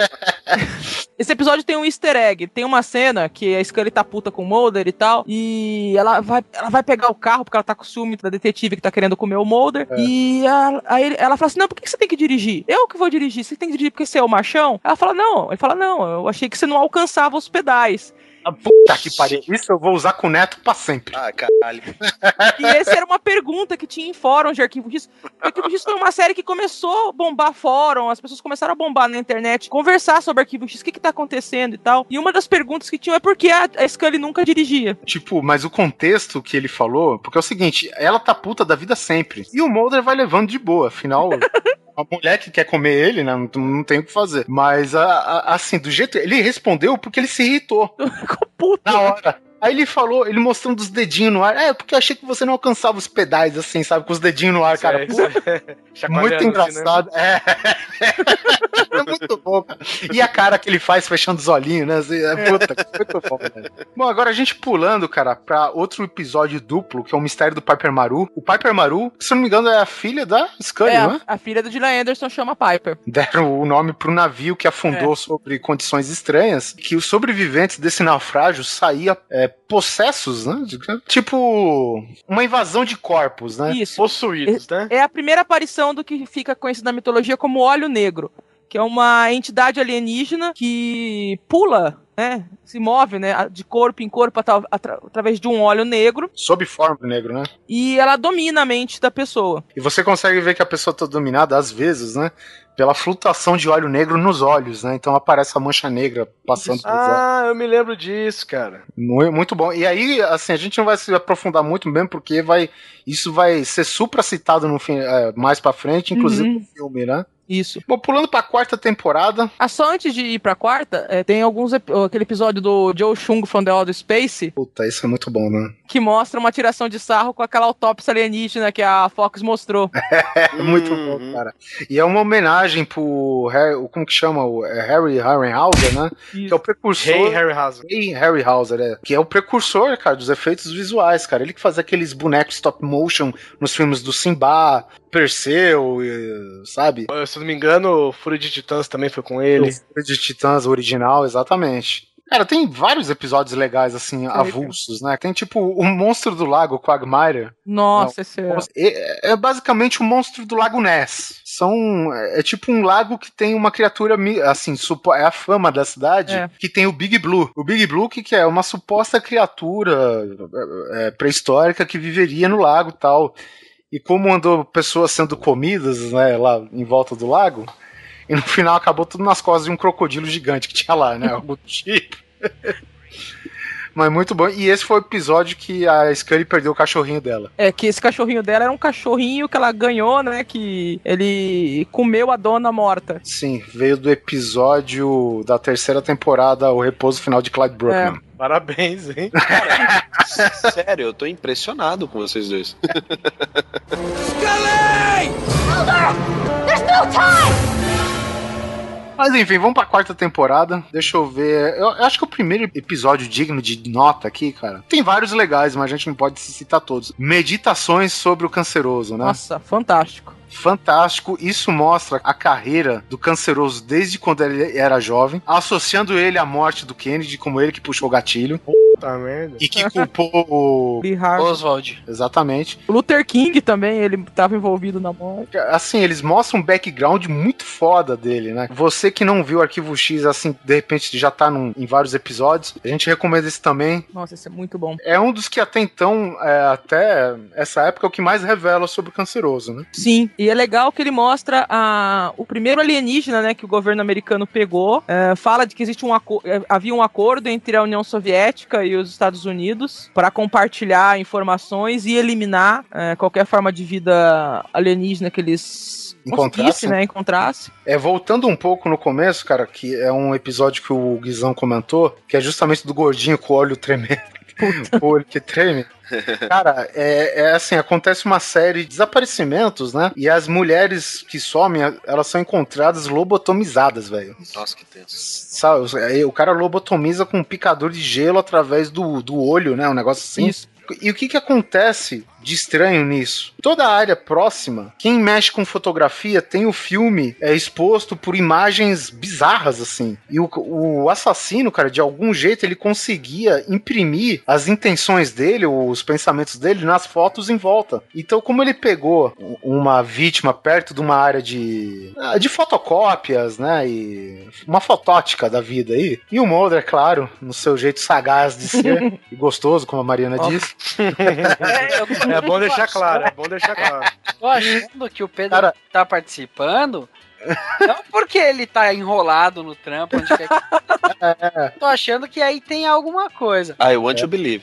[SPEAKER 6] Esse episódio tem um easter egg. Tem uma cena que a Scully tá puta com o Mulder e tal, e ela vai, ela vai pegar o carro porque ela tá com ciúme da detetive que tá querendo comer o Mulder,
[SPEAKER 3] É.
[SPEAKER 6] e a- aí ela fala assim, não, por que que você tem que dirigir? Eu que vou dirigir, você tem que dirigir porque você é o machão? Ela fala, não. Ele fala, não, eu achei que você não alcançava os pedais.
[SPEAKER 3] Puta que pariu. Isso eu vou usar com o Neto pra sempre.
[SPEAKER 1] Ah, caralho.
[SPEAKER 6] E essa era uma pergunta que tinha em fóruns de Arquivo X. O Arquivo X foi uma série que começou a bombar fórum, as pessoas começaram a bombar na internet, conversar sobre Arquivo X, o que que tá acontecendo e tal. E uma das perguntas que tinha é por que a, a Scully nunca dirigia.
[SPEAKER 3] Tipo, mas o contexto que ele falou, porque é o seguinte, ela tá puta da vida sempre. E o Mulder vai levando de boa, afinal... A mulher que quer comer ele, né? Não, não tem o que fazer. Mas, a, a- assim, do jeito... Ele respondeu porque ele se irritou.
[SPEAKER 6] Ficou puto.
[SPEAKER 3] Na hora. Aí ele falou, ele mostrando os dedinhos no ar. É, porque eu achei que você não alcançava os pedais, assim, sabe? Com os dedinhos no ar, cara.
[SPEAKER 4] Sei,
[SPEAKER 3] Puta,
[SPEAKER 4] sei. Chacoalhando
[SPEAKER 3] muito
[SPEAKER 4] assim, né?
[SPEAKER 3] engraçado. É. É muito bom, cara. E a cara que ele faz fechando os olhinhos, né? Assim, é puta, muito bom, velho. Bom, agora a gente pulando, cara, pra outro episódio duplo, que é o Mistério do Piper Maru. O Piper Maru, se eu não me engano, é a filha da Scully,
[SPEAKER 6] É,
[SPEAKER 3] não é?
[SPEAKER 6] a, a filha da Gillian Anderson chama Piper.
[SPEAKER 3] Deram o nome pro navio que afundou
[SPEAKER 6] É.
[SPEAKER 3] sobre condições estranhas, que os sobreviventes desse naufrágio saíam é, possessos, né? De- Tipo, uma invasão de corpos, né?
[SPEAKER 6] Isso.
[SPEAKER 4] Possuídos, né?
[SPEAKER 6] É a primeira aparição do que fica conhecido na mitologia como óleo negro, que é uma entidade alienígena que pula, né, se move, né, de corpo em corpo atra- atra- através de um óleo negro,
[SPEAKER 3] Sob forma do negro, né?
[SPEAKER 6] e ela domina a mente da pessoa.
[SPEAKER 3] E você consegue ver que a pessoa tá dominada, às vezes, né? Pela flutuação de óleo negro nos olhos, né? Então aparece a mancha negra passando pelos olhos.
[SPEAKER 4] Ah, eu me lembro disso, cara.
[SPEAKER 3] Mu- Muito bom. E aí, assim, a gente não vai se aprofundar muito mesmo, porque vai, isso vai ser supracitado no fim, é, mais pra frente, inclusive
[SPEAKER 6] Uhum.
[SPEAKER 3] no filme, né?
[SPEAKER 6] Isso.
[SPEAKER 3] Bom, pulando pra quarta temporada.
[SPEAKER 6] Ah, só antes de ir pra quarta, é, tem alguns ep- aquele episódio do Joe Chung from the Outer Space
[SPEAKER 3] Puta, isso é muito bom, né?
[SPEAKER 6] que mostra uma tiração de sarro com aquela autópsia alienígena que a Fox mostrou.
[SPEAKER 3] É muito
[SPEAKER 1] Uhum.
[SPEAKER 3] bom, cara. E é uma homenagem pro Harry, como que chama? O é Harry Harryhausen, né? Que é o precursor.
[SPEAKER 4] Hey, Harryhausen.
[SPEAKER 3] Hey, Harryhausen, é. Que é o precursor, cara, dos efeitos visuais, cara. Ele que fazia aqueles bonecos stop motion nos filmes do Simba, Perseu, e- sabe?
[SPEAKER 4] Se eu não me engano, o Fúria de Titãs também foi com ele.
[SPEAKER 3] O Fúria de Titãs original, exatamente. Cara, tem vários episódios legais, assim, é, avulsos, né? Tem tipo o Monstro do Lago, o Quagmire.
[SPEAKER 6] Nossa, esse é...
[SPEAKER 3] é... É basicamente o Monstro do Lago Ness. São... É tipo um lago que tem uma criatura, assim, supo... é a fama da cidade, é. que tem o Big Blue. O Big Blue, que, que é uma suposta criatura é, pré-histórica que viveria no lago e tal. E como andou pessoas sendo comidas, né, lá em volta do lago, e no final acabou tudo nas costas de um crocodilo gigante que tinha lá, né, algo do tipo. Mas muito bom. E esse foi o episódio que a Scully perdeu o cachorrinho dela.
[SPEAKER 6] É, que esse cachorrinho dela era um cachorrinho que ela ganhou, né, que ele comeu a dona morta.
[SPEAKER 3] Sim, veio do episódio da terceira temporada, O Repouso Final de Clyde Bruckman.
[SPEAKER 4] É. Parabéns, hein?
[SPEAKER 1] Cara, sério, eu tô impressionado com vocês dois.
[SPEAKER 8] Scully! Mulder! There's no time!
[SPEAKER 3] Mas enfim, vamos pra quarta temporada. Deixa eu ver. Eu, eu acho que o primeiro episódio digno de nota aqui, cara. Tem vários legais, mas a gente não pode citar todos. Meditações sobre o canceroso, né?
[SPEAKER 6] Nossa, fantástico.
[SPEAKER 3] Fantástico, isso mostra a carreira do Canceroso desde quando ele era jovem, associando ele à morte do Kennedy, como ele que puxou o gatilho.
[SPEAKER 4] Puta merda.
[SPEAKER 3] E que culpou o
[SPEAKER 2] Oswald.
[SPEAKER 3] Exatamente.
[SPEAKER 6] O Luther King também, ele estava envolvido na morte.
[SPEAKER 3] Assim, eles mostram um background muito foda dele, né? Você que não viu o Arquivo X, assim, de repente já tá num, em vários episódios, a gente recomenda esse também.
[SPEAKER 6] Nossa, esse é muito bom.
[SPEAKER 3] É um dos que até então, é, até essa época, é o que mais revela sobre o Canceroso, né?
[SPEAKER 6] Sim. E é legal que ele mostra a, o primeiro alienígena, né, que o governo americano pegou. É, fala de que existe um havia um acordo entre a União Soviética e os Estados Unidos para compartilhar informações e eliminar é, qualquer forma de vida alienígena que eles
[SPEAKER 3] encontrasse,
[SPEAKER 6] né, encontrasse.
[SPEAKER 3] É, voltando um pouco no começo, cara, que é um episódio que o Guizão comentou, que é justamente do gordinho com o olho tremendo. O olho que treme. Cara, é, é assim, acontece uma série de desaparecimentos, né? E as mulheres que somem, elas são encontradas lobotomizadas, velho.
[SPEAKER 1] Nossa, que tenso.
[SPEAKER 3] Sabe, o cara lobotomiza com um picador de gelo através do, do olho, né? Um negócio assim. Isso. E o que que acontece de estranho nisso? Toda a área próxima, quem mexe com fotografia tem o filme é exposto por imagens bizarras, assim. E o, o assassino, cara, de algum jeito ele conseguia imprimir as intenções dele, os pensamentos dele nas fotos em volta. Então, como ele pegou uma vítima perto de uma área de, de fotocópias, né, e uma fotótica da vida aí, e o Mulder, claro, no seu jeito sagaz de ser e gostoso, como a Mariana oh. disse.
[SPEAKER 2] É, eu
[SPEAKER 4] É bom deixar claro, é bom deixar claro.
[SPEAKER 2] Tô achando que o Pedro Cara... tá participando, não porque ele tá enrolado no trampo, onde quer que... é. Tô achando que aí tem alguma coisa.
[SPEAKER 1] I want é. to believe.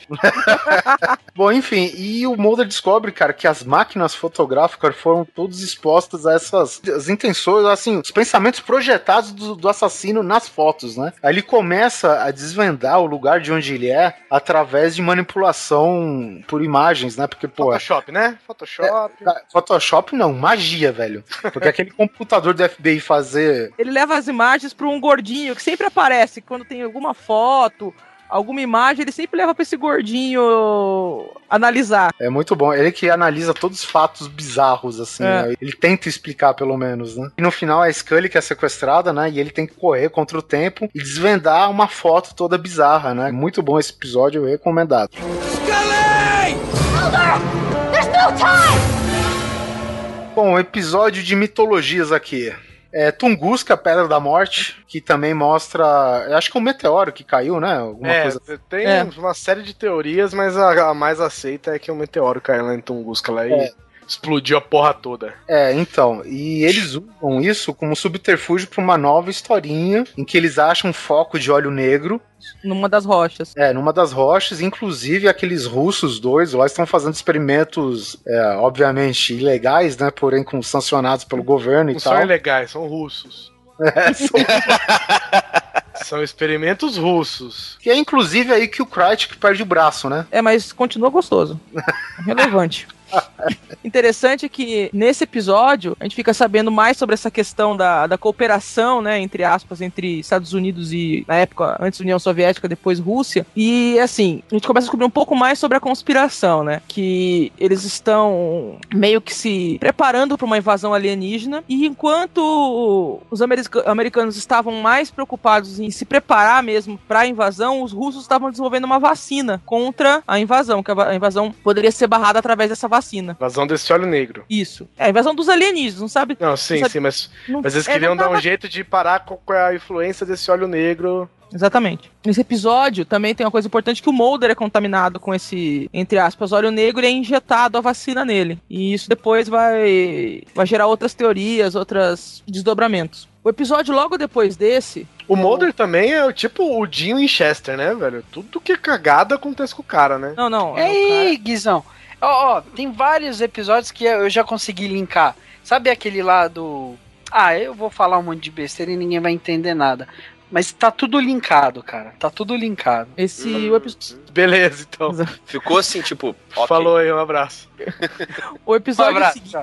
[SPEAKER 3] Bom, enfim, e o Mulder descobre, cara, que as máquinas fotográficas foram todas expostas a essas as intenções, assim, os pensamentos projetados do, do assassino nas fotos, né? Aí ele começa a desvendar o lugar de onde ele é através de manipulação por imagens, né? Porque, pô...
[SPEAKER 4] Photoshop, né? Photoshop.
[SPEAKER 3] É, Photoshop não, magia, velho. Porque aquele computador do F B I fazer...
[SPEAKER 6] Ele leva as imagens para um gordinho que sempre aparece quando tem alguma foto, alguma imagem, ele sempre leva para esse gordinho analisar.
[SPEAKER 3] É muito bom. Ele que analisa todos os fatos bizarros, assim, é. né? Ele tenta explicar, pelo menos, né? E no final, a Scully que é sequestrada, né? E ele tem que correr contra o tempo e desvendar uma foto toda bizarra, né? Muito bom esse episódio, recomendado.
[SPEAKER 8] Scully! Mulder! There's no time!
[SPEAKER 3] Bom, episódio de mitologias aqui. É Tunguska, a Pedra da Morte, que também mostra... Acho que é um meteoro que caiu, né? Alguma
[SPEAKER 4] é,
[SPEAKER 3] coisa...
[SPEAKER 4] tem é. uma série de teorias, mas a, a mais aceita é que um meteoro caiu lá em Tunguska lá é. e explodiu a porra toda.
[SPEAKER 3] É, então, e eles usam isso como subterfúgio para uma nova historinha, em que eles acham um foco de óleo negro
[SPEAKER 6] numa das rochas.
[SPEAKER 3] É, numa das rochas, inclusive aqueles russos dois lá estão fazendo experimentos, é, obviamente, ilegais, né, porém com, sancionados pelo governo e
[SPEAKER 4] Não
[SPEAKER 3] tal.
[SPEAKER 4] Não são ilegais, são russos.
[SPEAKER 3] É, são...
[SPEAKER 4] São experimentos russos.
[SPEAKER 3] Que é inclusive aí que o Krychek perde o braço, né?
[SPEAKER 6] É, mas continua gostoso. Relevante. Interessante que nesse episódio a gente fica sabendo mais sobre essa questão da, da cooperação, né, entre aspas, entre Estados Unidos e, na época, antes União Soviética, depois Rússia. E, assim, a gente começa a descobrir um pouco mais sobre a conspiração, né, que eles estão meio que se preparando para uma invasão alienígena, e enquanto os america- americanos estavam mais preocupados em se preparar mesmo para a invasão, os russos estavam desenvolvendo uma vacina contra a invasão, que a invasão poderia ser barrada através dessa vacina.
[SPEAKER 4] Invasão desse olho negro.
[SPEAKER 6] Isso. É a invasão dos alienígenas, não sabe?
[SPEAKER 4] Não, sim,
[SPEAKER 6] não sabe,
[SPEAKER 4] sim, mas,
[SPEAKER 6] não,
[SPEAKER 4] mas eles
[SPEAKER 6] é,
[SPEAKER 4] queriam dar
[SPEAKER 6] tava...
[SPEAKER 4] um jeito de parar com a influência desse olho negro.
[SPEAKER 6] Exatamente. Nesse episódio também tem uma coisa importante, que o Mulder é contaminado com esse, entre aspas, óleo negro, e é injetado a vacina nele. E isso depois vai, vai gerar outras teorias, outros desdobramentos. O episódio logo depois desse...
[SPEAKER 4] O Mulder também é tipo o Dean Winchester, né, velho? Tudo que é cagada acontece com o cara, né?
[SPEAKER 6] Não, não.
[SPEAKER 2] Ei, cara... Guizão. Ó, ó, tem vários episódios que eu já consegui linkar. Sabe aquele lá do... Ah, eu vou falar um monte de besteira e ninguém vai entender nada. Mas tá tudo linkado, cara. Tá tudo linkado.
[SPEAKER 6] Esse...
[SPEAKER 4] Hum,
[SPEAKER 6] o epi...
[SPEAKER 4] Beleza, então.
[SPEAKER 1] Ficou assim, tipo... Okay.
[SPEAKER 4] Falou aí, um abraço.
[SPEAKER 6] o, episódio
[SPEAKER 2] um abraço,
[SPEAKER 6] segui...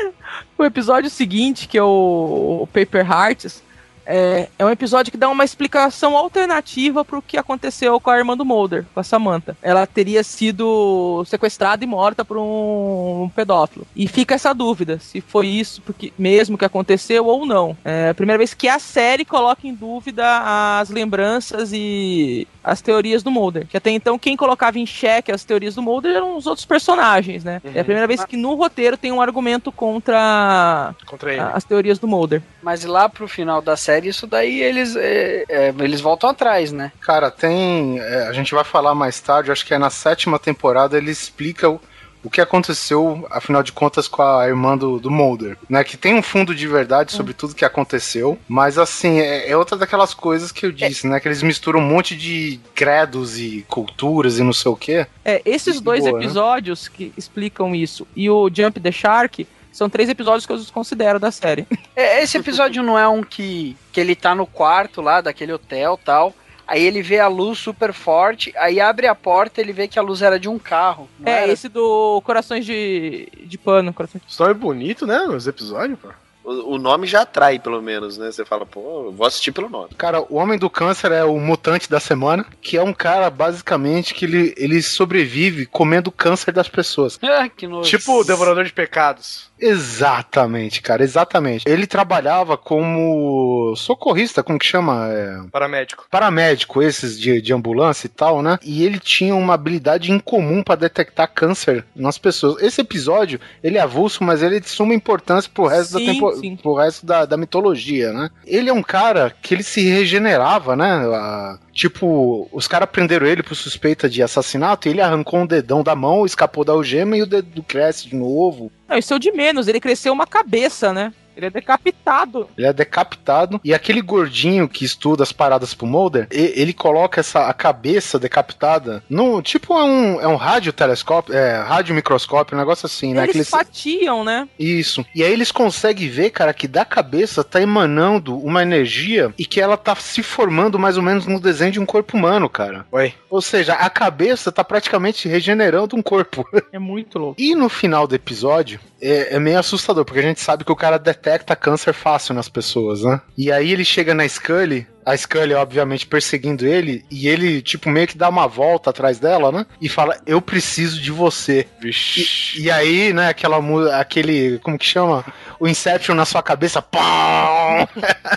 [SPEAKER 6] o episódio seguinte, que é o, o Paper Hearts... É, é um episódio que dá uma explicação alternativa pro que aconteceu com a irmã do Mulder, com a Samantha. Ela teria sido sequestrada e morta por um, um pedófilo. E fica essa dúvida, se foi isso porque, mesmo que aconteceu ou não. É a primeira vez que a série coloca em dúvida as lembranças e as teorias do Mulder. Que até então quem colocava em xeque as teorias do Mulder eram os outros personagens, né? Uhum. É a primeira vez que no roteiro tem um argumento contra,
[SPEAKER 4] contra ele.
[SPEAKER 6] as teorias do Mulder.
[SPEAKER 2] Mas lá pro final da série, isso daí eles, é, é, eles voltam atrás, né?
[SPEAKER 3] Cara, tem... É, a gente vai falar mais tarde, acho que é na sétima temporada, ele explica o, o que aconteceu, afinal de contas, com a irmã do, do Mulder, né? Que tem um fundo de verdade sobre hum. tudo que aconteceu, mas assim, é, é outra daquelas coisas que eu disse, é. né? Que eles misturam um monte de credos e culturas e não sei o quê.
[SPEAKER 6] É, esses dois boa, episódios, né? Que explicam isso, e o Jump the Shark... São três episódios que eu considero da série.
[SPEAKER 2] É, esse episódio não é um que, que ele tá no quarto lá, daquele hotel e tal. Aí ele vê a luz super forte, aí abre a porta e ele vê que a luz era de um carro.
[SPEAKER 6] É,
[SPEAKER 2] era?
[SPEAKER 6] Esse do Corações de, de Pano. Corações...
[SPEAKER 4] Isso é bonito, né, os episódios, pô.
[SPEAKER 1] O, o nome já atrai, pelo menos, né? Você fala, pô, eu vou assistir pelo nome.
[SPEAKER 3] Cara, o Homem do Câncer é o mutante da semana, que é um cara, basicamente, que ele, ele sobrevive comendo câncer das pessoas.
[SPEAKER 2] Ah, que nojo.
[SPEAKER 4] Tipo o Devorador de Pecados.
[SPEAKER 3] Exatamente, cara, exatamente. Ele trabalhava como socorrista, como que chama? É...
[SPEAKER 4] Paramédico.
[SPEAKER 3] Paramédico, esses de, de ambulância e tal, né? E ele tinha uma habilidade incomum para detectar câncer nas pessoas. Esse episódio, ele é avulso, mas ele é de suma importância pro resto,
[SPEAKER 6] sim,
[SPEAKER 3] da, tempo... pro resto da, da mitologia, né? Ele é um cara que ele se regenerava, né? A... Tipo, os caras prenderam ele por suspeita de assassinato e ele arrancou um dedão da mão, escapou da algema e o dedo cresce de novo.
[SPEAKER 6] Não, isso é o de menos, ele cresceu uma cabeça, né? Ele é decapitado.
[SPEAKER 3] Ele é decapitado. E aquele gordinho que estuda as paradas pro Mulder, ele coloca essa, a cabeça decapitada no... Tipo, é um, é um radiotelescópio, é, radiomicroscópio, um negócio assim, né?
[SPEAKER 6] Eles fatiam, né?
[SPEAKER 3] Isso. E aí eles conseguem ver, cara, que da cabeça tá emanando uma energia e que ela tá se formando mais ou menos no desenho de um corpo humano, cara.
[SPEAKER 4] Oi.
[SPEAKER 3] Ou seja, a cabeça tá praticamente regenerando um corpo.
[SPEAKER 6] É muito louco.
[SPEAKER 3] E no final do episódio, é, é meio assustador, porque a gente sabe que o cara detecta câncer fácil nas pessoas, né? E aí ele chega na Scully, a Scully, obviamente, perseguindo ele, e ele, tipo, meio que dá uma volta atrás dela, né? E fala, eu preciso de você. E, e aí, né, aquela aquele, como que chama? O Inception na sua cabeça, pão!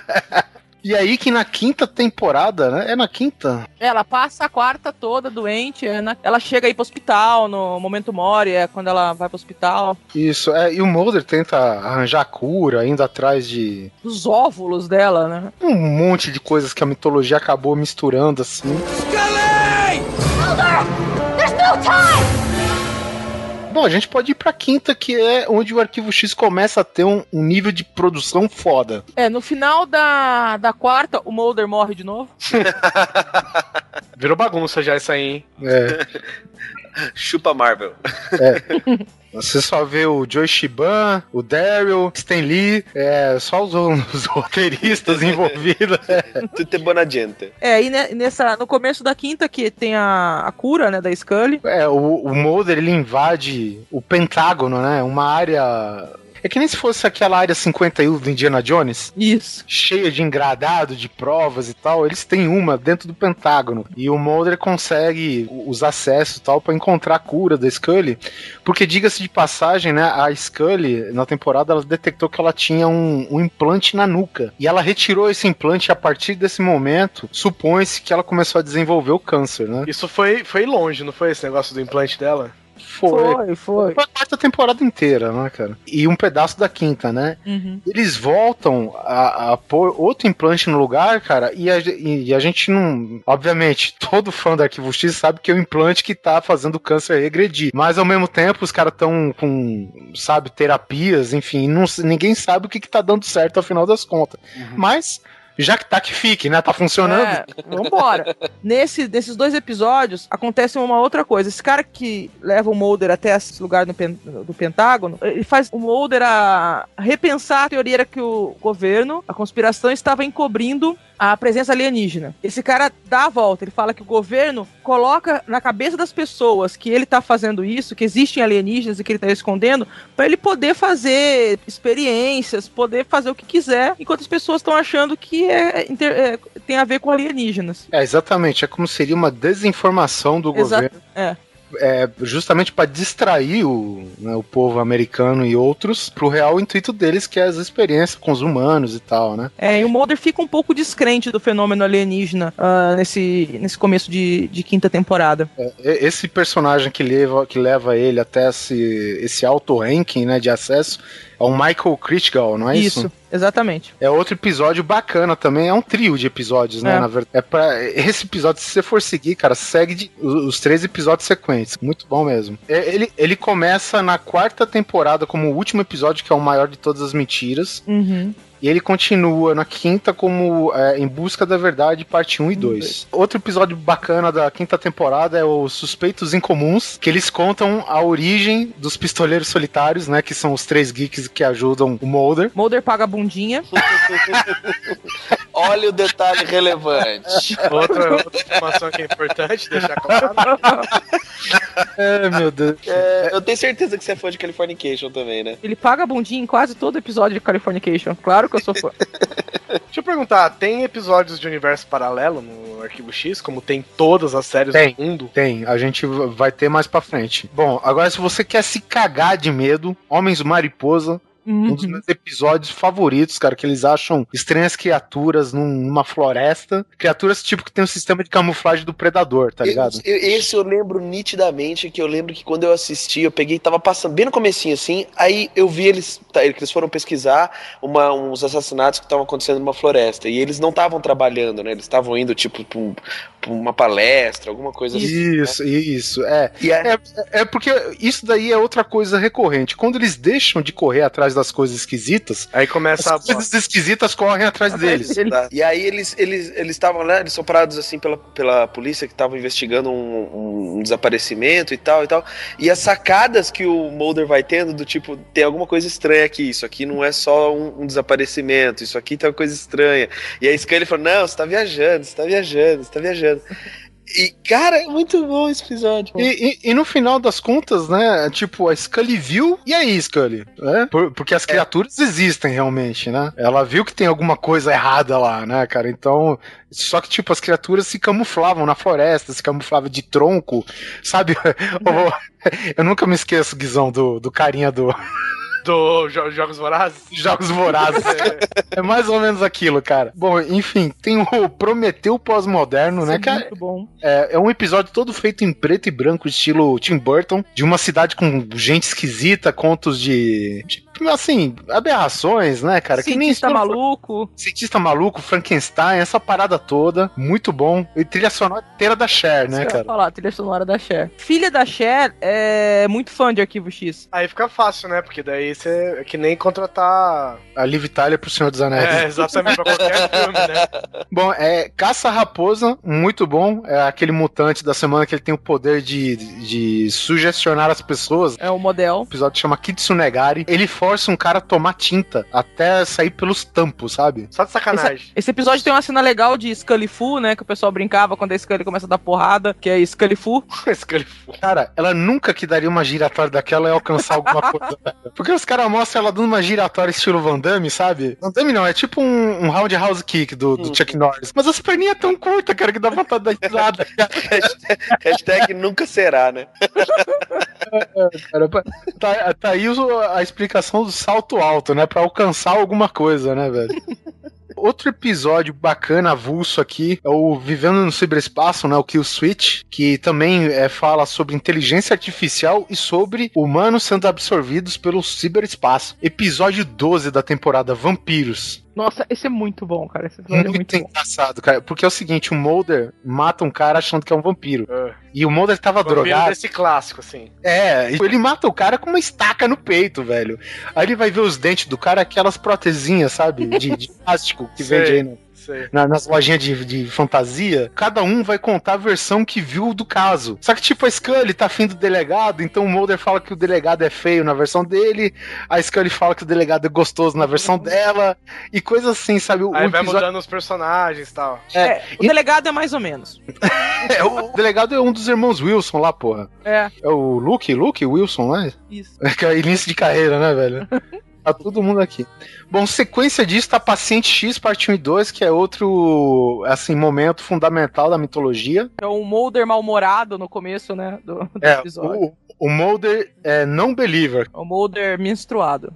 [SPEAKER 3] E aí que na quinta temporada, né? É na quinta?
[SPEAKER 6] Ela passa a quarta toda doente, é na... ela chega aí pro hospital no momento Mori, é quando ela vai pro hospital.
[SPEAKER 3] Isso, é, e o Mulder tenta arranjar cura, indo atrás de...
[SPEAKER 6] dos óvulos dela, né?
[SPEAKER 3] Um monte de coisas que a mitologia acabou misturando, assim.
[SPEAKER 8] Scully! Mulder! There's no time!
[SPEAKER 3] Bom, a gente pode ir pra quinta, que é onde o Arquivo X começa a ter um, um nível de produção foda.
[SPEAKER 6] É, no final da, da quarta, o Mulder morre de novo.
[SPEAKER 4] Virou bagunça já isso aí, hein?
[SPEAKER 3] É.
[SPEAKER 1] Chupa Marvel.
[SPEAKER 3] É. Você só vê o Joey Shiban, o Daryl, Stan Lee, é, só os, os roteiristas envolvidos. É.
[SPEAKER 1] Tudo é buona gente.
[SPEAKER 6] É, e ne- nessa, no começo da quinta, que tem a, a cura, né, da Scully.
[SPEAKER 3] É, o, o Mulder, ele invade o Pentágono, né? Uma área... É que nem se fosse aquela área cinquenta e um do Indiana Jones.
[SPEAKER 6] Isso.
[SPEAKER 3] Cheia de engradado, de provas e tal. Eles têm uma dentro do Pentágono. E o Mulder consegue os acessos e tal pra encontrar a cura da Scully. Porque, diga-se de passagem, né? A Scully, na temporada, ela detectou que ela tinha um, um implante na nuca. E ela retirou esse implante e a partir desse momento, supõe-se que ela começou a desenvolver o câncer, né?
[SPEAKER 4] Isso foi, foi longe, não foi esse negócio do implante dela?
[SPEAKER 3] Foi.
[SPEAKER 6] Foi, foi.
[SPEAKER 3] Foi a quarta temporada inteira, né, cara? E um pedaço da quinta, né?
[SPEAKER 6] Uhum.
[SPEAKER 3] Eles voltam a, a pôr outro implante no lugar, cara, e a, e a gente não... Obviamente, todo fã da Arquivo X sabe que é o implante que tá fazendo o câncer regredir. Mas, ao mesmo tempo, os caras tão com, sabe, terapias, enfim, não, ninguém sabe o que que tá dando certo ao final das contas. Uhum. Mas... já que tá que fique, né? Tá funcionando.
[SPEAKER 6] É, vambora. Nesse, nesses dois episódios, acontece uma outra coisa. Esse cara que leva o Mulder até esse lugar no pen, do Pentágono, ele faz o Mulder a repensar a teoria que o governo, a conspiração, estava encobrindo a presença alienígena. Esse cara dá a volta, ele fala que o governo coloca na cabeça das pessoas que ele tá fazendo isso, que existem alienígenas e que ele tá escondendo, pra ele poder fazer experiências, poder fazer o que quiser, enquanto as pessoas estão achando que é, é, tem a ver com alienígenas.
[SPEAKER 3] É, exatamente, é como seria uma desinformação do
[SPEAKER 6] Exa-
[SPEAKER 3] governo.
[SPEAKER 6] É.
[SPEAKER 3] É, justamente para distrair o, né, o povo americano e outros pro real intuito deles, que é as experiências com os humanos e tal, né?
[SPEAKER 6] É, e o Mulder fica um pouco descrente do fenômeno alienígena uh, nesse, nesse começo de, de quinta temporada.
[SPEAKER 3] É, esse personagem que leva, que leva ele até esse, esse alto ranking, né, de acesso é o Michael Kristgal, não é isso?
[SPEAKER 6] Isso, exatamente.
[SPEAKER 3] É outro episódio bacana também, é um trio de episódios, né,
[SPEAKER 6] É.
[SPEAKER 3] na verdade. É pra, esse episódio, se você for seguir, cara, segue de, os, os três episódios sequentes, muito bom mesmo. É, ele, ele começa na quarta temporada como o último episódio, que é o maior de todas as mentiras,
[SPEAKER 6] Uhum.
[SPEAKER 3] e ele continua na quinta como é, Em Busca da Verdade, parte um e dois. Outro episódio bacana da quinta temporada é os Suspeitos Incomuns, que eles contam a origem dos Pistoleiros Solitários, né, que são os três geeks que ajudam o Mulder.
[SPEAKER 6] Mulder paga a bundinha.
[SPEAKER 1] Olha o detalhe relevante.
[SPEAKER 4] Outra, outra informação que é importante deixar claro.
[SPEAKER 3] É, meu Deus.
[SPEAKER 1] É, eu tenho certeza que você é fã de Californication também, né?
[SPEAKER 6] Ele paga a bundinha em quase todo episódio de Californication. Claro que eu sou fã.
[SPEAKER 4] Deixa eu perguntar, tem episódios de universo paralelo no Arquivo X, como tem todas as séries
[SPEAKER 3] Tem.
[SPEAKER 4] do mundo?
[SPEAKER 3] Tem, a gente vai ter mais pra frente. Bom, agora se você quer se cagar de medo, Homens Mariposa, um dos meus episódios favoritos, cara, que eles acham estranhas criaturas num- numa floresta. Criaturas tipo que tem um sistema de camuflagem do predador, tá ligado?
[SPEAKER 1] Eu- eu- esse eu lembro nitidamente, que eu lembro que quando eu assisti, eu peguei, tava passando bem no comecinho assim, aí eu vi eles, tá, eles foram pesquisar uma, uns assassinatos que estavam acontecendo numa floresta, e eles não estavam trabalhando, né, eles estavam indo tipo pra, um- pra uma palestra, alguma coisa assim.
[SPEAKER 3] Isso, isso, é.
[SPEAKER 1] E aí,
[SPEAKER 3] É, é porque isso daí é outra coisa recorrente. Quando eles deixam de correr atrás das coisas esquisitas,
[SPEAKER 4] Aí
[SPEAKER 3] as
[SPEAKER 4] começa a...
[SPEAKER 3] coisas esquisitas correm atrás deles.
[SPEAKER 6] Ele-
[SPEAKER 1] tá. E aí eles eles eles estavam lá, eles são parados assim pela, pela polícia que estava investigando um, um- um desaparecimento e tal e tal. E as sacadas que o Mulder vai tendo do tipo, tem alguma coisa estranha aqui, isso aqui não é só um, um desaparecimento, isso aqui tem uma coisa estranha. E a Scully falou, não, você tá viajando, você tá viajando, você tá viajando. E, cara, é muito bom esse episódio.
[SPEAKER 3] E, e- e no final das contas, né? Tipo, a Scully viu, e aí, Scully? Né? Por- porque as criaturas existem realmente, né? Ela viu que tem alguma coisa errada lá, né, cara? Então. Só que, tipo, as criaturas se camuflavam na floresta, se camuflavam de tronco, sabe? Eu nunca me esqueço, Guizão, do, do carinha do.
[SPEAKER 4] Do jo- Jogos Vorazes?
[SPEAKER 3] Jogos Vorazes. É mais ou menos aquilo, cara. Bom, enfim, tem o Prometeu pós-moderno, né, cara?
[SPEAKER 6] Muito bom.
[SPEAKER 3] É, é um episódio todo feito em preto e branco, estilo Tim Burton, de uma cidade com gente esquisita, contos de, de assim, aberrações, né, cara?
[SPEAKER 6] Cientista
[SPEAKER 3] que nem
[SPEAKER 6] maluco.
[SPEAKER 3] Cientista maluco, Frankenstein, essa parada toda. Muito bom. E trilha sonora inteira da Cher, né,
[SPEAKER 6] Isso que eu ia
[SPEAKER 3] cara?
[SPEAKER 6] falar, trilha sonora da Cher. Filha da Cher é muito fã de Arquivo X.
[SPEAKER 4] Aí fica fácil, né? Porque daí você é que nem contratar.
[SPEAKER 3] A Liv Tyler pro Senhor dos Anéis.
[SPEAKER 4] É, exatamente, pra qualquer filme, né?
[SPEAKER 3] Bom, é Caça-Raposa, muito bom. É aquele mutante da semana que ele tem o poder de, de sugestionar as pessoas.
[SPEAKER 6] É o modelo.
[SPEAKER 3] O episódio chama Kitsunegari. Ele força um cara a tomar tinta até sair pelos tampos, sabe?
[SPEAKER 4] Só de sacanagem.
[SPEAKER 6] Esse, esse episódio tem uma cena legal de Scully Fu, né? Que o pessoal brincava quando a Scully começa a dar porrada, que é Scully Fu.
[SPEAKER 4] Scully Fu.
[SPEAKER 3] Cara, ela nunca que daria uma giratória daquela e alcançar alguma coisa. Porque os caras mostram ela dando uma giratória estilo Van Damme, sabe? Van Damme não, é tipo um, um roundhouse kick do, do hum. Chuck Norris. Mas as perninhas tão curtas, cara, que dá vontade da risada.
[SPEAKER 1] hashtag, hashtag nunca será, né?
[SPEAKER 3] É, cara, tá, tá aí a explicação do salto alto, né? Pra alcançar alguma coisa, né, velho? Outro episódio bacana, avulso aqui, é o Vivendo no Ciberespaço, né, o Kill Switch, que também é, fala sobre inteligência artificial e sobre humanos sendo absorvidos pelo ciberespaço. Episódio doze da temporada, Vampiros.
[SPEAKER 6] Nossa, esse é muito bom, cara. Esse episódio
[SPEAKER 3] muito,
[SPEAKER 6] é muito
[SPEAKER 3] engraçado, bom. Cara. Porque é o seguinte, o Mulder mata um cara achando que é um vampiro. Uh. E o Mulder tava
[SPEAKER 4] vampiro
[SPEAKER 3] drogado.
[SPEAKER 4] Desse clássico, assim.
[SPEAKER 3] É, ele mata o cara com uma estaca no peito, velho. Aí ele vai ver os dentes do cara, aquelas protezinhas, sabe? De, de plástico que
[SPEAKER 4] Sei.
[SPEAKER 3] vende aí no... Na, nas lojinhas de, de fantasia, cada um vai contar a versão que viu do caso. Só que tipo, a Scully tá afim do delegado, então o Mulder fala que o delegado é feio na versão dele, a Scully fala que o delegado é gostoso na versão dela, e coisa assim, sabe? O,
[SPEAKER 4] Aí
[SPEAKER 3] o
[SPEAKER 4] vai
[SPEAKER 3] episódio...
[SPEAKER 4] mudando os personagens e tal.
[SPEAKER 6] É, é o e... delegado é mais ou menos.
[SPEAKER 3] é, o delegado é um dos irmãos Wilson lá, porra.
[SPEAKER 6] É.
[SPEAKER 3] É o Luke, Luke Wilson, né?
[SPEAKER 6] Isso.
[SPEAKER 3] É que é início de carreira, né, velho? Tá todo mundo aqui. Bom, sequência disso tá Paciente X, parte um e dois, que é outro, assim, momento fundamental da mitologia.
[SPEAKER 6] É o Mulder mal-humorado no começo, né, do, do
[SPEAKER 3] é,
[SPEAKER 6] episódio.
[SPEAKER 3] O, o Mulder é não believer.
[SPEAKER 6] O Mulder menstruado.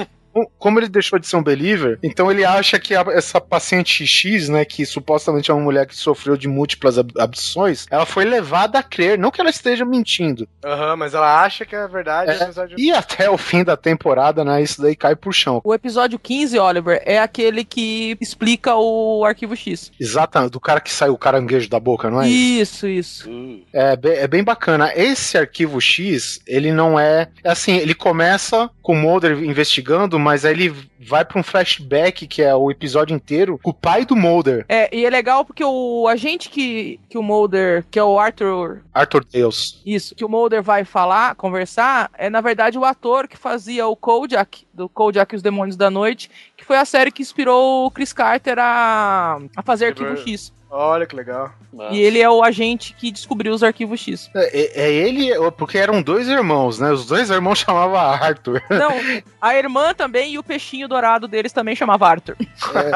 [SPEAKER 3] Como ele deixou de ser um believer, então ele acha que a, essa paciente X, né, que supostamente é uma mulher que sofreu de múltiplas ab- abduções, ela foi levada a crer, não que ela esteja mentindo.
[SPEAKER 4] Aham, uhum, mas ela acha que é verdade.
[SPEAKER 3] É, de... E até o fim da temporada, né, isso daí cai pro chão.
[SPEAKER 6] O episódio quinze, Oliver, é aquele que explica o Arquivo X.
[SPEAKER 3] Exatamente, do cara que saiu o caranguejo da boca, não é
[SPEAKER 6] isso? Isso, isso.
[SPEAKER 3] É, é bem bacana. Esse Arquivo X, ele não é... Assim, ele começa com o Mulder investigando, mas aí ele vai pra um flashback, que é o episódio inteiro, com o pai do Mulder.
[SPEAKER 6] É, e é legal porque o agente que, que o Mulder, que é o Arthur...
[SPEAKER 3] Arthur Dales.
[SPEAKER 6] Isso, que o Mulder vai falar, conversar, é na verdade o ator que fazia o Kojak, do Kojak e os Demônios da Noite, que foi a série que inspirou o Chris Carter a, a fazer Arquivo X.
[SPEAKER 4] Olha que legal.
[SPEAKER 6] Nossa. E ele é o agente que descobriu os arquivos X.
[SPEAKER 3] É, é ele, porque eram dois irmãos, né? Os dois irmãos chamavam Arthur.
[SPEAKER 6] Não, a irmã também e o peixinho dourado deles também chamava Arthur.
[SPEAKER 3] É,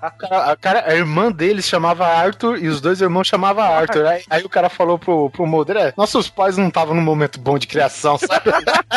[SPEAKER 3] a, cara, a irmã deles chamava Arthur e os dois irmãos chamavam Arthur. Aí, aí o cara falou pro, pro Mulder, é, nossos pais não estavam num momento bom de criação, sabe?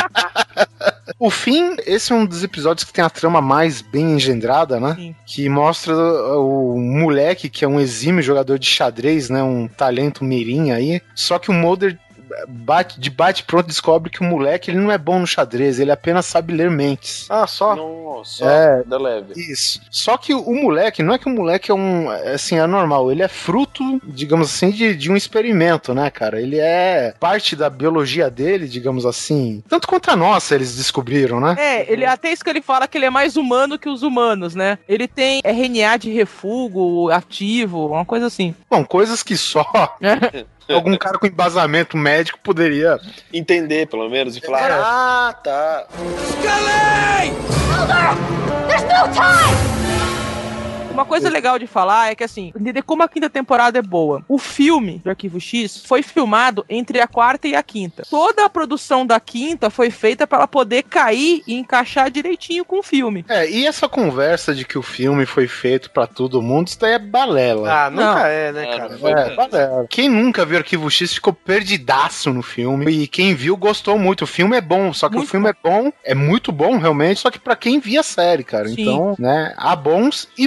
[SPEAKER 3] O fim, esse é um dos episódios que tem a trama mais bem engendrada, né? Sim. Que mostra o moleque, que é um exímio jogador de xadrez, né? Um talento mirim aí. Só que o Mulder bate, de bate pronto descobre que o moleque ele não é bom no xadrez, ele apenas sabe ler mentes.
[SPEAKER 4] Ah, só?
[SPEAKER 1] Nossa,
[SPEAKER 3] é,
[SPEAKER 1] da leve.
[SPEAKER 3] Isso. Só que o moleque, não é que o moleque é um, assim, é normal, ele é fruto, digamos assim, de, de um experimento, né, cara? Ele é parte da biologia dele, digamos assim, tanto quanto a nossa eles descobriram, né?
[SPEAKER 6] É, ele até isso que ele fala que ele é mais humano que os humanos, né? Ele tem R N A de refúgio ativo, uma coisa assim.
[SPEAKER 3] Bom, coisas que só... algum cara com embasamento médico poderia
[SPEAKER 1] entender, pelo menos, e falar, ah, tá.
[SPEAKER 8] Scully! Mulder! There's no time!
[SPEAKER 6] Uma coisa legal de falar é que, assim, entender como a quinta temporada é boa. O filme do Arquivo X foi filmado entre a quarta e a quinta. Toda a produção da quinta foi feita para ela poder cair e encaixar direitinho com o filme.
[SPEAKER 3] É, e essa conversa de que o filme foi feito pra todo mundo, isso daí é balela.
[SPEAKER 4] Ah, nunca não. é, né, cara?
[SPEAKER 3] É, é balela. Quem nunca viu Arquivo X ficou perdidaço no filme. E quem viu gostou muito. O filme é bom, só que muito o filme bom. é bom, é muito bom realmente, só que pra quem via a série, cara. Sim. Então, né, há bons e bons.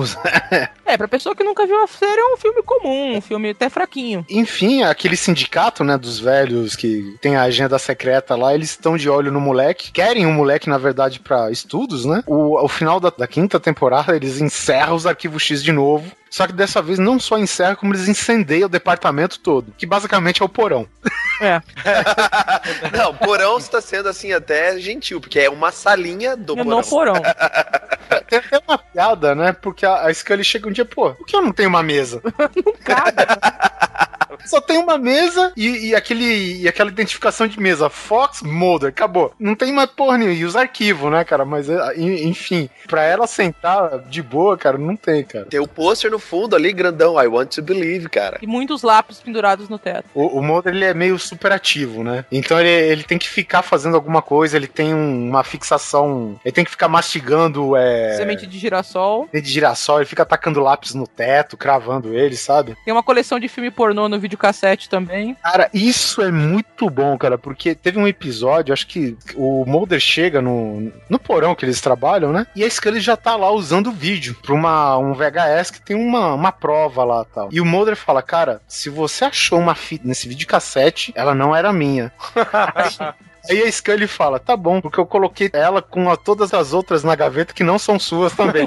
[SPEAKER 3] menos.
[SPEAKER 6] É, pra pessoa que nunca viu a série, é um filme comum, um filme até fraquinho.
[SPEAKER 3] Enfim, aquele sindicato, né, dos velhos que tem a agenda secreta lá, eles estão de olho no moleque, querem o moleque, na verdade, pra estudos, né? O, ao final da, da quinta temporada, eles encerram os arquivos X de novo. Só que dessa vez não só encerra, como eles incendeiam o departamento todo, que basicamente é o porão.
[SPEAKER 6] É.
[SPEAKER 1] Não, porão está sendo assim até gentil, porque é uma salinha do
[SPEAKER 6] Eu
[SPEAKER 1] porão.
[SPEAKER 6] não porão.
[SPEAKER 3] Tem até uma piada, né? Porque a, a Scully chega um dia, pô, por que eu não tenho uma mesa?
[SPEAKER 6] Não cabe.
[SPEAKER 3] Só tem uma mesa e, e, aquele, e aquela identificação de mesa. Fox, Mulder, acabou. Não tem mais porra nenhuma. E os arquivos, né, cara? Mas, enfim, pra ela sentar de boa, cara, não tem, cara.
[SPEAKER 1] Tem o pôster no fundo ali, grandão. I want to believe, cara.
[SPEAKER 6] E muitos lápis pendurados no teto.
[SPEAKER 3] O, o Mulder, ele é meio superativo, né? Então ele, ele tem que ficar fazendo alguma coisa, ele tem um, uma fixação... Ele tem que ficar mastigando... É,
[SPEAKER 6] semente de girassol.
[SPEAKER 3] Semente de girassol, ele fica atacando lápis no teto, cravando ele, sabe?
[SPEAKER 6] Tem uma coleção de filme pornô no videocassete também.
[SPEAKER 3] Cara, isso é muito bom, cara, porque teve um episódio, acho que o Mulder chega no, no porão que eles trabalham, né? E a Scully já tá lá usando o vídeo pra uma, um V H S que tem uma, uma prova lá e tal. E o Mulder fala, cara, se você achou uma fita nesse videocassete, ela não era minha. Aí a Scully fala, tá bom, porque eu coloquei ela com a, todas as outras na gaveta que não são suas também.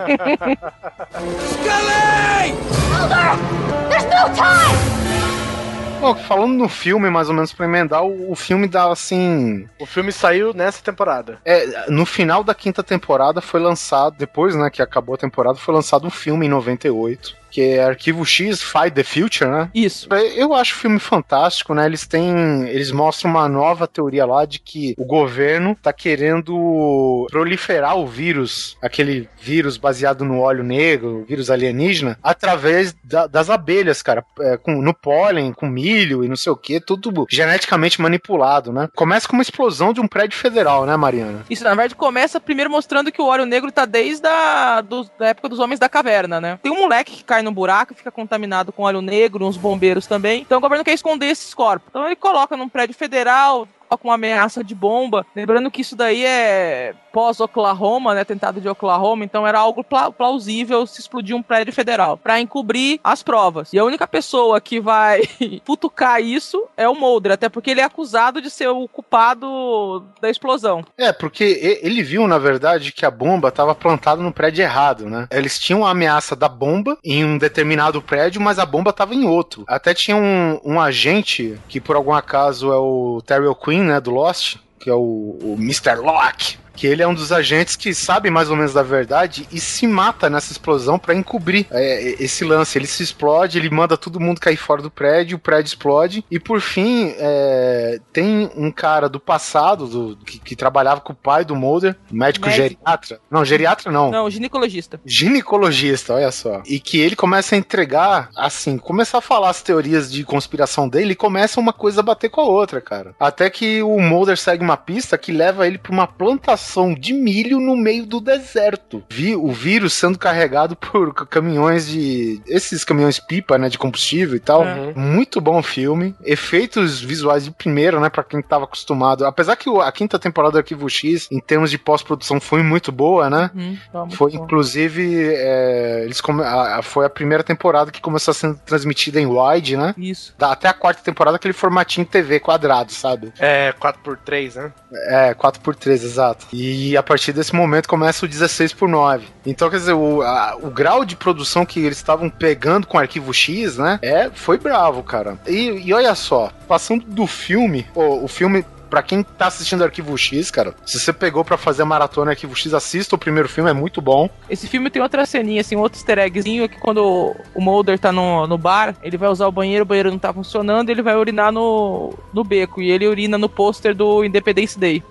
[SPEAKER 8] Scully! Mulder! There's no time!
[SPEAKER 3] Bom, falando no filme, mais ou menos pra emendar, o, o filme dá assim...
[SPEAKER 4] O filme saiu nessa temporada.
[SPEAKER 3] É, no final da quinta temporada foi lançado, depois, né, que acabou a temporada, foi lançado um filme em noventa e oito. Que é Arquivo X, Fight the Future, né?
[SPEAKER 6] Isso.
[SPEAKER 3] Eu acho o filme fantástico, né? Eles têm... Eles mostram uma nova teoria lá de que o governo tá querendo proliferar o vírus, aquele vírus baseado no óleo negro, o vírus alienígena, através da, das abelhas, cara. É, com, no pólen, com milho e não sei o que, tudo geneticamente manipulado, né? Começa com uma explosão de um prédio federal, né, Mariana?
[SPEAKER 6] Isso, na verdade, começa primeiro mostrando que o óleo negro tá desde a do, da época dos Homens da Caverna, né? Tem um moleque que cai no buraco, fica contaminado com óleo negro, uns bombeiros também. Então o governo quer esconder esses corpos. Então ele coloca num prédio federal com uma ameaça de bomba. Lembrando que isso daí é pós-Oklahoma, né? Tentado de Oklahoma. Então era algo plausível se explodir um prédio federal pra encobrir as provas. E a única pessoa que vai futucar isso é o Mulder, até porque ele é acusado de ser o culpado da explosão.
[SPEAKER 3] É, porque ele viu, na verdade, que a bomba estava plantada no prédio errado, né? Eles tinham a ameaça da bomba em um determinado prédio, mas a bomba estava em outro. Até tinha um, um agente, que por algum acaso é o Terry O'Quinn, né, do Lost, que é o, o mister Locke, que ele é um dos agentes que sabe mais ou menos da verdade e se mata nessa explosão pra encobrir é, esse lance. Ele se explode, ele manda todo mundo cair fora do prédio, o prédio explode e por fim é, tem um cara do passado do, que, que trabalhava com o pai do Mulder, médico, médico geriatra. Não, geriatra não.
[SPEAKER 6] Não, ginecologista.
[SPEAKER 3] Ginecologista, olha só. E que ele começa a entregar, assim, começar a falar as teorias de conspiração dele e começa uma coisa a bater com a outra, cara. Até que o Mulder segue uma pista que leva ele pra uma plantação de milho no meio do deserto. Vi o vírus sendo carregado por caminhões de... Esses caminhões pipa, né, de combustível e tal. Uhum. Muito bom filme. Efeitos visuais de primeira, né, pra quem tava acostumado. Apesar que a quinta temporada do Arquivo X, em termos de pós-produção, foi muito boa, né? Uhum, tá muito foi, bom. Inclusive, é, eles come... a, foi a primeira temporada que começou a ser transmitida em wide, né?
[SPEAKER 6] Isso.
[SPEAKER 3] Até a quarta temporada, aquele formatinho T V quadrado, sabe?
[SPEAKER 4] É, quatro por três, né?
[SPEAKER 3] É, quatro por três, exato. E a partir desse momento começa o dezesseis por nove. Então, quer dizer, o, a, o grau de produção que eles estavam pegando com o Arquivo X, né? É, foi bravo, cara. E, e olha só, passando do filme, o, o filme... Pra quem tá assistindo Arquivo X, cara, se você pegou pra fazer a maratona Arquivo X, assista o primeiro filme, é muito bom.
[SPEAKER 6] Esse filme tem outra ceninha, assim, outro easter eggzinho, é que quando o Mulder tá no, no bar, ele vai usar o banheiro, o banheiro não tá funcionando, ele vai urinar no, no beco, e ele urina no pôster do Independence Day.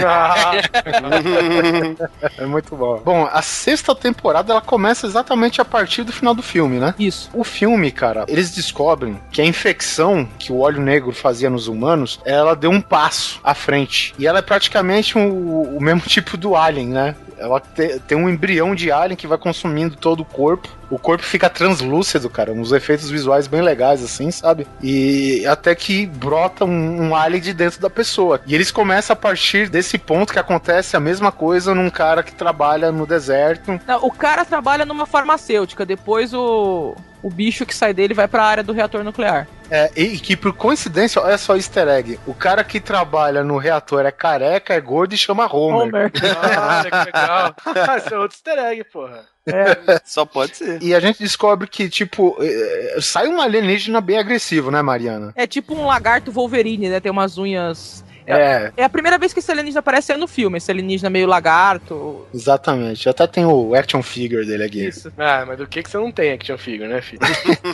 [SPEAKER 3] É muito bom. Bom, a sexta temporada ela começa exatamente a partir do final do filme, né?
[SPEAKER 6] Isso.
[SPEAKER 3] O filme, cara, eles descobrem que a infecção que o óleo negro fazia nos humanos, ela deu um passo à frente. E ela é praticamente o, o mesmo tipo do Alien, né? ela te, tem um embrião de alien que vai consumindo todo o corpo. O corpo fica translúcido, cara, uns efeitos visuais bem legais, assim, sabe? E até que brota um, um alien de dentro da pessoa. E eles começam a partir desse ponto que acontece a mesma coisa num cara que trabalha no deserto.
[SPEAKER 6] Não, o cara trabalha numa farmacêutica, depois o... o bicho que sai dele vai pra área do reator nuclear.
[SPEAKER 3] É, e que por coincidência, olha só o easter egg, o cara que trabalha no reator é careca, é gordo e chama Homer.
[SPEAKER 6] Homer.
[SPEAKER 4] Olha que legal. Esse é outro easter egg, porra.
[SPEAKER 6] É.
[SPEAKER 1] Só pode ser.
[SPEAKER 3] E a gente descobre que, tipo, é, sai um alienígena bem agressivo, né, Mariana?
[SPEAKER 6] É tipo um lagarto Wolverine, né? Tem umas unhas...
[SPEAKER 3] É.
[SPEAKER 6] É a primeira vez que esse alienígena aparece é no filme, esse alienígena meio lagarto.
[SPEAKER 3] Exatamente. Até tem o action figure dele aqui.
[SPEAKER 6] Isso.
[SPEAKER 4] Ah, mas do que que você não tem action figure, né, filho?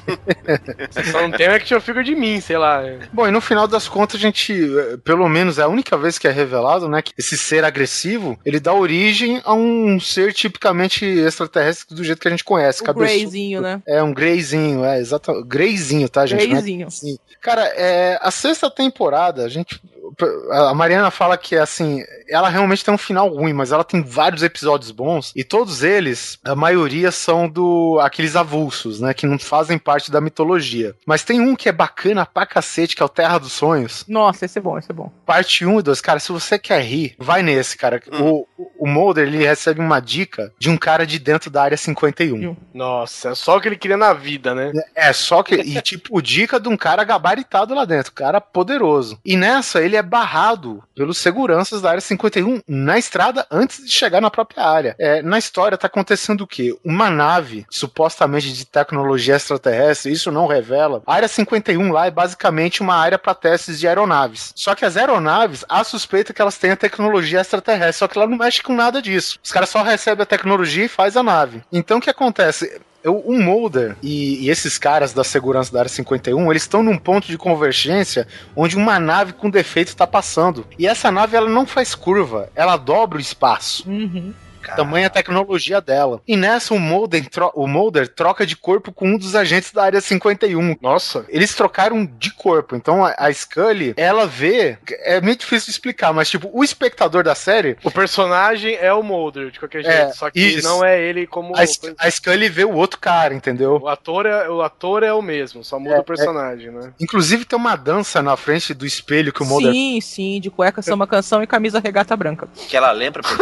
[SPEAKER 4] Você só não tem action figure de mim, sei lá.
[SPEAKER 3] Bom, e no final das contas, a gente, pelo menos é a única vez que é revelado, né, que esse ser agressivo, ele dá origem a um ser tipicamente extraterrestre do jeito que a gente conhece.
[SPEAKER 6] O
[SPEAKER 3] cabeçudo.
[SPEAKER 6] Greyzinho, né?
[SPEAKER 3] É, um Greyzinho, é, exato. Greyzinho, tá, gente?
[SPEAKER 6] Greyzinho.
[SPEAKER 3] Sim. Cara, é, a sexta temporada, a gente... A Mariana fala que, assim, ela realmente tem um final ruim, mas ela tem vários episódios bons, e todos eles, a maioria são do aqueles avulsos, né, que não fazem parte da mitologia. Mas tem um que é bacana pra cacete, que é o Terra dos Sonhos.
[SPEAKER 6] Nossa, esse é bom, esse é bom.
[SPEAKER 3] Parte um e dois. Cara, se você quer rir, vai nesse, cara.
[SPEAKER 1] Hum.
[SPEAKER 3] O, o Mulder, ele recebe uma dica de um cara de dentro da área cinquenta e um.
[SPEAKER 4] Nossa, é só o que ele queria na vida, né?
[SPEAKER 3] É, só que... E, tipo, dica de um cara gabaritado lá dentro. Cara poderoso. E nessa, ele é barrado pelos seguranças da área cinquenta e um na estrada antes de chegar na própria área. É, na história tá acontecendo o quê? Uma nave, supostamente de tecnologia extraterrestre, isso não revela. A área cinquenta e um lá é basicamente uma área para testes de aeronaves. Só que as aeronaves, há suspeita que elas têm a tecnologia extraterrestre, só que ela não mexe com nada disso. Os caras só recebem a tecnologia e faz a nave. Então o que acontece? O Mulder e, e esses caras da segurança da área cinquenta e um, eles estão num ponto de convergência onde uma nave com defeito está passando. E essa nave, ela não faz curva, ela dobra o espaço.
[SPEAKER 6] Uhum.
[SPEAKER 3] Tamanha a tecnologia dela. E nessa, o Mulder, tro- o Mulder troca de corpo com um dos agentes da área cinquenta e um.
[SPEAKER 4] Nossa.
[SPEAKER 3] Eles trocaram de corpo. Então a, a Scully, ela vê... É meio difícil de explicar, mas tipo, o espectador da série...
[SPEAKER 4] O personagem é o Mulder, de qualquer jeito.
[SPEAKER 3] É,
[SPEAKER 4] só que
[SPEAKER 3] isso.
[SPEAKER 4] não é ele como...
[SPEAKER 3] A, Sc- a Scully vê o outro cara, entendeu?
[SPEAKER 4] O ator é o, ator é o mesmo, só muda
[SPEAKER 3] É,
[SPEAKER 4] o personagem, né?
[SPEAKER 3] Inclusive tem uma dança na frente do espelho que o Mulder...
[SPEAKER 6] Sim, sim, de cueca, samba, canção e camisa regata branca.
[SPEAKER 1] Que ela lembra. Porque...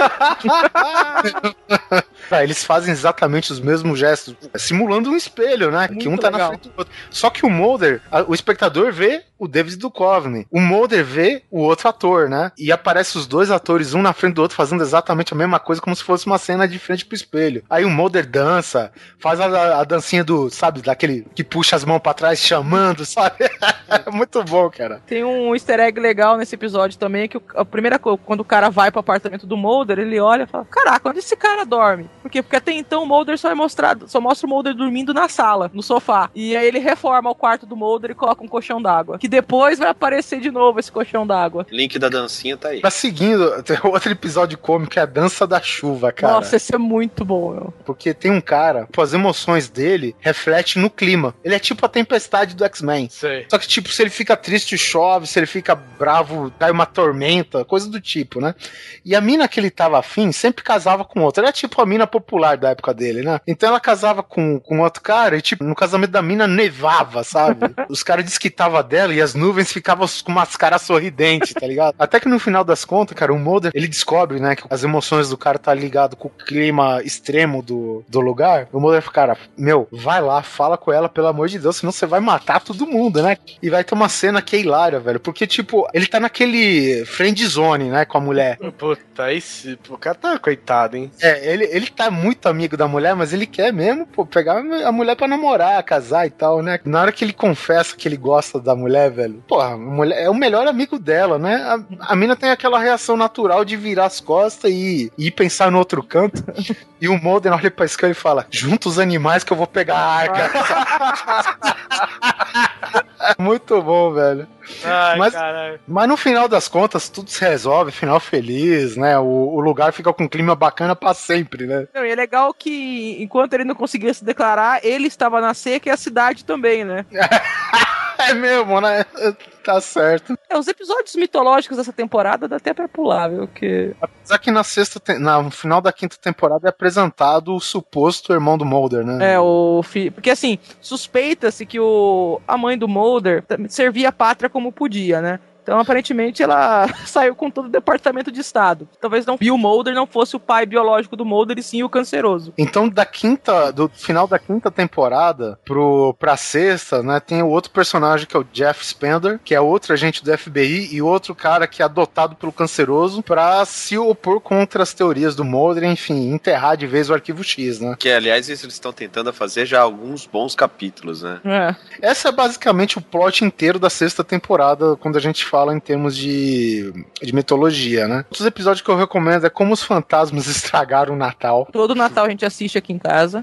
[SPEAKER 3] Ah, eles fazem exatamente os mesmos gestos, simulando um espelho, né?
[SPEAKER 6] Muito
[SPEAKER 3] que um tá
[SPEAKER 6] legal.
[SPEAKER 3] na frente do outro. Só que o Mulder, a- o espectador vê o David Duchovny. O Mulder vê o outro ator, né? E aparece os dois atores, um na frente do outro, fazendo exatamente a mesma coisa, como se fosse uma cena de frente pro espelho. Aí o Mulder dança, faz a, a dancinha do, sabe, daquele que puxa as mãos pra trás, chamando, sabe? É muito bom, cara.
[SPEAKER 6] Tem um easter egg legal nesse episódio também, que o- a primeira coisa, quando o cara vai pro apartamento do Mulder, ele olha e fala, caraca, onde esse cara dorme? Por quê? Porque até então o Mulder só é mostrado, só mostra o Mulder dormindo na sala, no sofá. E aí ele reforma o quarto do Mulder e coloca um colchão d'água. Que depois vai aparecer de novo esse colchão d'água.
[SPEAKER 1] Link da dancinha tá aí.
[SPEAKER 3] Tá seguindo, tem outro episódio cômico que é a dança da chuva, cara.
[SPEAKER 6] Nossa, esse é muito bom, meu.
[SPEAKER 3] Porque tem um cara, tipo, as emoções dele refletem no clima. Ele é tipo a tempestade do X-Men.
[SPEAKER 4] Sei.
[SPEAKER 3] Só que, tipo, se ele fica triste, chove, se ele fica bravo, cai uma tormenta, coisa do tipo, né? E a mina que ele tava afim sempre casava com outra. Era tipo a mina popular da época dele, né? Então ela casava com, com outro cara e, tipo, no casamento da mina nevava, sabe? Os caras desquitavam dela e as nuvens ficavam com umas caras sorridentes, tá ligado? Até que no final das contas, cara, o Mulder, ele descobre, né, que as emoções do cara tá ligado com o clima extremo do, do lugar. O Mulder fala, cara, meu, vai lá, fala com ela, pelo amor de Deus, senão você vai matar todo mundo, né? E vai ter uma cena que é hilária, velho, porque, tipo, ele tá naquele friend zone, né, com a mulher.
[SPEAKER 4] Puta, aí esse, o cara tá coitado, hein?
[SPEAKER 3] É, ele, ele tá muito amigo da mulher, mas ele quer mesmo, pô, pegar a mulher pra namorar, casar e tal, né? Na hora que ele confessa que ele gosta da mulher, velho, porra, a mulher é o melhor amigo dela, né? A, a mina tem aquela reação natural de virar as costas e, e ir pensar no outro canto. E o Mulder olha pra Scully e fala, junta os animais que eu vou pegar a arca. Muito bom, velho.
[SPEAKER 4] Ai,
[SPEAKER 3] Mas-
[SPEAKER 4] caralho.
[SPEAKER 3] Mas no final das contas, tudo se resolve, final feliz, né? O, o lugar fica com um clima bacana pra sempre, né?
[SPEAKER 6] Não, e é legal que, enquanto ele não conseguia se declarar, ele estava na seca e a cidade também, né?
[SPEAKER 3] É mesmo, né? Tá certo.
[SPEAKER 6] É, os episódios mitológicos dessa temporada dá até pra pular, viu? Que...
[SPEAKER 3] Apesar que na sexta, te... no final da quinta temporada é apresentado o suposto irmão do Mulder, né?
[SPEAKER 6] É, o filho. Porque assim, suspeita-se que o... a mãe do Mulder servia a pátria como podia, né? Então, aparentemente, ela saiu com todo o departamento de estado. Talvez não Bill Mulder não fosse o pai biológico do Mulder, e sim o canceroso.
[SPEAKER 3] Então, da quinta, do final da quinta temporada pro, pra sexta, né, tem o outro personagem que é o Jeff Spender, que é outro agente do F B I, e outro cara que é adotado pelo canceroso pra se opor contra as teorias do Mulder, enfim, enterrar de vez o Arquivo X, né?
[SPEAKER 1] Que, aliás, isso eles estão tentando fazer já há alguns bons capítulos, né?
[SPEAKER 6] É.
[SPEAKER 3] Essa é basicamente o plot inteiro da sexta temporada, quando a gente fala em termos de, de mitologia, né? Outros episódios que eu recomendo é Como os Fantasmas Estragaram o Natal.
[SPEAKER 6] Todo Natal a gente assiste aqui em casa.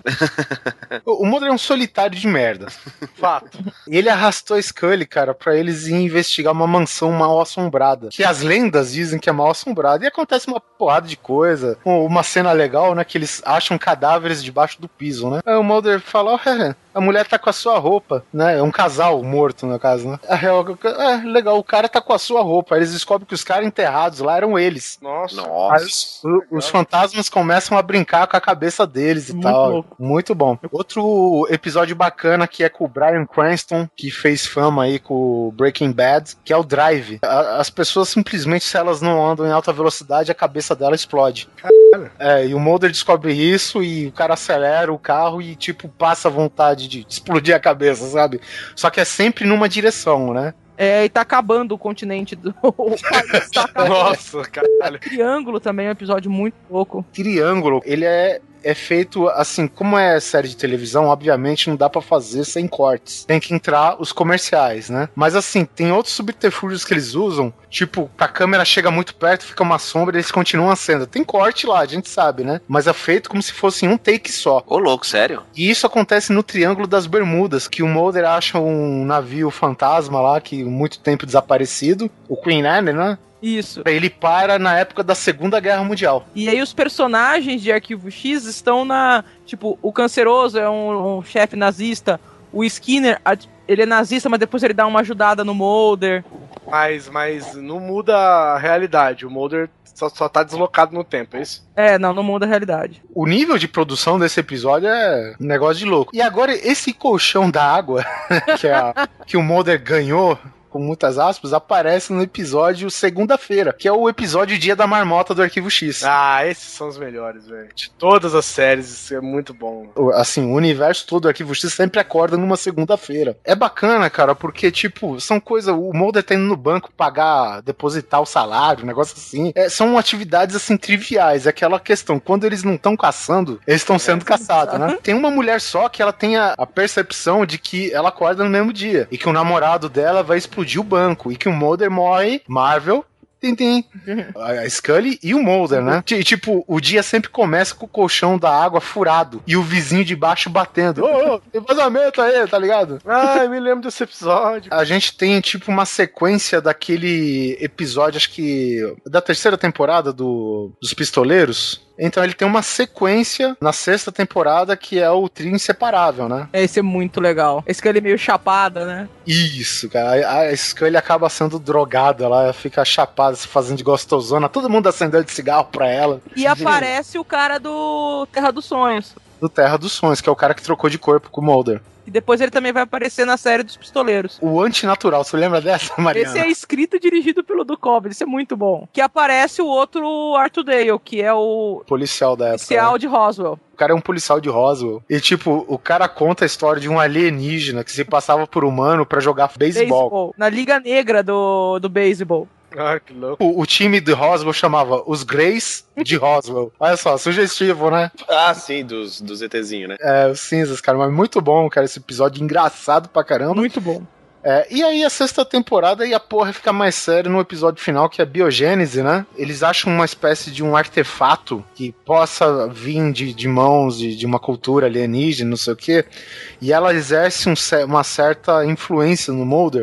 [SPEAKER 3] O Mulder é um solitário de merda. Fato. E ele arrastou a Scully, cara, pra eles ir investigar uma mansão mal assombrada. Que as lendas dizem que é mal assombrada. E acontece uma porrada de coisa. Uma cena legal, né? Que eles acham cadáveres debaixo do piso, né? Aí o Mulder fala, oh, é, a mulher tá com a sua roupa, né? É um casal morto, no caso, né? É, legal, o cara tá com a sua roupa. Aí eles descobrem que os caras enterrados lá eram eles.
[SPEAKER 4] Nossa.
[SPEAKER 3] Aí os, os fantasmas começam a brincar com a cabeça deles e
[SPEAKER 6] Muito
[SPEAKER 3] tal.
[SPEAKER 6] louco.
[SPEAKER 3] Muito bom. Outro episódio bacana que é com o Bryan Cranston, que fez fama aí com o Breaking Bad, que é o Drive. A, as pessoas simplesmente, se elas não andam em alta velocidade, a cabeça dela explode. Caralho. É, e o Mulder descobre isso e o cara acelera o carro e, tipo, passa a vontade de explodir a cabeça, sabe? Só que é sempre numa direção, né?
[SPEAKER 6] É, e tá acabando o continente do o país tá acabando.
[SPEAKER 4] Nossa, caralho.
[SPEAKER 6] Triângulo também é um episódio muito louco.
[SPEAKER 3] Triângulo, ele é é feito, assim, como é série de televisão, obviamente não dá pra fazer sem cortes. Tem que entrar os comerciais, né? Mas assim, tem outros subterfúgios que eles usam, tipo, a câmera chega muito perto, fica uma sombra e eles continuam a cena. Tem corte lá, a gente sabe, né? Mas é feito como se fosse em um take só.
[SPEAKER 1] Ô, louco, sério?
[SPEAKER 3] E isso acontece no Triângulo das Bermudas, que o Mulder acha um navio fantasma lá, que muito tempo desaparecido, o Queen Anne, né?
[SPEAKER 6] Isso.
[SPEAKER 3] Ele para na época da Segunda Guerra Mundial.
[SPEAKER 6] E aí os personagens de Arquivo X estão na... Tipo, o Canceroso é um, um chefe nazista. O Skinner, ele é nazista, mas depois ele dá uma ajudada no Mulder.
[SPEAKER 4] Mas, mas não muda a realidade. O Mulder só, só tá deslocado no tempo, é isso?
[SPEAKER 6] É, não, não muda a realidade.
[SPEAKER 3] O nível de produção desse episódio é um negócio de louco. E agora, esse colchão da água que, a, que o Mulder ganhou, com muitas aspas, aparece no episódio segunda-feira, que é o episódio Dia da Marmota do Arquivo X.
[SPEAKER 4] Ah, esses são os melhores, velho. De todas as séries, isso é muito bom.
[SPEAKER 3] Assim, o universo todo do Arquivo X sempre acorda numa segunda-feira. É bacana, cara, porque, tipo, são coisas... O Mulder tá indo no banco pagar, depositar o salário, um negócio assim. É, são atividades, assim, triviais. É aquela questão, quando eles não estão caçando, eles estão sendo é, caçados, né? Tem uma mulher só que ela tem a, a percepção de que ela acorda no mesmo dia. E que o namorado dela vai explodir o banco, e que o Mulder morre, Marvel, tem, tem. A Scully e o Mulder, né? E tipo, o dia sempre começa com o colchão da água furado e o vizinho de baixo batendo. Ô, ô, tem vazamento aí, tá ligado?
[SPEAKER 4] Ai, me lembro desse episódio.
[SPEAKER 3] A gente tem, tipo, uma sequência daquele episódio, acho que da terceira temporada do, dos Pistoleiros. Então ele tem uma sequência na sexta temporada que é o trio inseparável, né?
[SPEAKER 6] Esse é muito legal. A Scully é meio chapada, né?
[SPEAKER 3] Isso, cara. A, a Scully acaba sendo drogada, ela fica chapada, se fazendo de gostosona, todo mundo acendendo de cigarro pra ela.
[SPEAKER 6] E aparece o cara do Terra dos Sonhos.
[SPEAKER 3] Do Terra dos Sonhos, que é o cara que trocou de corpo com o Mulder.
[SPEAKER 6] E depois ele também vai aparecer na série dos Pistoleiros.
[SPEAKER 3] O Antinatural, você lembra dessa, Mariana?
[SPEAKER 6] Esse é escrito e dirigido pelo Duchovny, esse é muito bom. Que aparece o outro Arthur Dale, que é o...
[SPEAKER 3] policial da época.
[SPEAKER 6] Policial
[SPEAKER 3] né?
[SPEAKER 6] de Roswell.
[SPEAKER 3] O cara é um policial de Roswell. E, tipo, o cara conta a história de um alienígena que se passava por humano pra jogar beisebol.
[SPEAKER 6] Na Liga Negra do, do beisebol.
[SPEAKER 4] Ah, que louco.
[SPEAKER 3] O, o time de Roswell chamava os Greys de Roswell. Olha só, sugestivo, né?
[SPEAKER 1] Ah, sim, dos, dos ETzinhos, né?
[SPEAKER 3] É, os cinzas, cara. Mas muito bom, cara, esse episódio engraçado pra caramba.
[SPEAKER 6] Muito bom.
[SPEAKER 3] É, e aí a sexta temporada e a porra fica mais séria no episódio final, que é a biogênese, né? Eles acham uma espécie de um artefato que possa vir de, de mãos de, de uma cultura alienígena, não sei o quê, e ela exerce um, uma certa influência no Mulder.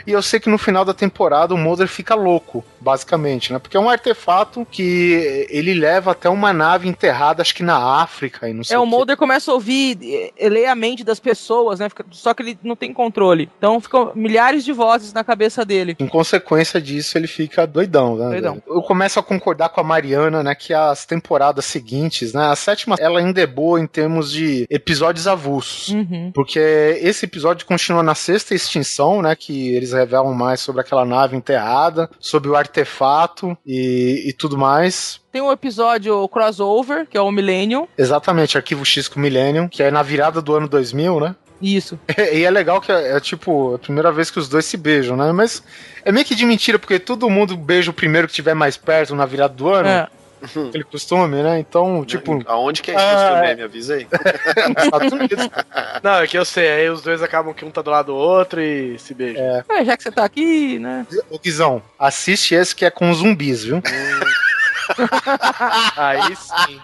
[SPEAKER 3] E eu sei que no final da temporada o Mulder fica louco, basicamente, né? Porque é um artefato que ele leva até uma nave enterrada, acho que na África e não sei
[SPEAKER 6] É,
[SPEAKER 3] o
[SPEAKER 6] o Mulder começa a ouvir, eh, ler a mente das pessoas, né? Fica- Só que ele não tem controle. Então ficam milhares de vozes na cabeça dele.
[SPEAKER 3] Em consequência disso, ele fica doidão, né?
[SPEAKER 6] Doidão.
[SPEAKER 3] velho? Eu começo a concordar com a Mariana, né? Que as temporadas seguintes, né? A sétima, ela ainda é boa em termos de episódios avulsos.
[SPEAKER 6] Uhum.
[SPEAKER 3] Porque esse episódio continua na sexta extinção, né? Que eles revelam mais sobre aquela nave enterrada, sobre o artefato e, e tudo mais.
[SPEAKER 6] Tem um episódio crossover, que é o Millennium.
[SPEAKER 3] Exatamente, Arquivo X com Millennium, que é na virada do ano dois mil, né?
[SPEAKER 6] Isso.
[SPEAKER 3] E é legal que é, é tipo a primeira vez que os dois se beijam, né? Mas é meio que de mentira, porque todo mundo beija o primeiro que estiver mais perto na virada do ano.
[SPEAKER 6] É.
[SPEAKER 3] Aquele costume, né? Então, tipo.
[SPEAKER 1] Aonde que é esse
[SPEAKER 3] Ah,
[SPEAKER 1] costume? Me avisa aí.
[SPEAKER 3] nos Estados Unidos.
[SPEAKER 4] Não, é que eu sei, aí os dois acabam que um tá do lado do outro e se beijam.
[SPEAKER 3] É.
[SPEAKER 6] É, já que você tá aqui, né?
[SPEAKER 3] Ô, Guizão, assiste esse que é com zumbis, viu?
[SPEAKER 4] Aí sim.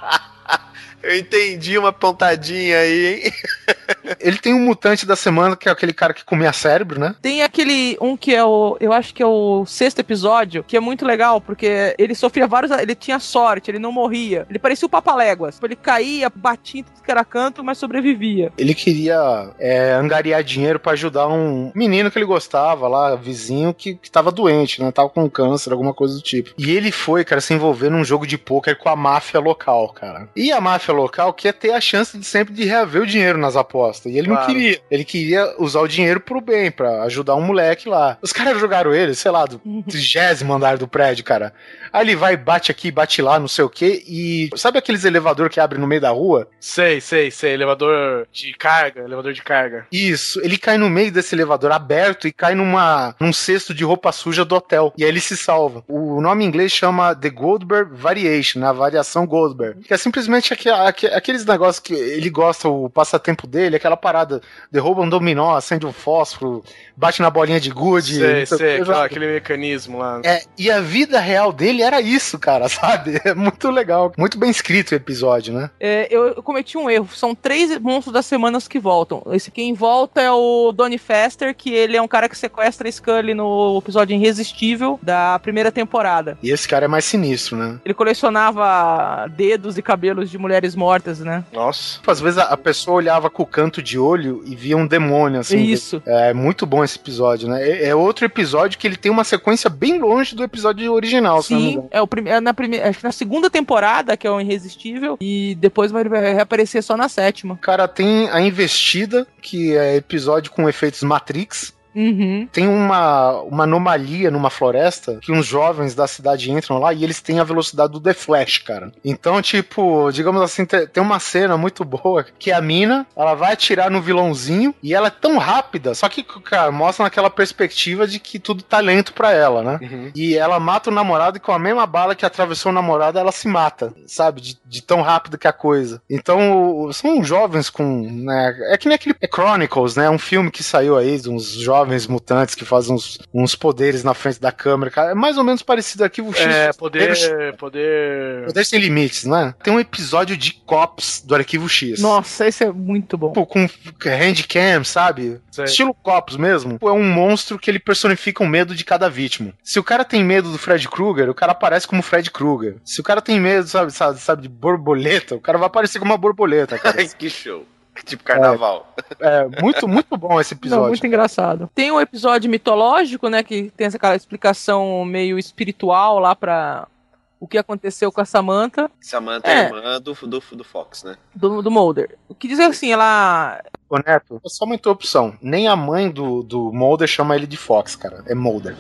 [SPEAKER 1] Eu entendi uma pontadinha aí, hein?
[SPEAKER 3] Ele tem um mutante da semana, que é aquele cara que comia cérebro, né?
[SPEAKER 6] Tem aquele um que é o. Eu acho que é o sexto episódio, que é muito legal, porque ele sofria vários. Ele tinha sorte, ele não morria. Ele parecia o Papaléguas. Ele caía, batia em tudo que era canto, mas sobrevivia.
[SPEAKER 3] Ele queria é, angariar dinheiro pra ajudar um menino que ele gostava lá, vizinho, que, que tava doente, né? Tava com câncer, alguma coisa do tipo. E ele foi, cara, se envolver num jogo de pôquer com a máfia local, cara. E a máfia local quer ter a chance de sempre de reaver o dinheiro nas apostas. E ele
[SPEAKER 4] Claro.
[SPEAKER 3] não queria. Ele queria usar o dinheiro pro bem, pra ajudar um moleque lá. Os caras jogaram ele, sei lá, do trigésimo andar do prédio, cara. Aí ele vai, bate aqui, bate lá, não sei o quê. E sabe aqueles elevador que abre no meio da rua?
[SPEAKER 4] Sei, sei, sei. Elevador de carga, elevador de carga.
[SPEAKER 3] Isso, ele cai no meio desse elevador aberto e cai numa, num cesto de roupa suja do hotel. E aí ele se salva. O nome em inglês chama The Goldberg Variation, a variação Goldberg. Que é simplesmente aqu- aqu- aqueles negócios que ele gosta, o passatempo dele, aquela parada, derruba um dominó, acende um fósforo, bate na bolinha de gude.
[SPEAKER 4] Sei,
[SPEAKER 3] não sei o
[SPEAKER 4] sei,
[SPEAKER 3] que,
[SPEAKER 4] aquela-
[SPEAKER 3] já-
[SPEAKER 4] aquele mecanismo lá.
[SPEAKER 3] É, e a vida real dele era isso, cara, sabe? É muito legal. Muito bem escrito o episódio, né?
[SPEAKER 6] É, eu, eu cometi um erro. São três monstros das semanas que voltam. Esse quem volta é o Donnie Fester, que ele é um cara que sequestra a Scully no episódio Irresistível da primeira temporada.
[SPEAKER 3] E esse cara é mais sinistro, né?
[SPEAKER 6] Ele colecionava dedos e cabelos de mulheres mortas, né?
[SPEAKER 4] Nossa.
[SPEAKER 3] Às vezes a, a pessoa olhava com o canto de olho e via um demônio, assim.
[SPEAKER 6] Isso.
[SPEAKER 3] É muito bom esse episódio, né? É, é outro episódio que ele tem uma sequência bem longe do episódio original, se não me
[SPEAKER 6] Sim,
[SPEAKER 3] engano.
[SPEAKER 6] é, o prime- é na primeira, acho que na segunda temporada, que é o Irresistível, e depois vai vai reaparecer só na sétima.
[SPEAKER 3] O cara tem a Investida, que é episódio com efeitos Matrix.
[SPEAKER 6] Uhum.
[SPEAKER 3] Tem uma, uma anomalia numa floresta que uns jovens da cidade entram lá e eles têm a velocidade do The Flash, cara. Então, tipo, digamos assim, te- tem uma cena muito boa que a mina, ela vai atirar no vilãozinho e ela é tão rápida, só que, cara, mostra naquela perspectiva de que tudo tá lento pra ela, né?
[SPEAKER 4] Uhum.
[SPEAKER 3] E ela mata o namorado e com a mesma bala que atravessou o namorado, ela se mata, sabe? De, de tão rápido que é a coisa. Então, o- são jovens com, né? É que nem aquele é Chronicles, né? Um filme que saiu aí de uns jovens mutantes que fazem uns, uns poderes na frente da câmera, cara. É mais ou menos parecido aqui o X.
[SPEAKER 4] É, poder. Poder.
[SPEAKER 3] Poder sem limites, né? Tem um episódio de Cops do Arquivo X.
[SPEAKER 6] Nossa, esse é muito bom.
[SPEAKER 3] Tipo, com handcam, sabe?
[SPEAKER 4] Sei.
[SPEAKER 3] Estilo Cops mesmo. É um monstro que ele personifica o medo de cada vítima. Se o cara tem medo do Fred Krueger, o cara aparece como Fred Krueger. Se o cara tem medo, sabe, sabe, sabe de borboleta, o cara vai aparecer como uma borboleta, cara.
[SPEAKER 1] Que show. Tipo carnaval.
[SPEAKER 3] É muito, muito bom esse
[SPEAKER 6] Não,
[SPEAKER 3] episódio.
[SPEAKER 6] muito engraçado. Tem um episódio mitológico, né, que tem aquela explicação meio espiritual lá pra o que aconteceu com a Samantha,
[SPEAKER 1] Samantha é
[SPEAKER 6] É.
[SPEAKER 1] irmã do, do, do Fox, né?
[SPEAKER 6] do, do Mulder. O que diz assim, ela...
[SPEAKER 3] Ô, Neto, é só uma interrupção. Nem a mãe do, do Mulder chama ele de Fox, cara. É Mulder.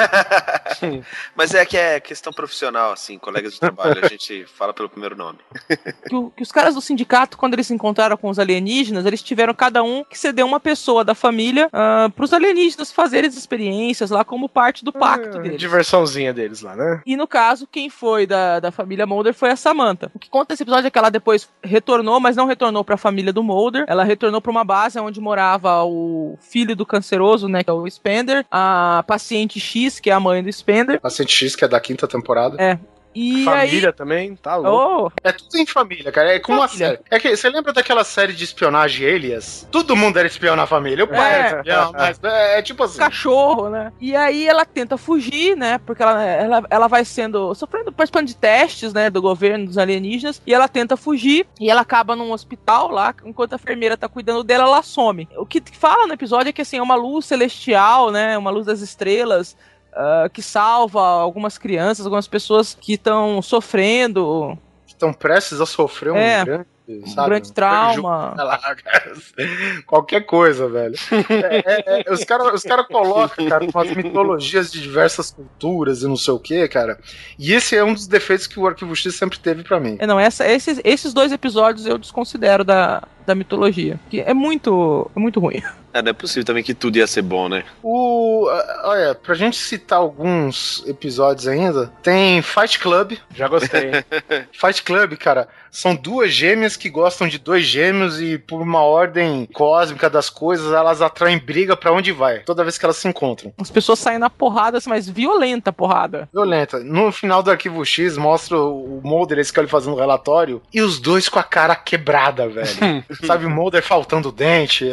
[SPEAKER 1] Mas é que é questão profissional, assim, colegas de trabalho, a gente fala pelo primeiro nome.
[SPEAKER 6] Que, o- que os caras do sindicato, quando eles se encontraram com os alienígenas, eles tiveram cada um que ceder uma pessoa da família uh, pros alienígenas fazerem as experiências lá como parte do pacto
[SPEAKER 4] É,
[SPEAKER 6] deles.
[SPEAKER 4] diversãozinha deles lá, né?
[SPEAKER 6] E no caso, quem foi da, da família Mulder foi a Samantha. O que conta esse episódio é que ela depois retornou, mas não retornou pra família do Mulder. Ela retornou pra uma base onde morava o filho do canceroso, né, que é o Spender, a paciente X, que é a mãe do Spender.
[SPEAKER 3] Paciente X, que é da quinta temporada.
[SPEAKER 6] É. E
[SPEAKER 4] Família
[SPEAKER 6] aí...
[SPEAKER 4] também, tá louco.
[SPEAKER 6] Oh,
[SPEAKER 3] É tudo em família, cara. É como uma
[SPEAKER 6] Família.
[SPEAKER 3] série. É que você lembra daquela série de espionagem Alias? Todo mundo era espião na família. O pai
[SPEAKER 6] É.
[SPEAKER 3] era espião, mas é, é tipo assim.
[SPEAKER 6] cachorro, né? E aí ela tenta fugir, né? Porque ela, ela, ela vai sendo... Sofrendo, participando de testes, né? Do governo, dos alienígenas. E ela tenta fugir. E ela acaba num hospital lá. Enquanto a enfermeira tá cuidando dela, ela some. O que fala no episódio é que, assim, é uma luz celestial, né? Uma luz das estrelas... Uh, que salva algumas crianças, algumas pessoas que estão sofrendo.
[SPEAKER 3] Estão prestes a sofrer um
[SPEAKER 6] É.
[SPEAKER 3] grande...
[SPEAKER 6] Um
[SPEAKER 3] Sabe,
[SPEAKER 6] grande
[SPEAKER 3] um
[SPEAKER 6] trauma.
[SPEAKER 3] prejuízo, sei lá, cara. Qualquer coisa, velho. É, é, é, os caras os cara colocam, cara, umas mitologias de diversas culturas e não sei o que, cara. E esse é um dos defeitos que o Arquivo X sempre teve pra mim.
[SPEAKER 6] É, não, essa, esses, esses dois episódios eu desconsidero da, da mitologia. Que é muito, é muito ruim.
[SPEAKER 1] É, não é possível também que tudo ia ser bom, né?
[SPEAKER 3] O, olha, pra gente citar alguns episódios ainda, tem Fight Club.
[SPEAKER 4] Já gostei.
[SPEAKER 3] Fight Club, cara, são duas gêmeas que gostam de dois gêmeos e por uma ordem cósmica das coisas, elas atraem briga pra onde vai, toda vez que elas se encontram.
[SPEAKER 6] As pessoas saem na porrada, assim, mas violenta porrada.
[SPEAKER 3] Violenta. No final do Arquivo X, mostra o Mulder e esse cara fazendo relatório e os dois com a cara quebrada, velho. Sabe, o Mulder faltando dente,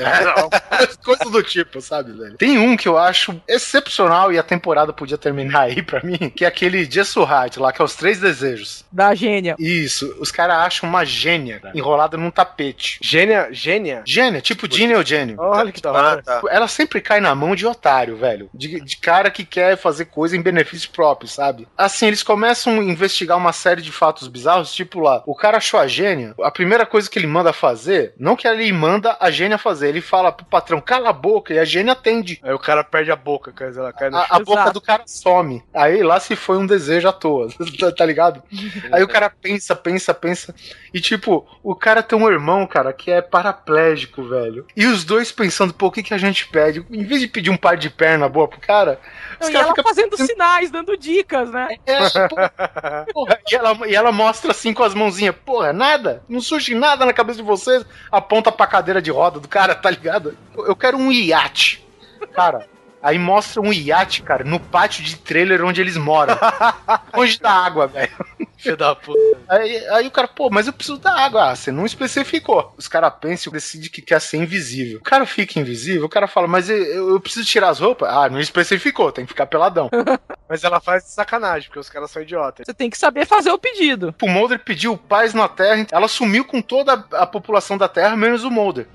[SPEAKER 3] é, coisas do tipo, sabe, velho. Tem um que eu acho excepcional e a temporada podia terminar aí pra mim, que é aquele Jessurrat lá, que é os três desejos.
[SPEAKER 6] Da gênia.
[SPEAKER 3] Isso, os caras acham uma gênia enrolada num tapete.
[SPEAKER 4] Gênia? Gênia?
[SPEAKER 3] Gênia, tipo Ginny ou Gênio.
[SPEAKER 4] Olha que da hora.
[SPEAKER 1] Ah, tá.
[SPEAKER 3] Ela sempre cai na mão de otário, velho. De, de cara que quer fazer coisa em benefício próprio, sabe? Assim, eles começam a investigar uma série de fatos bizarros, tipo lá, o cara achou a gênia, a primeira coisa que ele manda fazer, não que ele manda a gênia fazer, ele fala pro patrão, cala a boca, e a gênia atende.
[SPEAKER 4] Aí o cara perde a boca, cara, ela cai no
[SPEAKER 3] A,
[SPEAKER 4] chão.
[SPEAKER 3] a boca do cara some. Aí lá se foi um desejo à toa, tá ligado? Aí o cara pensa, pensa, pensa. E tipo, o cara tem um irmão, cara, que é paraplégico, velho. E os dois pensando, pô, o que, que a gente pede? Em vez de pedir um par de perna boa pro cara,
[SPEAKER 6] Não,
[SPEAKER 3] os
[SPEAKER 6] e
[SPEAKER 3] caras
[SPEAKER 6] ela
[SPEAKER 3] ficam
[SPEAKER 6] fazendo sinais, dando dicas, né?
[SPEAKER 3] É, porra, porra. E, ela, e ela mostra assim com as mãozinhas, porra, nada, não surge nada na cabeça de vocês, aponta pra cadeira de roda do cara, tá ligado? Eu quero um iate, cara. Aí mostra um iate, cara, no pátio de trailer onde eles moram. Longe da água, velho.
[SPEAKER 4] Filho da puta.
[SPEAKER 3] Aí, aí o cara, pô, mas eu preciso da água. Ah, você não especificou. Os caras pensam e decidem que quer ser invisível. O cara fica invisível, o cara fala, mas eu, eu preciso tirar as roupas? Ah, não especificou, tem que ficar peladão.
[SPEAKER 4] Mas ela faz de sacanagem, porque os caras são idiotas.
[SPEAKER 6] Você tem que saber fazer o pedido.
[SPEAKER 3] O Mulder pediu paz na Terra, ela sumiu com toda a população da Terra, menos o Mulder.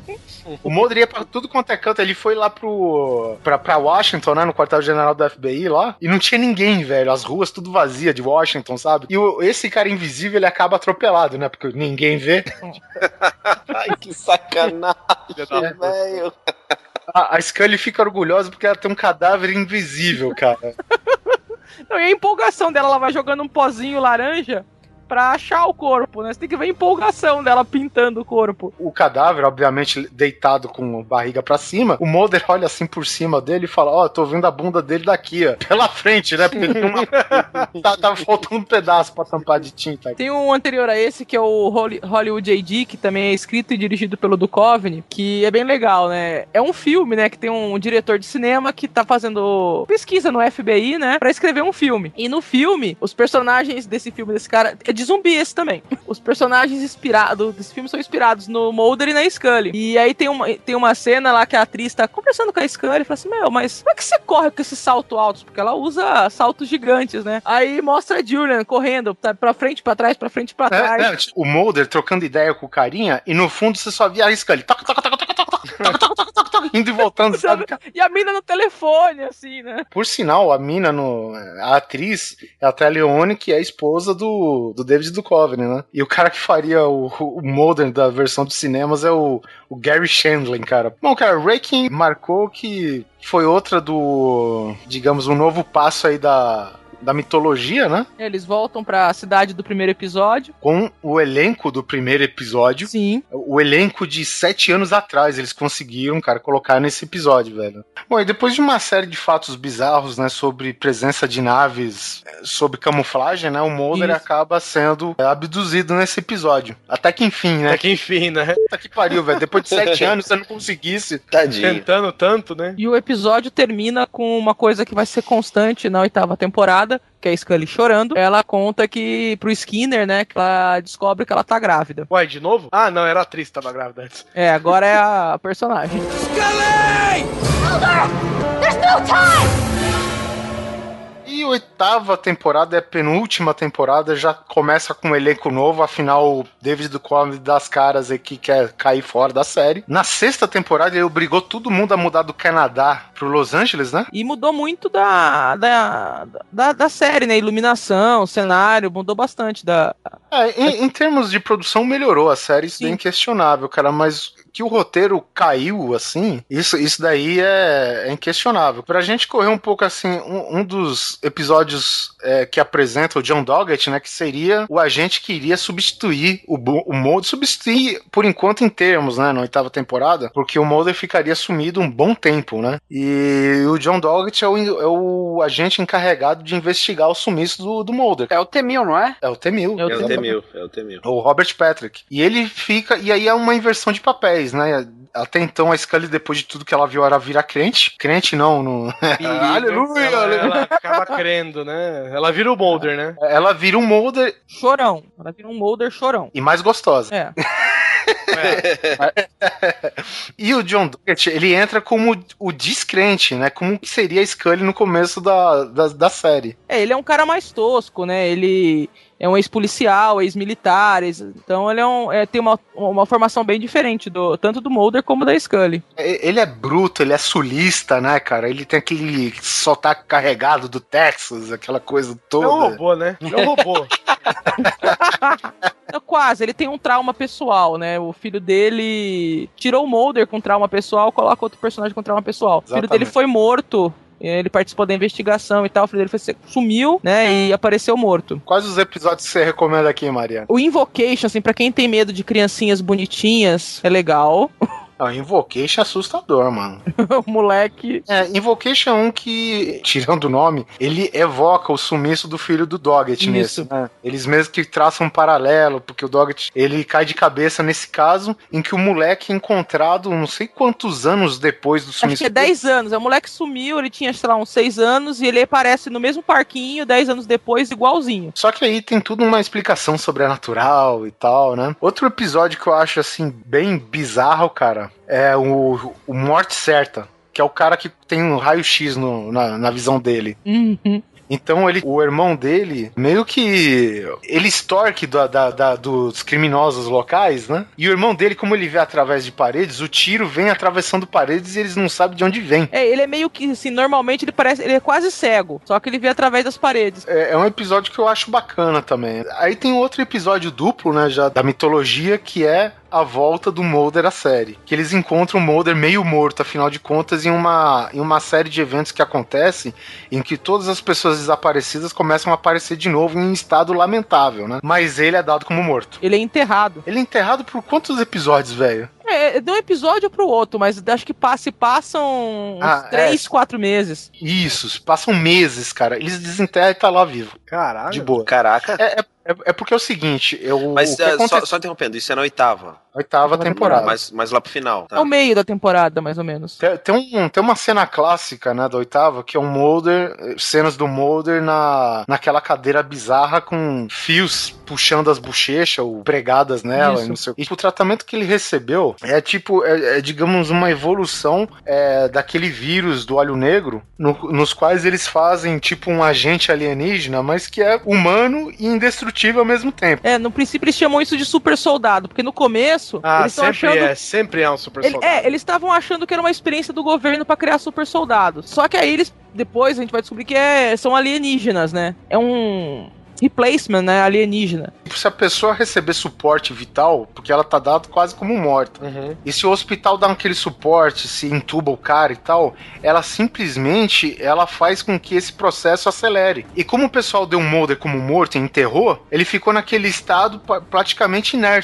[SPEAKER 3] O Mulder ia pra tudo quanto é canto, ele foi lá pro pra, pra Washington, né, no quartel-general da F B I lá, e não tinha ninguém, velho, as ruas tudo vazia de Washington, sabe? E o, esse cara invisível, ele acaba atropelado, né, porque ninguém vê.
[SPEAKER 1] Ai, que sacanagem,
[SPEAKER 3] É.
[SPEAKER 1] velho.
[SPEAKER 3] A, a Scully fica orgulhosa porque ela tem um cadáver invisível, cara.
[SPEAKER 6] Não, e a empolgação dela, ela vai jogando um pozinho laranja pra achar o corpo, né? Você tem que ver a empolgação dela pintando o corpo.
[SPEAKER 3] O cadáver, obviamente, deitado com a barriga pra cima, o Mulder olha assim por cima dele e fala, ó, oh, tô vendo a bunda dele daqui, ó, pela frente, né? Porque tem uma... tá, tava faltando um pedaço pra tampar de tinta.
[SPEAKER 6] Tem um anterior a esse, que é o Hollywood A D, que também é escrito e dirigido pelo Duchovny, que é bem legal, né? É um filme, né, que tem um diretor de cinema que tá fazendo pesquisa no F B I, né, pra escrever um filme. E no filme, os personagens desse filme, desse cara, é de zumbi esse também. Os personagens inspirados desse filme são inspirados no Mulder e na Scully. E aí tem uma, tem uma cena lá que a atriz tá conversando com a Scully e fala assim, meu, mas como é que você corre com esses saltos altos? Porque ela usa saltos gigantes, né? Aí mostra a Julian correndo tá, pra frente, pra trás, pra frente, pra trás.
[SPEAKER 3] É, é, o Mulder trocando ideia com o carinha e no fundo você só via a Scully toc, toc, toc, toc, toc, toc, toc, toc, toc, toc, toc, indo e voltando, sabe?
[SPEAKER 6] E a mina no telefone, assim, né?
[SPEAKER 3] Por sinal, a mina, no, a atriz, é a Téa Leone, que é a esposa do, do David Duchovny, né? E o cara que faria o, o Mulder da versão dos cinemas é o, o Gary Shandling, cara. Bom, cara, Raking marcou que foi outra do, digamos, um novo passo aí da... da mitologia, né?
[SPEAKER 6] Eles voltam pra cidade do primeiro episódio.
[SPEAKER 3] Com o elenco do primeiro episódio.
[SPEAKER 6] Sim.
[SPEAKER 3] O elenco de sete anos atrás, eles conseguiram, cara, colocar nesse episódio, velho. Bom, e depois de uma série de fatos bizarros, né, sobre presença de naves, sobre camuflagem, né, o Mulder
[SPEAKER 6] Isso.
[SPEAKER 3] acaba sendo abduzido nesse episódio. Até que enfim, né?
[SPEAKER 4] Até que enfim, né?
[SPEAKER 3] Puta que pariu, velho. Depois de sete anos, você não conseguisse.
[SPEAKER 1] Tadinho.
[SPEAKER 4] Tentando tanto, né?
[SPEAKER 6] E o episódio termina com uma coisa que vai ser constante na oitava temporada, temporada, que é a Scully chorando, ela conta que pro Skinner, né, que ela descobre que ela tá grávida.
[SPEAKER 4] Ué, de novo? Ah, não, era a atriz que tava grávida antes.
[SPEAKER 6] É, agora é a personagem.
[SPEAKER 8] Scully! Mulder! There's no time!
[SPEAKER 3] E a oitava temporada, é a penúltima temporada, já começa com um elenco novo, afinal o David Duchovny das caras aqui quer cair fora da série. Na sexta temporada ele obrigou todo mundo a mudar do Canadá pro Los Angeles, né?
[SPEAKER 6] E mudou muito da, da, da, da série, né? Iluminação, cenário, mudou bastante da...
[SPEAKER 3] É, em, em termos de produção melhorou a série, isso é inquestionável, cara, mas que o roteiro caiu, assim, isso, isso daí é, é inquestionável. Pra gente correr um pouco, assim, um, um dos episódios é, que apresenta o John Doggett, né, que seria o agente que iria substituir o, o Mulder, substituir por enquanto em termos, né, na oitava temporada, porque o Mulder ficaria sumido um bom tempo, né, e o John Doggett é o, é o agente encarregado de investigar o sumiço do, do Mulder.
[SPEAKER 2] É o T-mil, não é?
[SPEAKER 3] É o T-mil.
[SPEAKER 1] É o T-mil, é o T-mil.
[SPEAKER 3] O Robert Patrick. E ele fica, e aí é uma inversão de papéis, né? Até então a Scully, depois de tudo que ela viu, era virar crente. Crente não, no...
[SPEAKER 4] Aleluia! Ela, ela acaba crendo, né? Ela vira o Mulder, né?
[SPEAKER 3] Ela vira um Mulder...
[SPEAKER 6] Chorão. Ela vira um Mulder chorão.
[SPEAKER 3] E mais gostosa.
[SPEAKER 6] É.
[SPEAKER 3] É. E o John Doggett, ele entra como o descrente, né? Como que seria a Scully no começo da, da, da série.
[SPEAKER 6] É, ele é um cara mais tosco, né? Ele é um ex-policial, ex-militar, ex... então ele é um, é, tem uma, uma formação bem diferente, do, tanto do Mulder como da Scully.
[SPEAKER 3] Ele é bruto, ele é sulista, né, cara? Ele tem aquele sotaque carregado do Texas, aquela coisa toda.
[SPEAKER 4] É um robô, né? É um robô.
[SPEAKER 6] Quase, ele tem um trauma pessoal, né? O filho dele tirou o Mulder com trauma pessoal, coloca outro personagem com trauma pessoal. Exatamente. O filho dele foi morto. Ele participou da investigação e tal, o filho dele foi, sumiu, né, e apareceu morto.
[SPEAKER 3] Quais os episódios que você recomenda aqui, Mariana?
[SPEAKER 6] O Invocation, assim, pra quem tem medo de criancinhas bonitinhas, é legal.
[SPEAKER 3] Ah, Invocation é assustador, mano.
[SPEAKER 6] O moleque...
[SPEAKER 3] É, Invocation é um que, tirando o nome, ele evoca o sumiço do filho do Doggett nesse, né? Eles mesmos que traçam um paralelo, porque o Doggett, ele cai de cabeça nesse caso, em que o moleque é encontrado não sei quantos anos depois do sumiço.
[SPEAKER 6] Acho que é dez anos. O moleque sumiu, ele tinha, sei lá, uns seis anos, e ele aparece no mesmo parquinho, dez anos depois, igualzinho.
[SPEAKER 3] Só que aí tem tudo uma explicação sobrenatural e tal, né? Outro episódio que eu acho, assim, bem bizarro, cara, é o, o Morte Certa, que é o cara que tem um raio-x no, na, na visão dele.
[SPEAKER 6] Uhum.
[SPEAKER 3] Então ele, o irmão dele, meio que ele extorque da, da, da, dos criminosos locais, né? E o irmão dele, como ele vê através de paredes, o tiro vem atravessando paredes e eles não sabem de onde vem.
[SPEAKER 6] É, ele é meio que, assim, normalmente ele parece, ele é quase cego, só que ele vê através das paredes.
[SPEAKER 3] É, é um episódio que eu acho bacana também. Aí tem outro episódio duplo, né, já da mitologia, que é a volta do Mulder à série. Que eles encontram o Mulder meio morto, afinal de contas, em uma, em uma série de eventos que acontece em que todas as pessoas desaparecidas começam a aparecer de novo em estado lamentável, né? Mas ele é dado como morto.
[SPEAKER 6] Ele é enterrado.
[SPEAKER 3] Ele é enterrado por quantos episódios, velho?
[SPEAKER 6] É, de um episódio pro outro, mas acho que passa e passam uns
[SPEAKER 3] Ah,
[SPEAKER 6] três,
[SPEAKER 3] é.
[SPEAKER 6] quatro meses.
[SPEAKER 3] Isso, passam meses, cara. Eles desenterram e tá lá vivo.
[SPEAKER 4] Caralho.
[SPEAKER 3] De boa.
[SPEAKER 1] Caraca.
[SPEAKER 3] É, é, é porque é o seguinte, eu,
[SPEAKER 1] Mas
[SPEAKER 3] o que
[SPEAKER 1] é,
[SPEAKER 3] acontece...
[SPEAKER 1] só, só interrompendo, isso é na oitava.
[SPEAKER 3] Oitava temporada.
[SPEAKER 1] Mas, mas lá pro final. Tá?
[SPEAKER 6] É o meio da temporada, mais ou menos.
[SPEAKER 3] Tem, tem, um, tem uma cena clássica, né, da oitava, que é um Mulder, cenas do Mulder na, naquela cadeira bizarra com fios puxando as bochechas ou pregadas nela.
[SPEAKER 6] Isso.
[SPEAKER 3] E, não sei o quê. E o tratamento que ele recebeu é tipo, é, é, digamos, uma evolução é, daquele vírus do olho negro, no, nos quais eles fazem tipo um agente alienígena, mas que é humano e indestrutível ao mesmo tempo.
[SPEAKER 6] É, no princípio eles chamam isso de super soldado, porque no começo
[SPEAKER 4] Ah,
[SPEAKER 6] eles estão
[SPEAKER 4] sempre
[SPEAKER 6] achando...
[SPEAKER 4] é, sempre é um super
[SPEAKER 6] Ele-
[SPEAKER 4] soldado.
[SPEAKER 6] é, eles estavam achando que era uma experiência do governo pra criar super soldados. Só que aí eles, depois a gente vai descobrir que é, são alienígenas, né? É um replacement, né? Alienígena.
[SPEAKER 3] Se a pessoa receber suporte vital, porque ela tá dada quase como morta,
[SPEAKER 4] Uhum.
[SPEAKER 3] e se o hospital dá aquele suporte, se entuba o cara e tal, ela simplesmente ela faz com que esse processo acelere. E como o pessoal deu um Mulder como morto e enterrou, ele ficou naquele estado pa- praticamente inerte.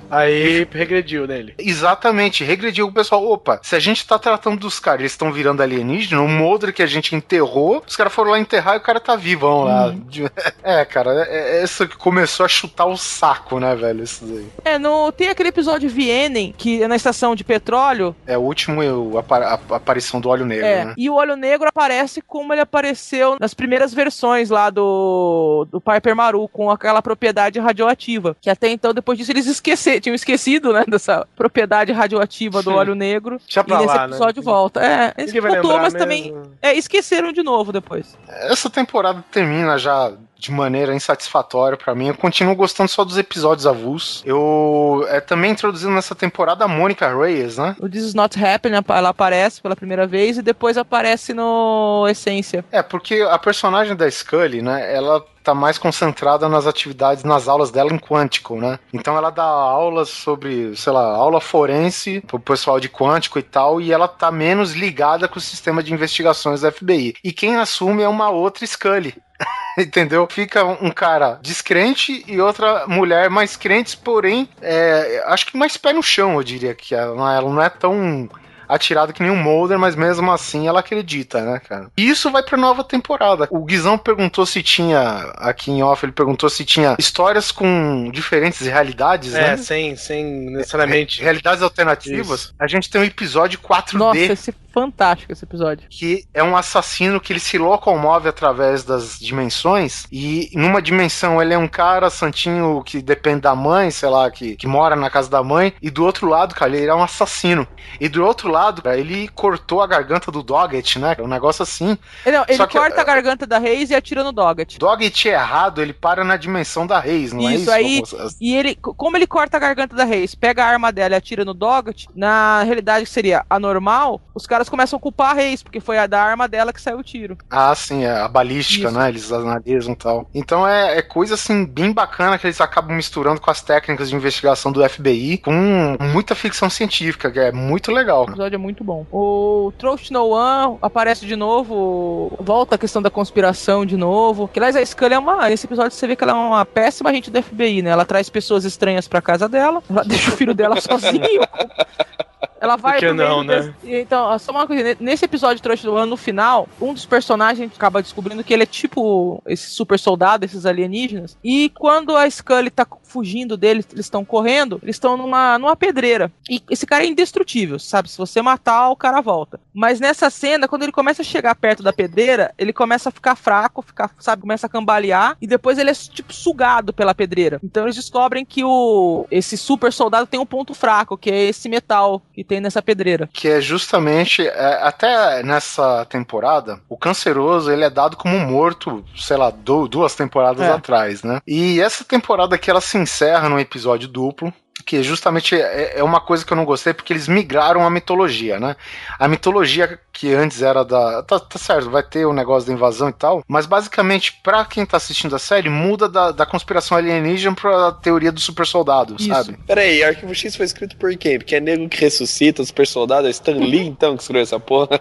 [SPEAKER 4] Aí regrediu nele.
[SPEAKER 3] Exatamente, regrediu o pessoal. Opa, se a gente tá tratando dos caras, eles estão virando alienígena, o Mulder que a gente enterrou, os caras foram lá enterrar e o cara tá vivão lá. Uhum. É, cara, é, é isso que começou a chutar o saco, né, velho? Isso daí.
[SPEAKER 6] É, no, tem aquele episódio Vienen, que é na estação de petróleo.
[SPEAKER 3] É o último, eu, a, a aparição do óleo negro,
[SPEAKER 6] é,
[SPEAKER 3] né?
[SPEAKER 6] E o óleo negro aparece como ele apareceu nas primeiras versões lá do, do Piper Maru, com aquela propriedade radioativa. Que até então, depois disso, eles esqueci, tinham esquecido, né, dessa propriedade radioativa do óleo negro.
[SPEAKER 4] Deixa pra
[SPEAKER 6] e nesse
[SPEAKER 4] lá,
[SPEAKER 6] episódio
[SPEAKER 4] né?
[SPEAKER 6] volta. É, eles voltou, mas mesmo? também é, esqueceram de novo depois.
[SPEAKER 3] Essa temporada termina já de maneira insatisfatória pra mim. Eu continuo gostando só dos episódios avulsos. Eu é também introduzindo nessa temporada a Mônica Reyes, né?
[SPEAKER 6] O This Is Not Happening, ela aparece pela primeira vez e depois aparece no Essência.
[SPEAKER 3] É, porque a personagem da Scully, né, ela tá mais concentrada nas atividades, nas aulas dela em Quântico, né? Então ela dá aulas sobre, sei lá, aula forense pro pessoal de Quântico e tal, e ela tá menos ligada com o sistema de investigações da F B I. E quem assume é uma outra Scully. Entendeu? Fica um cara descrente e outra mulher mais crente, porém, é, acho que mais pé no chão, eu diria que ela, ela não é tão atirada que nem um Mulder, mas mesmo assim ela acredita, né, cara? E isso vai pra nova temporada. O Guizão perguntou se tinha, aqui em off, ele perguntou se tinha histórias com diferentes realidades,
[SPEAKER 4] é,
[SPEAKER 3] né?
[SPEAKER 4] É, sem, sem necessariamente...
[SPEAKER 3] Realidades alternativas. Isso. A gente tem um episódio quatro D.
[SPEAKER 6] Nossa, esse fantástico esse episódio.
[SPEAKER 3] Que é um assassino que ele se locomove através das dimensões, e numa dimensão ele é um cara santinho que depende da mãe, sei lá, que, que mora na casa da mãe, e do outro lado, cara, ele é um assassino. E do outro lado, cara, ele cortou a garganta do Doggett, né? Um negócio assim.
[SPEAKER 6] Não, ele
[SPEAKER 3] Só que,
[SPEAKER 6] corta a garganta da Reis e atira no Doggett.
[SPEAKER 3] Doggett é errado, ele para na dimensão da Reis, não
[SPEAKER 6] isso,
[SPEAKER 3] é isso?
[SPEAKER 6] Aí, e ele, como ele corta a garganta da Reis, pega a arma dela e atira no Doggett, na realidade que seria anormal, os caras começam a culpar a Reis, porque foi a da arma dela que saiu o tiro.
[SPEAKER 3] Ah, sim, é a balística,
[SPEAKER 6] isso.
[SPEAKER 3] Né? Eles analisam e tal. Então é, é coisa assim, bem bacana que eles acabam misturando com as técnicas de investigação do F B I, com muita ficção científica, que é muito legal.
[SPEAKER 6] O episódio é muito bom. O Trust No One aparece de novo, volta a questão da conspiração de novo. Que, aliás, a Scully é uma... Nesse episódio você vê que ela é uma péssima agente do F B I, né? Ela traz pessoas estranhas pra casa dela, ela deixa o filho dela sozinho. Ela vai
[SPEAKER 4] Por que não, né?
[SPEAKER 6] Desse... Então, só uma coisa, nesse episódio de Trust No One, no final, um dos personagens acaba descobrindo que ele é tipo esse super soldado, esses alienígenas, e quando a Scully tá fugindo deles, eles estão correndo, eles estão numa, numa pedreira. E esse cara é indestrutível, sabe? Se você matar, o cara volta. Mas nessa cena, quando ele começa a chegar perto da pedreira, ele começa a ficar fraco, ficar, sabe? Começa a cambalear, e depois ele é tipo sugado pela pedreira. Então eles descobrem que o esse super soldado tem um ponto fraco, que é esse metal que tem nessa pedreira.
[SPEAKER 3] Que é justamente, é, até nessa temporada, o Canceroso, ele é dado como morto, sei lá, do, duas temporadas é. atrás, né? E essa temporada aqui, ela se encerra num episódio duplo, que justamente é, é uma coisa que eu não gostei, porque eles migraram a mitologia, né? A mitologia que antes era da... Tá, tá certo, vai ter o negócio da invasão e tal, mas basicamente, pra quem tá assistindo a série, muda da, da conspiração alienígena pra teoria do super soldado, Isso. sabe?
[SPEAKER 1] Peraí, Arquivo X foi escrito por quem? Porque é nego que ressuscita, o super soldado, é Stan Lee, então, que escreveu essa porra?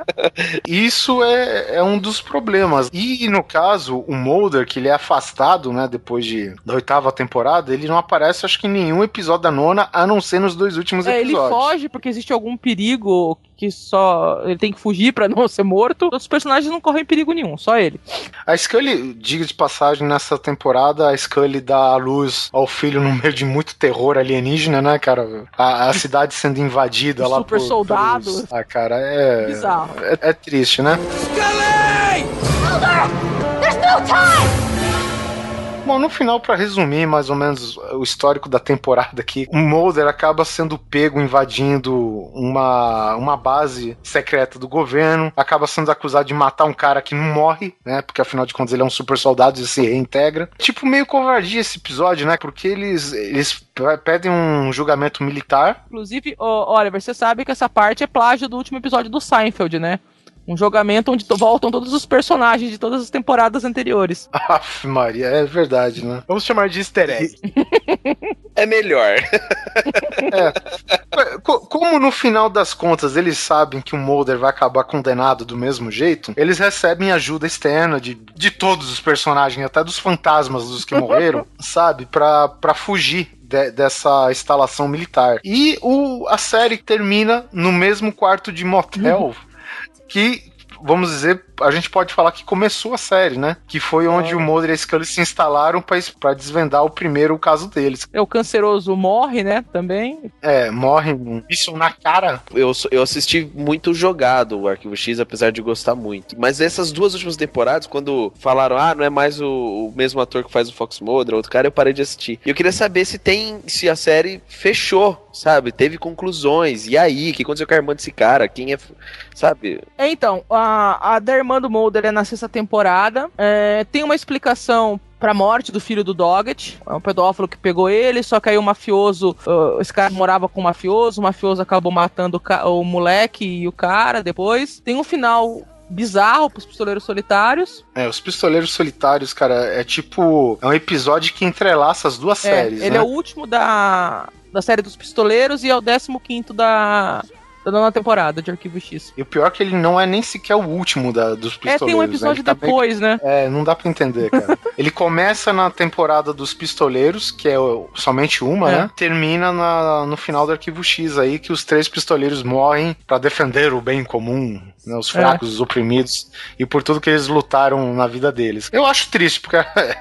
[SPEAKER 3] Isso é, é um dos problemas. E, no caso, o Mulder, que ele é afastado, né, depois de, da oitava temporada, ele não aparece, acho que em nenhum episódio da nona, a não ser nos dois últimos
[SPEAKER 6] é,
[SPEAKER 3] episódios.
[SPEAKER 6] Ele foge porque existe algum perigo que só ele tem que fugir pra não ser morto. Outros personagens não correm perigo nenhum, só ele.
[SPEAKER 3] A Scully, diga de passagem, nessa temporada, a Scully dá a luz ao filho no meio de muito terror alienígena, né, cara? A, a cidade sendo invadida lá
[SPEAKER 6] super
[SPEAKER 3] por...
[SPEAKER 6] soldados.
[SPEAKER 3] Pelos... Ah, cara, é...
[SPEAKER 6] Bizarro.
[SPEAKER 3] É, é triste, né?
[SPEAKER 8] Scully! Mulder! There's no time!
[SPEAKER 3] Bom, no final, pra resumir mais ou menos o histórico da temporada aqui, o Mulder acaba sendo pego invadindo uma, uma base secreta do governo, acaba sendo acusado de matar um cara que não morre, né, porque afinal de contas ele é um super soldado e se reintegra. Tipo, meio covardia esse episódio, né, porque eles, eles pedem um julgamento militar.
[SPEAKER 6] Inclusive, oh, Oliver, você sabe que essa parte é plágio do último episódio do Seinfeld, né? Um julgamento onde voltam todos os personagens de todas as temporadas anteriores.
[SPEAKER 3] Aff, Maria, é verdade, né?
[SPEAKER 4] Vamos chamar de easter egg.
[SPEAKER 1] É melhor.
[SPEAKER 3] É. Como no final das contas eles sabem que o Mulder vai acabar condenado do mesmo jeito, eles recebem ajuda externa de, de todos os personagens, até dos fantasmas dos que morreram, sabe? Pra, pra fugir de, dessa instalação militar. E o, a série termina no mesmo quarto de motel uhum. que, vamos dizer, a gente pode falar que começou a série, né? Que foi onde ah. o Mulder e a Scully se instalaram pra, pra desvendar o primeiro caso deles.
[SPEAKER 6] É, o canceroso morre, né? Também.
[SPEAKER 3] É, morre um isso na cara.
[SPEAKER 1] Eu, eu assisti muito jogado o Arquivo X, apesar de gostar muito. Mas essas duas últimas temporadas, quando falaram, ah, não é mais o, o mesmo ator que faz o Fox Mulder, outro cara, eu parei de assistir. E eu queria saber se tem, se a série fechou, sabe? Teve conclusões. E aí? O que aconteceu com a irmã desse cara? Quem é, sabe?
[SPEAKER 6] É, então, a, a da irmã do Mulder é na sexta temporada. É, tem uma explicação pra morte do filho do Doggett. É um pedófilo que pegou ele, só que aí o mafioso, uh, esse cara morava com o mafioso, o mafioso acabou matando o, ca- o moleque e o cara depois. Tem um final bizarro pros pistoleiros solitários.
[SPEAKER 3] É, os pistoleiros solitários, cara, é tipo, é um episódio que entrelaça as duas
[SPEAKER 6] é,
[SPEAKER 3] séries,
[SPEAKER 6] ele
[SPEAKER 3] né?
[SPEAKER 6] é o último da, da série dos pistoleiros e é o décimo quinto da... da nona temporada de Arquivo X.
[SPEAKER 3] E o pior é que ele não é nem sequer o último da, dos pistoleiros.
[SPEAKER 6] É, tem um episódio né? depois, tá bem... né?
[SPEAKER 3] É, não dá pra entender, cara. Ele começa na temporada dos pistoleiros, que é somente uma, é. né? Termina na, no final do Arquivo X aí, que os três pistoleiros morrem pra defender o bem comum, né? Os fracos, é. os oprimidos, e por tudo que eles lutaram na vida deles. Eu acho triste, porque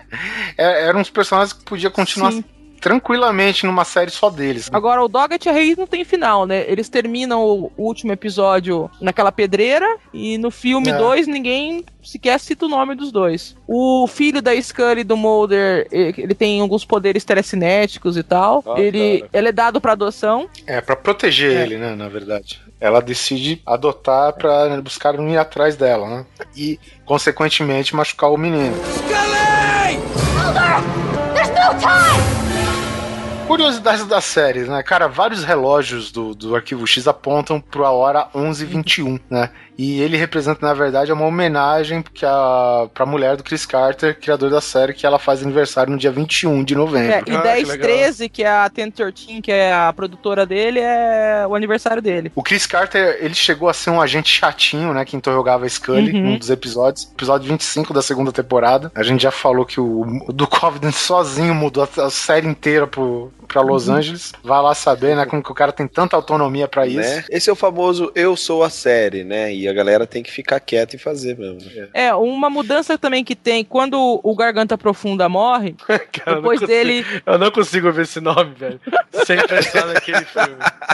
[SPEAKER 3] eram uns personagens que podiam continuar... Sim. tranquilamente numa série só deles.
[SPEAKER 6] Agora, o Doggett e a Reis não tem final, né? Eles terminam o último episódio naquela pedreira e no filme dois é. ninguém sequer cita o nome dos dois. O filho da Scully e do Mulder, ele tem alguns poderes telecinéticos e tal. Ah, ele, ele é dado pra adoção.
[SPEAKER 3] É, pra proteger é. ele, né, na verdade. Ela decide adotar pra buscar não ir atrás dela, né? E, consequentemente, machucar o menino.
[SPEAKER 8] Scully! Mulder! There's no time!
[SPEAKER 3] Curiosidades da série, né? Cara, vários relógios do, do Arquivo X apontam para a hora onze e vinte e um, né? E ele representa, na verdade, uma homenagem que a, pra mulher do Chris Carter, criador da série, que ela faz aniversário no dia vinte e um de novembro.
[SPEAKER 6] É, e
[SPEAKER 3] ah,
[SPEAKER 6] dez treze, que, que é a Ten treze, que é a produtora dele, é o aniversário dele.
[SPEAKER 3] O Chris Carter, ele chegou a ser um agente chatinho, né? Que interrogava a Scully uhum. num dos episódios. Episódio vinte e cinco da segunda temporada. A gente já falou que o, o Duchovny sozinho mudou a, a série inteira pro... pra Los uhum. Angeles, vai lá saber, né, como que o cara tem tanta autonomia pra isso.
[SPEAKER 1] Né? Esse é o famoso eu sou a série, né, e a galera tem que ficar quieta e fazer mesmo.
[SPEAKER 6] É, uma mudança também que tem, quando o Garganta Profunda morre, cara, depois
[SPEAKER 4] eu
[SPEAKER 6] dele...
[SPEAKER 4] Consigo, eu não consigo ver esse nome, velho, sem pensar naquele filme.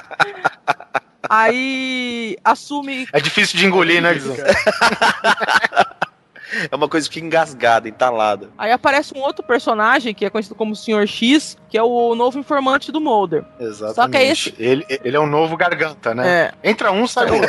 [SPEAKER 6] Aí, assume...
[SPEAKER 3] É difícil de engolir, né, Guizão?
[SPEAKER 1] É uma coisa que fica engasgada, entalada.
[SPEAKER 6] Aí aparece um outro personagem, que é conhecido como o senhor X, que é o novo informante do Mulder.
[SPEAKER 3] Exatamente.
[SPEAKER 6] Só que é esse...
[SPEAKER 3] ele, ele é o novo Garganta, né? É. Entra um, sai outro.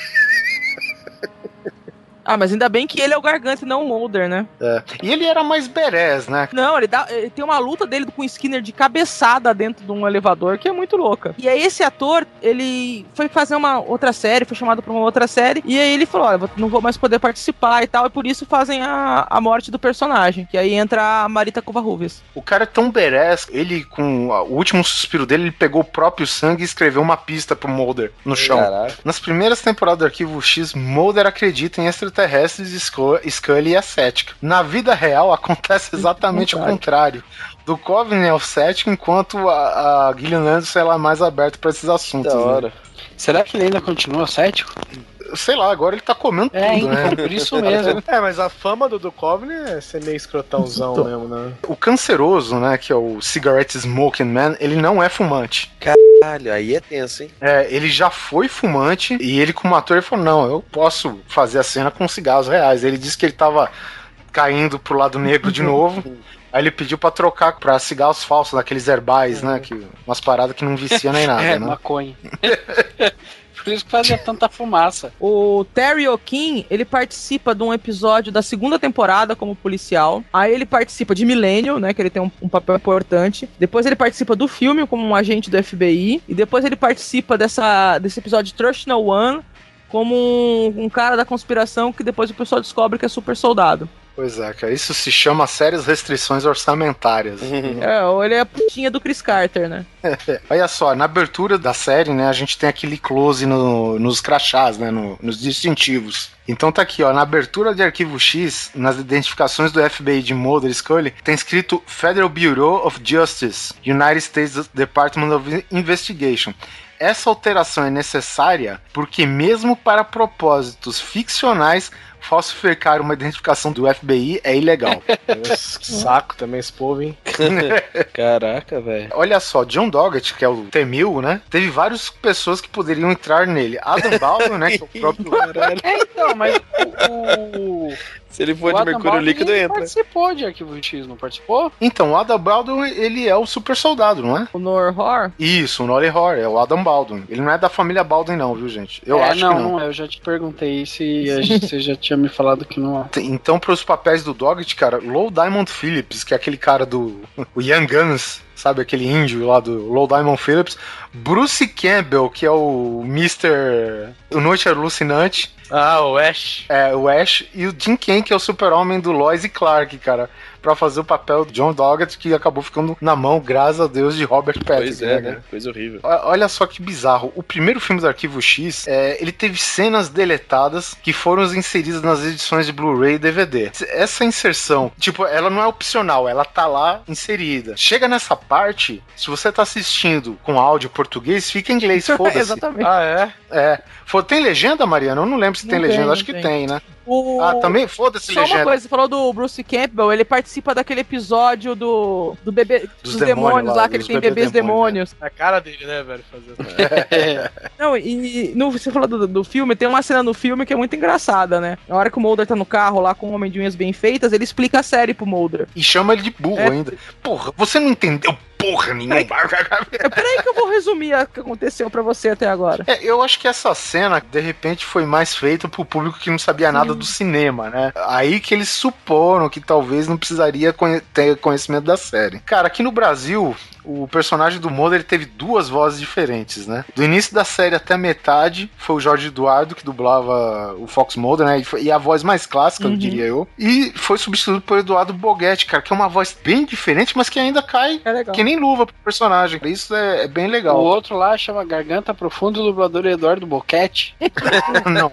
[SPEAKER 6] Ah, mas ainda bem que ele é o Garganta e não o Mulder, né?
[SPEAKER 3] É. E ele era mais berés, né?
[SPEAKER 6] Não, ele, dá, ele tem uma luta dele com o Skinner de cabeçada dentro de um elevador, que é muito louca. E aí esse ator, ele foi fazer uma outra série, foi chamado pra uma outra série, e aí ele falou, olha, não vou mais poder participar e tal, e por isso fazem a, a morte do personagem, que aí entra a Marita Covarrubias.
[SPEAKER 3] O cara é tão berés, ele, com o último suspiro dele, ele pegou o próprio sangue e escreveu uma pista pro Mulder no chão. Caraca. Nas primeiras temporadas do Arquivo X, Mulder acredita em extraterrestres, Scully e a cética. Na vida real, acontece exatamente o contrário. Do Covenant ao cético, enquanto a, a Gillian Anderson ela é mais aberta para esses assuntos.
[SPEAKER 2] Da hora. Né? Será que ele ainda continua cético?
[SPEAKER 3] Sei lá, agora ele tá comendo
[SPEAKER 2] é,
[SPEAKER 3] tudo,
[SPEAKER 2] então,
[SPEAKER 3] né?
[SPEAKER 2] Por isso mesmo.
[SPEAKER 4] É, mas a fama do Duchovny é ser meio escrotãozão então, mesmo, né?
[SPEAKER 3] O canceroso, né, que é o Cigarette Smoking Man, ele não é fumante.
[SPEAKER 1] Caralho, aí é tenso, hein?
[SPEAKER 3] É, ele já foi fumante e ele como ator, ele falou, não, eu posso fazer a cena com cigarros reais. Ele disse que ele tava caindo pro lado negro de novo. Aí ele pediu pra trocar pra cigarros falsos, daqueles herbais, uhum. né? Que, umas paradas que não vicia nem nada,
[SPEAKER 2] é,
[SPEAKER 3] né?
[SPEAKER 2] maconha. Por isso que fazia tanta fumaça.
[SPEAKER 6] O Terry O'Keefe, ele participa de um episódio da segunda temporada como policial. Aí ele participa de Millennium, né, que ele tem um, um papel importante. Depois ele participa do filme como um agente do F B I. E depois ele participa dessa, desse episódio de Trust No One como um, um cara da conspiração que depois o pessoal descobre que é super soldado.
[SPEAKER 3] Pois é, cara, isso se chama sérias restrições orçamentárias.
[SPEAKER 6] É, ou ele é a putinha do Chris Carter, né?
[SPEAKER 3] Olha só, na abertura da série, né, a gente tem aquele close no, nos crachás, né, no, nos distintivos. Então tá aqui, ó, na abertura de Arquivo X, nas identificações do F B I de Mulder e Scully, tem escrito Federal Bureau of Justice, United States Department of Investigation. Essa alteração é necessária porque mesmo para propósitos ficcionais, falsificar uma identificação do F B I é ilegal.
[SPEAKER 4] Saco também esse povo, hein?
[SPEAKER 1] Caraca, velho.
[SPEAKER 3] Olha só, John Doggett, que é o T mil, né? Teve várias pessoas que poderiam entrar nele. Adam Baldwin, né? Que é o próprio...
[SPEAKER 2] É, então, mas o...
[SPEAKER 1] Se ele for
[SPEAKER 2] o
[SPEAKER 1] de
[SPEAKER 2] Adam
[SPEAKER 1] mercúrio
[SPEAKER 2] Baldwin
[SPEAKER 1] líquido, entra.
[SPEAKER 2] participou de Arquivo X, não participou?
[SPEAKER 3] Então, o Adam Baldwin, ele é o super soldado, não é?
[SPEAKER 6] O Norhor.
[SPEAKER 3] Isso, o Nolly Horror, é o Adam Baldwin. Ele não é da família Baldwin não, viu, gente? Eu
[SPEAKER 2] é,
[SPEAKER 3] acho
[SPEAKER 2] não,
[SPEAKER 3] que não.
[SPEAKER 2] não é. Eu já te perguntei se a gente, você já tinha me falado que não é.
[SPEAKER 3] Então, para os papéis do Doggett, cara, Lou Diamond Phillips, que é aquele cara do o Young Guns, sabe, aquele índio lá do Lou Diamond Phillips, Bruce Campbell, que é o mister O Noite Alucinante,
[SPEAKER 4] Ah, o Ash.
[SPEAKER 3] é, o Ash, e o Jim Kane, que é o super-homem do Lois e Clark, cara, pra fazer o papel do John Doggett, que acabou ficando na mão, graças a Deus, de Robert Patrick.
[SPEAKER 1] Pois é,
[SPEAKER 3] né,
[SPEAKER 1] né?
[SPEAKER 3] cara?
[SPEAKER 1] Coisa horrível.
[SPEAKER 3] O- Olha só que bizarro. O primeiro filme do Arquivo X, é, ele teve cenas deletadas que foram inseridas nas edições de Blu-ray e D V D. Essa inserção, tipo, ela não é opcional, ela tá lá inserida. Chega nessa parte, se você tá assistindo com áudio português, fica em inglês, foda-se.
[SPEAKER 6] Exatamente.
[SPEAKER 4] Ah, é?
[SPEAKER 3] É. Fo- Tem legenda, Mariana? Eu não lembro se
[SPEAKER 6] Não
[SPEAKER 3] tem
[SPEAKER 6] tem,
[SPEAKER 3] legenda.
[SPEAKER 6] não
[SPEAKER 3] Acho que
[SPEAKER 6] tem.
[SPEAKER 3] tem, né?
[SPEAKER 6] O...
[SPEAKER 3] Ah, também? Foda-se
[SPEAKER 6] Só
[SPEAKER 3] legenda.
[SPEAKER 6] uma coisa, você falou do Bruce Campbell, ele participa daquele episódio do, do bebê, dos,
[SPEAKER 3] Dos
[SPEAKER 6] demônios,
[SPEAKER 3] demônios
[SPEAKER 6] lá,
[SPEAKER 3] lá,
[SPEAKER 6] que ele
[SPEAKER 3] dos
[SPEAKER 6] tem
[SPEAKER 3] bebê
[SPEAKER 6] bebês
[SPEAKER 3] demônios,
[SPEAKER 6] demônios.
[SPEAKER 4] A cara dele, né, velho? Fazer
[SPEAKER 6] Não, e no, você falou do, do filme, tem uma cena no filme que é muito engraçada, né? Na hora que o Mulder tá no carro lá com um homem de unhas bem feitas, ele explica a série pro Mulder.
[SPEAKER 3] E chama ele de burro
[SPEAKER 6] É.
[SPEAKER 3] ainda. Porra, você não entendeu porra nenhuma.
[SPEAKER 6] É, peraí que eu vou resumir o que aconteceu pra você até agora.
[SPEAKER 3] É, eu acho que essa cena, de repente, foi mais feita pro público que não sabia nada do cinema, né? Aí que eles suporam que talvez não precisaria conhe- ter conhecimento da série. Cara, aqui no Brasil, o personagem do Mulder, ele teve duas vozes diferentes, né? Do início da série até a metade, foi o Jorge Eduardo que dublava o Fox Mulder, né? E foi- E a voz mais clássica,
[SPEAKER 6] Uhum.
[SPEAKER 3] diria eu. E foi substituído por Eduardo Boguete, cara, que é uma voz bem diferente, mas que ainda cai
[SPEAKER 6] É legal.
[SPEAKER 3] que nem luva pro personagem. Isso é, é bem
[SPEAKER 2] O
[SPEAKER 3] legal.
[SPEAKER 2] outro lá chama Garganta Profunda, o dublador Eduardo Boquete.
[SPEAKER 3] Não.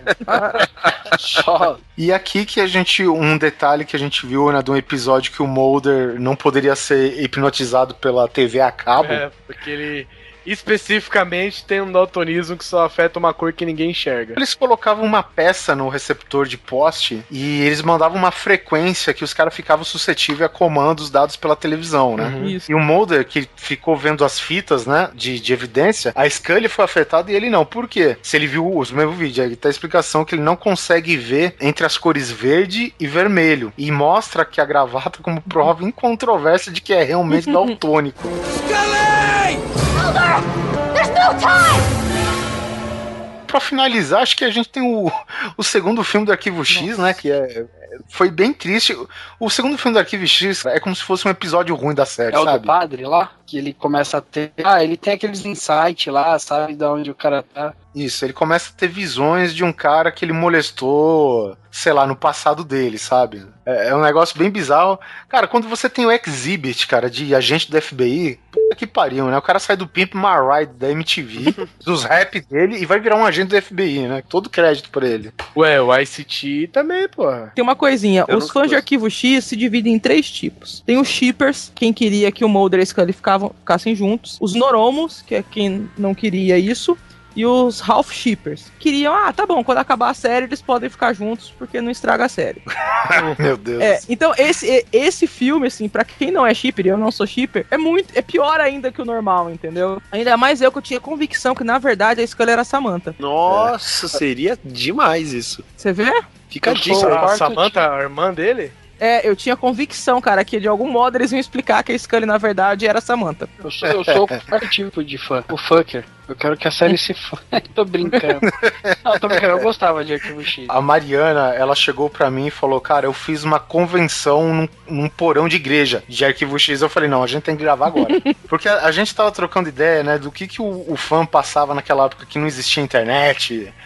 [SPEAKER 2] Só.
[SPEAKER 3] E aqui que a gente, um detalhe que a gente viu, né, de um episódio que o Mulder não poderia ser hipnotizado pela T V a cabo.
[SPEAKER 4] É, porque ele especificamente tem um daltonismo que só afeta uma cor que ninguém enxerga.
[SPEAKER 3] Eles colocavam uma peça no receptor de poste e eles mandavam uma frequência que os caras ficavam suscetíveis a comandos dados pela televisão, né?
[SPEAKER 6] Isso.
[SPEAKER 3] E o Mulder, que ficou vendo as fitas, né, de, de evidência, a Scully foi afetada e ele não. Por quê? Se ele viu os mesmos vídeos, aí tá a explicação que ele não consegue ver entre as cores verde e vermelho. E mostra que a gravata como prova incontrovérsia de que é realmente daltônico.
[SPEAKER 8] Mulder! There's no time!
[SPEAKER 3] Pra finalizar, acho que a gente tem o, o segundo filme do Arquivo X, né, que é... Foi bem triste. O segundo filme do Arquivo X é como se fosse um episódio ruim da série,
[SPEAKER 2] É o
[SPEAKER 3] sabe?
[SPEAKER 2] do padre lá, que ele começa a ter. Ah, ele tem aqueles insights lá, sabe de onde o cara tá.
[SPEAKER 3] Isso, ele começa a ter visões de um cara que ele molestou, sei lá, no passado dele, sabe? É, é um negócio bem bizarro. Cara, quando você tem o Exhibit, cara, de agente do F B I, puta que pariu, né? O cara sai do Pimp My Ride da M T V, dos rap dele, e vai virar um agente do F B I, né? Todo crédito pra ele.
[SPEAKER 4] Ué, o I C T também, porra.
[SPEAKER 6] Tem uma coisinha,
[SPEAKER 1] Eu
[SPEAKER 6] os
[SPEAKER 1] não
[SPEAKER 6] fãs de
[SPEAKER 1] gosto.
[SPEAKER 6] Arquivo X se dividem em três tipos. Tem os shippers, quem queria que o Mulder e a Scully ficavam, ficassem juntos. Os noromos, que é quem não queria isso. E os half shippers. Queriam, ah, tá bom, quando acabar a série eles podem ficar juntos porque não estraga a série.
[SPEAKER 3] Meu Deus.
[SPEAKER 6] É, então esse, esse filme, assim, pra quem não é shipper, e eu não sou shipper, é muito, é pior ainda que o normal, entendeu? Ainda mais eu que eu tinha convicção que na verdade a Scully era a Samantha.
[SPEAKER 1] Nossa, seria demais isso.
[SPEAKER 6] Você vê?
[SPEAKER 1] Fica a
[SPEAKER 2] Eu
[SPEAKER 1] dica.
[SPEAKER 2] sou-
[SPEAKER 4] A
[SPEAKER 2] quarto
[SPEAKER 4] Samantha, a irmã dele?
[SPEAKER 6] É, eu tinha convicção, cara, que de algum modo eles iam explicar que a Scully na verdade era a Samantha.
[SPEAKER 2] Eu sou, eu sou o quarto tipo de fã, o fucker. Eu quero que a série se f... Tô brincando. Não, tô brincando, eu gostava de Arquivo X.
[SPEAKER 3] A Mariana, ela chegou pra mim e falou, cara, eu fiz uma convenção num, num porão de igreja de Arquivo X. Eu falei, não, a gente tem que gravar agora. Porque a, a gente tava trocando ideia, né, do que, que o, o fã passava naquela época que não existia internet,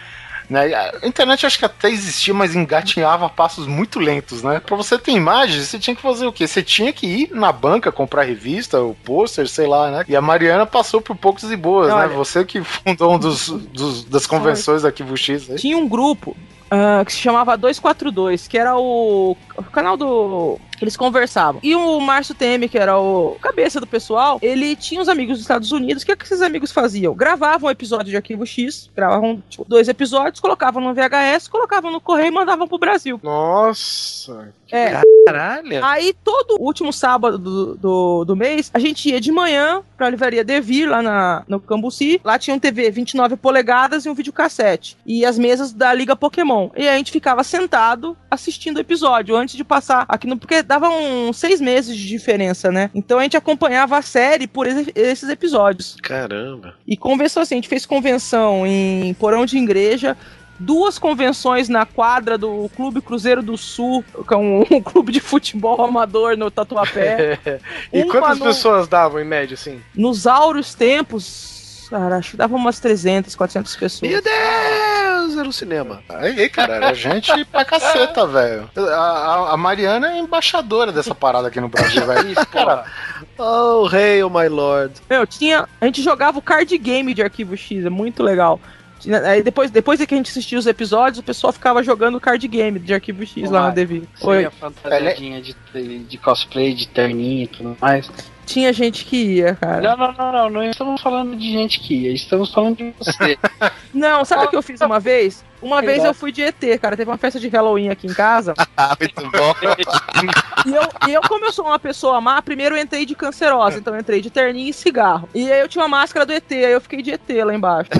[SPEAKER 3] né? A internet acho que até existia, mas engatinhava a passos muito lentos, né? Pra você ter imagem, você tinha que fazer o quê? Você tinha que ir na banca comprar revista, o pôster, sei lá, né? E a Mariana passou por poucos e boas,
[SPEAKER 6] Olha,
[SPEAKER 3] né? Você que fundou um dos, dos das convenções da Arquivo X. Aí.
[SPEAKER 6] Tinha um grupo uh, que se chamava dois quatro dois, que era o, o canal do... Eles conversavam. E o Márcio Temer, que era o cabeça do pessoal, ele tinha uns amigos dos Estados Unidos. O que, é que esses amigos faziam? Gravavam um episódio de Arquivo X, gravavam tipo, dois episódios, colocavam no V H S, colocavam no correio e mandavam pro Brasil.
[SPEAKER 4] Nossa.
[SPEAKER 6] É.
[SPEAKER 2] Caralho.
[SPEAKER 6] Aí, todo último sábado do, do, do mês, a gente ia de manhã pra livraria Devir, lá na, no Cambuci. Lá tinha um T V vinte e nove polegadas e um videocassete. E as mesas da Liga Pokémon. E a gente ficava sentado assistindo o episódio, antes de passar aqui no... Porque dava uns seis meses de diferença, né? Então a gente acompanhava a série por esse, esses episódios.
[SPEAKER 1] Caramba.
[SPEAKER 6] E convenção assim, a gente fez convenção em Porão de Igreja, duas convenções na quadra do Clube Cruzeiro do Sul, que é um, um clube de futebol amador no Tatuapé.
[SPEAKER 4] E
[SPEAKER 6] Uma
[SPEAKER 4] quantas
[SPEAKER 6] no-
[SPEAKER 4] pessoas davam em média, assim?
[SPEAKER 6] Nos áureos tempos, cara, acho que dava umas trezentas, quatrocentas pessoas.
[SPEAKER 1] Meu Deus, era um cinema.
[SPEAKER 3] Aí, cara, era gente pra caceta, velho. A, a, a Mariana é embaixadora dessa parada aqui no Brasil, velho. Cara,
[SPEAKER 1] Oh, hail, my lord.
[SPEAKER 6] Meu, tinha. A gente jogava o card game de Arquivo X, é muito legal. Tinha- Aí depois, depois que a gente assistia os episódios, o pessoal ficava jogando o card game de Arquivo X
[SPEAKER 9] Ô,
[SPEAKER 6] lá na
[SPEAKER 9] Mari,
[SPEAKER 6] Devi.
[SPEAKER 9] Você
[SPEAKER 6] Oi.
[SPEAKER 9] ia fantasiadinha de, de cosplay, de terninho e tudo mais.
[SPEAKER 6] Tinha gente que ia, cara.
[SPEAKER 9] Não, não, não, não, não estamos falando de gente que ia, estamos falando de você.
[SPEAKER 6] Não, sabe o que eu fiz uma vez? Uma vez eu fui de E T, cara. Teve uma festa de Halloween aqui em casa.
[SPEAKER 3] ah, muito bom.
[SPEAKER 6] E eu, e eu, como eu sou uma pessoa má, primeiro eu entrei de cancerosa. Então eu entrei de terninho e cigarro. E aí eu tinha uma máscara do E T, aí eu fiquei de E T lá embaixo.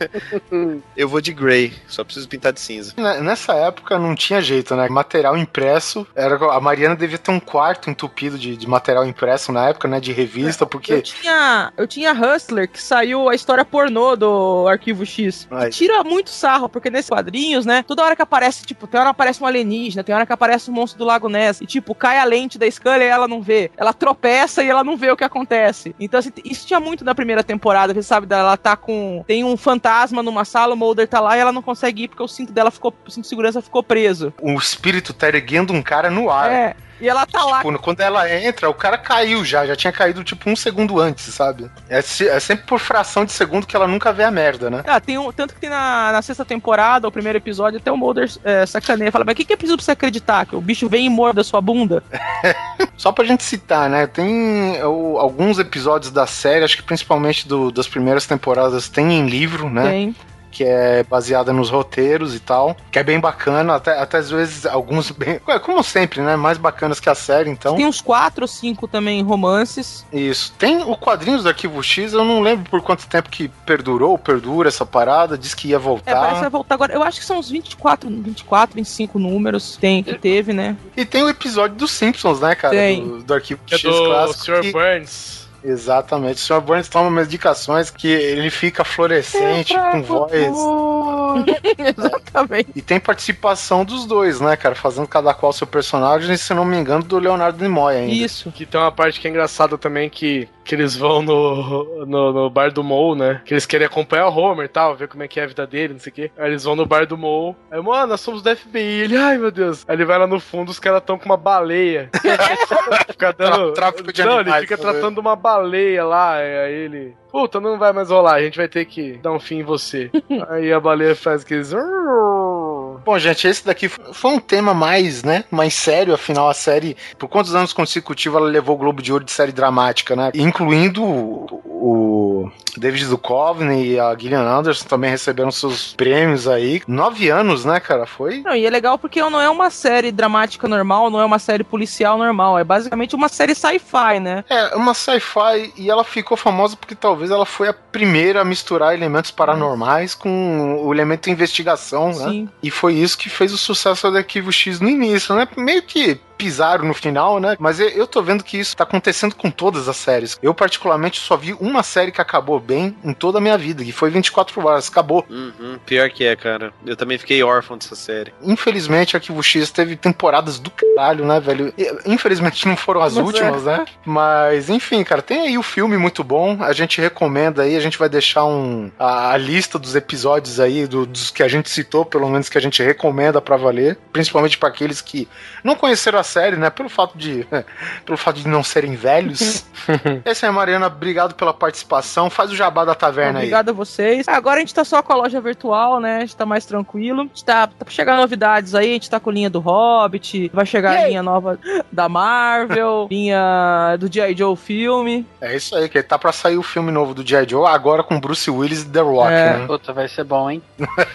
[SPEAKER 1] Eu vou de Grey, só preciso pintar de cinza.
[SPEAKER 3] N- Nessa época não tinha jeito, né? Material impresso. Era, a Mariana devia ter um quarto entupido de, de material impresso na época, né? De revista,
[SPEAKER 6] Eu
[SPEAKER 3] porque.
[SPEAKER 6] tinha, eu tinha Hustler, que saiu a história pornô do Arquivo X.
[SPEAKER 3] Ai.
[SPEAKER 6] Tira muito sarro, porque nesses quadrinhos, né? Toda hora que aparece, tipo, tem hora que aparece um alienígena, tem hora que aparece um monstro do Lago Ness. E, tipo, cai a lente da Scully e ela não vê. Ela tropeça e ela não vê o que acontece. Então, assim, isso tinha muito na primeira temporada, você sabe? Ela tá com... Tem um fantasma numa sala, o Mulder tá lá e ela não consegue ir porque o cinto dela ficou... O cinto de segurança ficou preso.
[SPEAKER 3] O espírito tá erguendo um cara no ar.
[SPEAKER 6] É. E ela tá lá.
[SPEAKER 3] Tipo, quando ela entra, o cara caiu já, já tinha caído tipo um segundo antes, sabe? É, se- é sempre por fração de segundo que ela nunca vê a merda, né?
[SPEAKER 6] Ah, tem um, tanto que tem na, na sexta temporada, o primeiro episódio, até o Mulder é, sacaneia. Fala, mas o que, que é preciso pra você acreditar? Que o bicho vem e morde a sua bunda?
[SPEAKER 3] Só pra gente citar, né? Tem o- alguns episódios da série, acho que principalmente do- das primeiras temporadas, tem em livro, né?
[SPEAKER 6] Tem.
[SPEAKER 3] Que é baseada nos roteiros e tal, que é bem bacana, até, até às vezes alguns bem, é, como sempre, né, mais bacanas que a série, então.
[SPEAKER 6] Tem uns quatro ou cinco também romances.
[SPEAKER 3] Isso. Tem o quadrinhos do Arquivo X, eu não lembro por quanto tempo que perdurou, perdura essa parada, diz que ia
[SPEAKER 6] É,
[SPEAKER 3] voltar.
[SPEAKER 6] parece que vai voltar agora. Eu acho que são uns vinte e quatro, vinte e quatro, vinte e cinco números tem, que teve, né?
[SPEAKER 3] E tem o episódio dos Simpsons, né, cara?
[SPEAKER 6] Tem.
[SPEAKER 3] Do, do Arquivo
[SPEAKER 4] Que é
[SPEAKER 3] X
[SPEAKER 4] do
[SPEAKER 3] clássico.
[SPEAKER 4] senhor
[SPEAKER 3] que-
[SPEAKER 4] Burns.
[SPEAKER 3] Exatamente. O senhor Burns toma medicações que ele fica fluorescente, com voz.
[SPEAKER 6] Exatamente.
[SPEAKER 3] E tem participação dos dois, né, cara? Fazendo cada qual seu personagem, se não me engano, do Leonardo Nimoy ainda.
[SPEAKER 6] Isso.
[SPEAKER 4] Que tem uma parte que é engraçada também, que, que eles vão no, no, no bar do Moe, né? Que eles querem acompanhar o Homer e tal, ver como é que é a vida dele, não sei o quê. Aí eles vão no bar do Moe. Aí, mano, nós somos do F B I. Ele, ai meu Deus. Aí ele vai lá no fundo, os caras tão com uma baleia. Fica dando.
[SPEAKER 3] Tráfico de
[SPEAKER 4] não,
[SPEAKER 3] animais,
[SPEAKER 4] ele fica
[SPEAKER 3] tá vendo?
[SPEAKER 4] tratando de uma baleia lá. Aí ele. Puta, não vai mais rolar, a gente vai ter que dar um fim em você. Aí a baleia faz aqueles.
[SPEAKER 3] Bom, gente, esse daqui foi um tema mais, né, mais sério, afinal a série, por quantos anos consecutivos ela levou o Globo de Ouro de série dramática, né, incluindo o, o David Duchovny e a Gillian Anderson também receberam seus prêmios aí, nove anos, né, cara, foi?
[SPEAKER 6] Não, e é legal porque não é uma série dramática normal, não é uma série policial normal, é basicamente uma série sci-fi, né?
[SPEAKER 3] É, uma sci-fi, e ela ficou famosa porque talvez ela foi a primeira a misturar elementos paranormais com o elemento investigação, né?
[SPEAKER 6] Sim.
[SPEAKER 3] E foi isso que fez o sucesso do Arquivo X no início, né? Meio que pisaram no final, né? Mas eu, eu tô vendo que isso tá acontecendo com todas as séries. Eu, particularmente, só vi uma série que acabou bem em toda a minha vida, que foi vinte e quatro horas. Acabou.
[SPEAKER 1] Uhum, pior que é, cara. Eu também fiquei órfão dessa série.
[SPEAKER 3] Infelizmente, Arquivo X teve temporadas do caralho, né, velho? Infelizmente não foram as
[SPEAKER 6] Mas
[SPEAKER 3] últimas,
[SPEAKER 6] é.
[SPEAKER 3] né? Mas, enfim, cara, tem aí o filme muito bom. A gente recomenda aí, a gente vai deixar um, a, a lista dos episódios aí, do, dos que a gente citou, pelo menos que a gente recomenda pra valer. Principalmente pra aqueles que não conheceram a série, né? Pelo fato de, pelo fato de não serem velhos. Essa é a Mariana, obrigado pela participação. Faz o jabá da taverna aí.
[SPEAKER 6] Obrigado a vocês. Agora a gente tá só com a loja virtual, né? A gente tá mais tranquilo. A gente tá, tá chegando novidades aí, a gente tá com linha do Hobbit, vai chegar a linha nova da Marvel, linha do G I. Joe filme.
[SPEAKER 3] É isso aí, que tá pra sair o filme novo do G I. Joe, agora com Bruce Willis e The Rock,
[SPEAKER 6] É.
[SPEAKER 3] né?
[SPEAKER 9] Puta, vai ser bom, hein?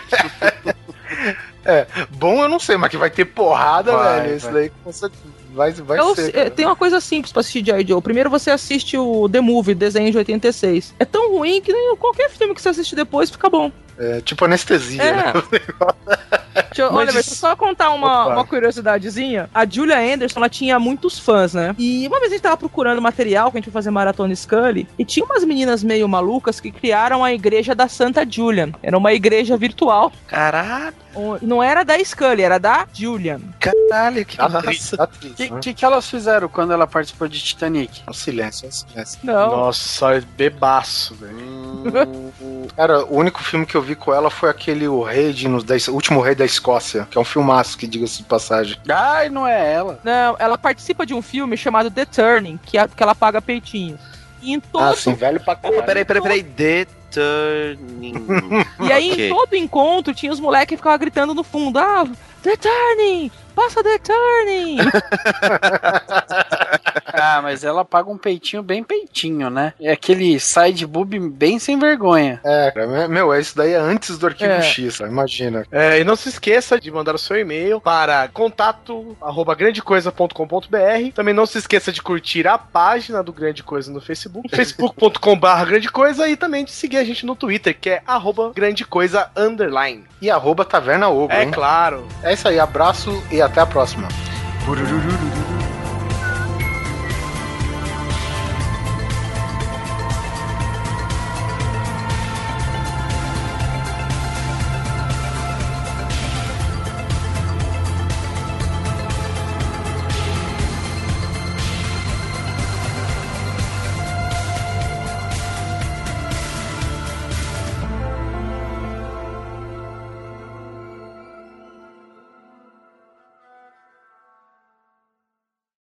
[SPEAKER 3] É, bom eu não sei, mas que vai ter porrada,
[SPEAKER 4] Vai,
[SPEAKER 3] velho. Isso
[SPEAKER 4] vai.
[SPEAKER 3] daí com certeza vai, vai
[SPEAKER 6] Eu,
[SPEAKER 3] ser.
[SPEAKER 6] eh,
[SPEAKER 3] cara.
[SPEAKER 6] tem uma coisa simples pra assistir G I. Joe. Primeiro você assiste o The Movie, desenho de oitenta e seis. É tão ruim que nem qualquer filme que você assiste depois fica bom.
[SPEAKER 3] É tipo anestesia,
[SPEAKER 6] É.
[SPEAKER 3] né?
[SPEAKER 6] Deixa eu,
[SPEAKER 3] Mas
[SPEAKER 6] Oliver,
[SPEAKER 3] isso-
[SPEAKER 6] só contar uma,
[SPEAKER 3] Opa.
[SPEAKER 6] uma curiosidadezinha. A Julia Anderson, ela tinha muitos fãs, né? E uma vez a gente tava procurando material, que a gente foi fazer Maratona Scully, e tinha umas meninas meio malucas que criaram a igreja da Santa Julian. Era uma igreja virtual.
[SPEAKER 2] Caralho,
[SPEAKER 6] O- Não era da Scully, era da Julian.
[SPEAKER 2] caralho, que
[SPEAKER 3] Atriz,
[SPEAKER 2] massa.
[SPEAKER 3] atriz,
[SPEAKER 9] O que,
[SPEAKER 3] né?
[SPEAKER 9] que, que elas fizeram quando ela participou de Titanic?
[SPEAKER 3] Um silêncio, um silêncio.
[SPEAKER 6] Não.
[SPEAKER 4] Nossa, bebaço, velho.
[SPEAKER 1] Hum,
[SPEAKER 3] Cara, o único filme que eu vi com ela foi aquele O Rei de, no, da, O Último Rei da Escócia, que é um filmaço, que diga-se de passagem.
[SPEAKER 9] Ai, não é ela.
[SPEAKER 6] Não, ela participa de um filme chamado The Turning, que, é, que ela paga peitinho. E em todo,
[SPEAKER 3] Ah, sim, velho pra caralho.
[SPEAKER 1] Opa, peraí, peraí, peraí. The Turning.
[SPEAKER 6] E aí,
[SPEAKER 1] Ok.
[SPEAKER 6] em todo encontro, tinha os moleques que ficavam gritando no fundo: Ah, The Turning! Passa The Turning!
[SPEAKER 9] Ah, mas ela paga um peitinho bem peitinho, né? É aquele side boob bem sem vergonha.
[SPEAKER 3] É, cara, meu, é isso daí é antes do Arquivo
[SPEAKER 6] É.
[SPEAKER 3] X, cara, imagina.
[SPEAKER 4] É, e não se esqueça de mandar o seu e-mail para contato arroba grandecoisa ponto com ponto br. Também não se esqueça de curtir a página do Grande Coisa no Facebook, facebook ponto com barra grande coisa, e também de seguir a gente no Twitter, que é arroba grande coisa underline.
[SPEAKER 3] E arroba Taverna Ogro,
[SPEAKER 4] É
[SPEAKER 3] hein?
[SPEAKER 4] claro.
[SPEAKER 3] É isso aí, abraço e até a próxima.
[SPEAKER 4] Burururu.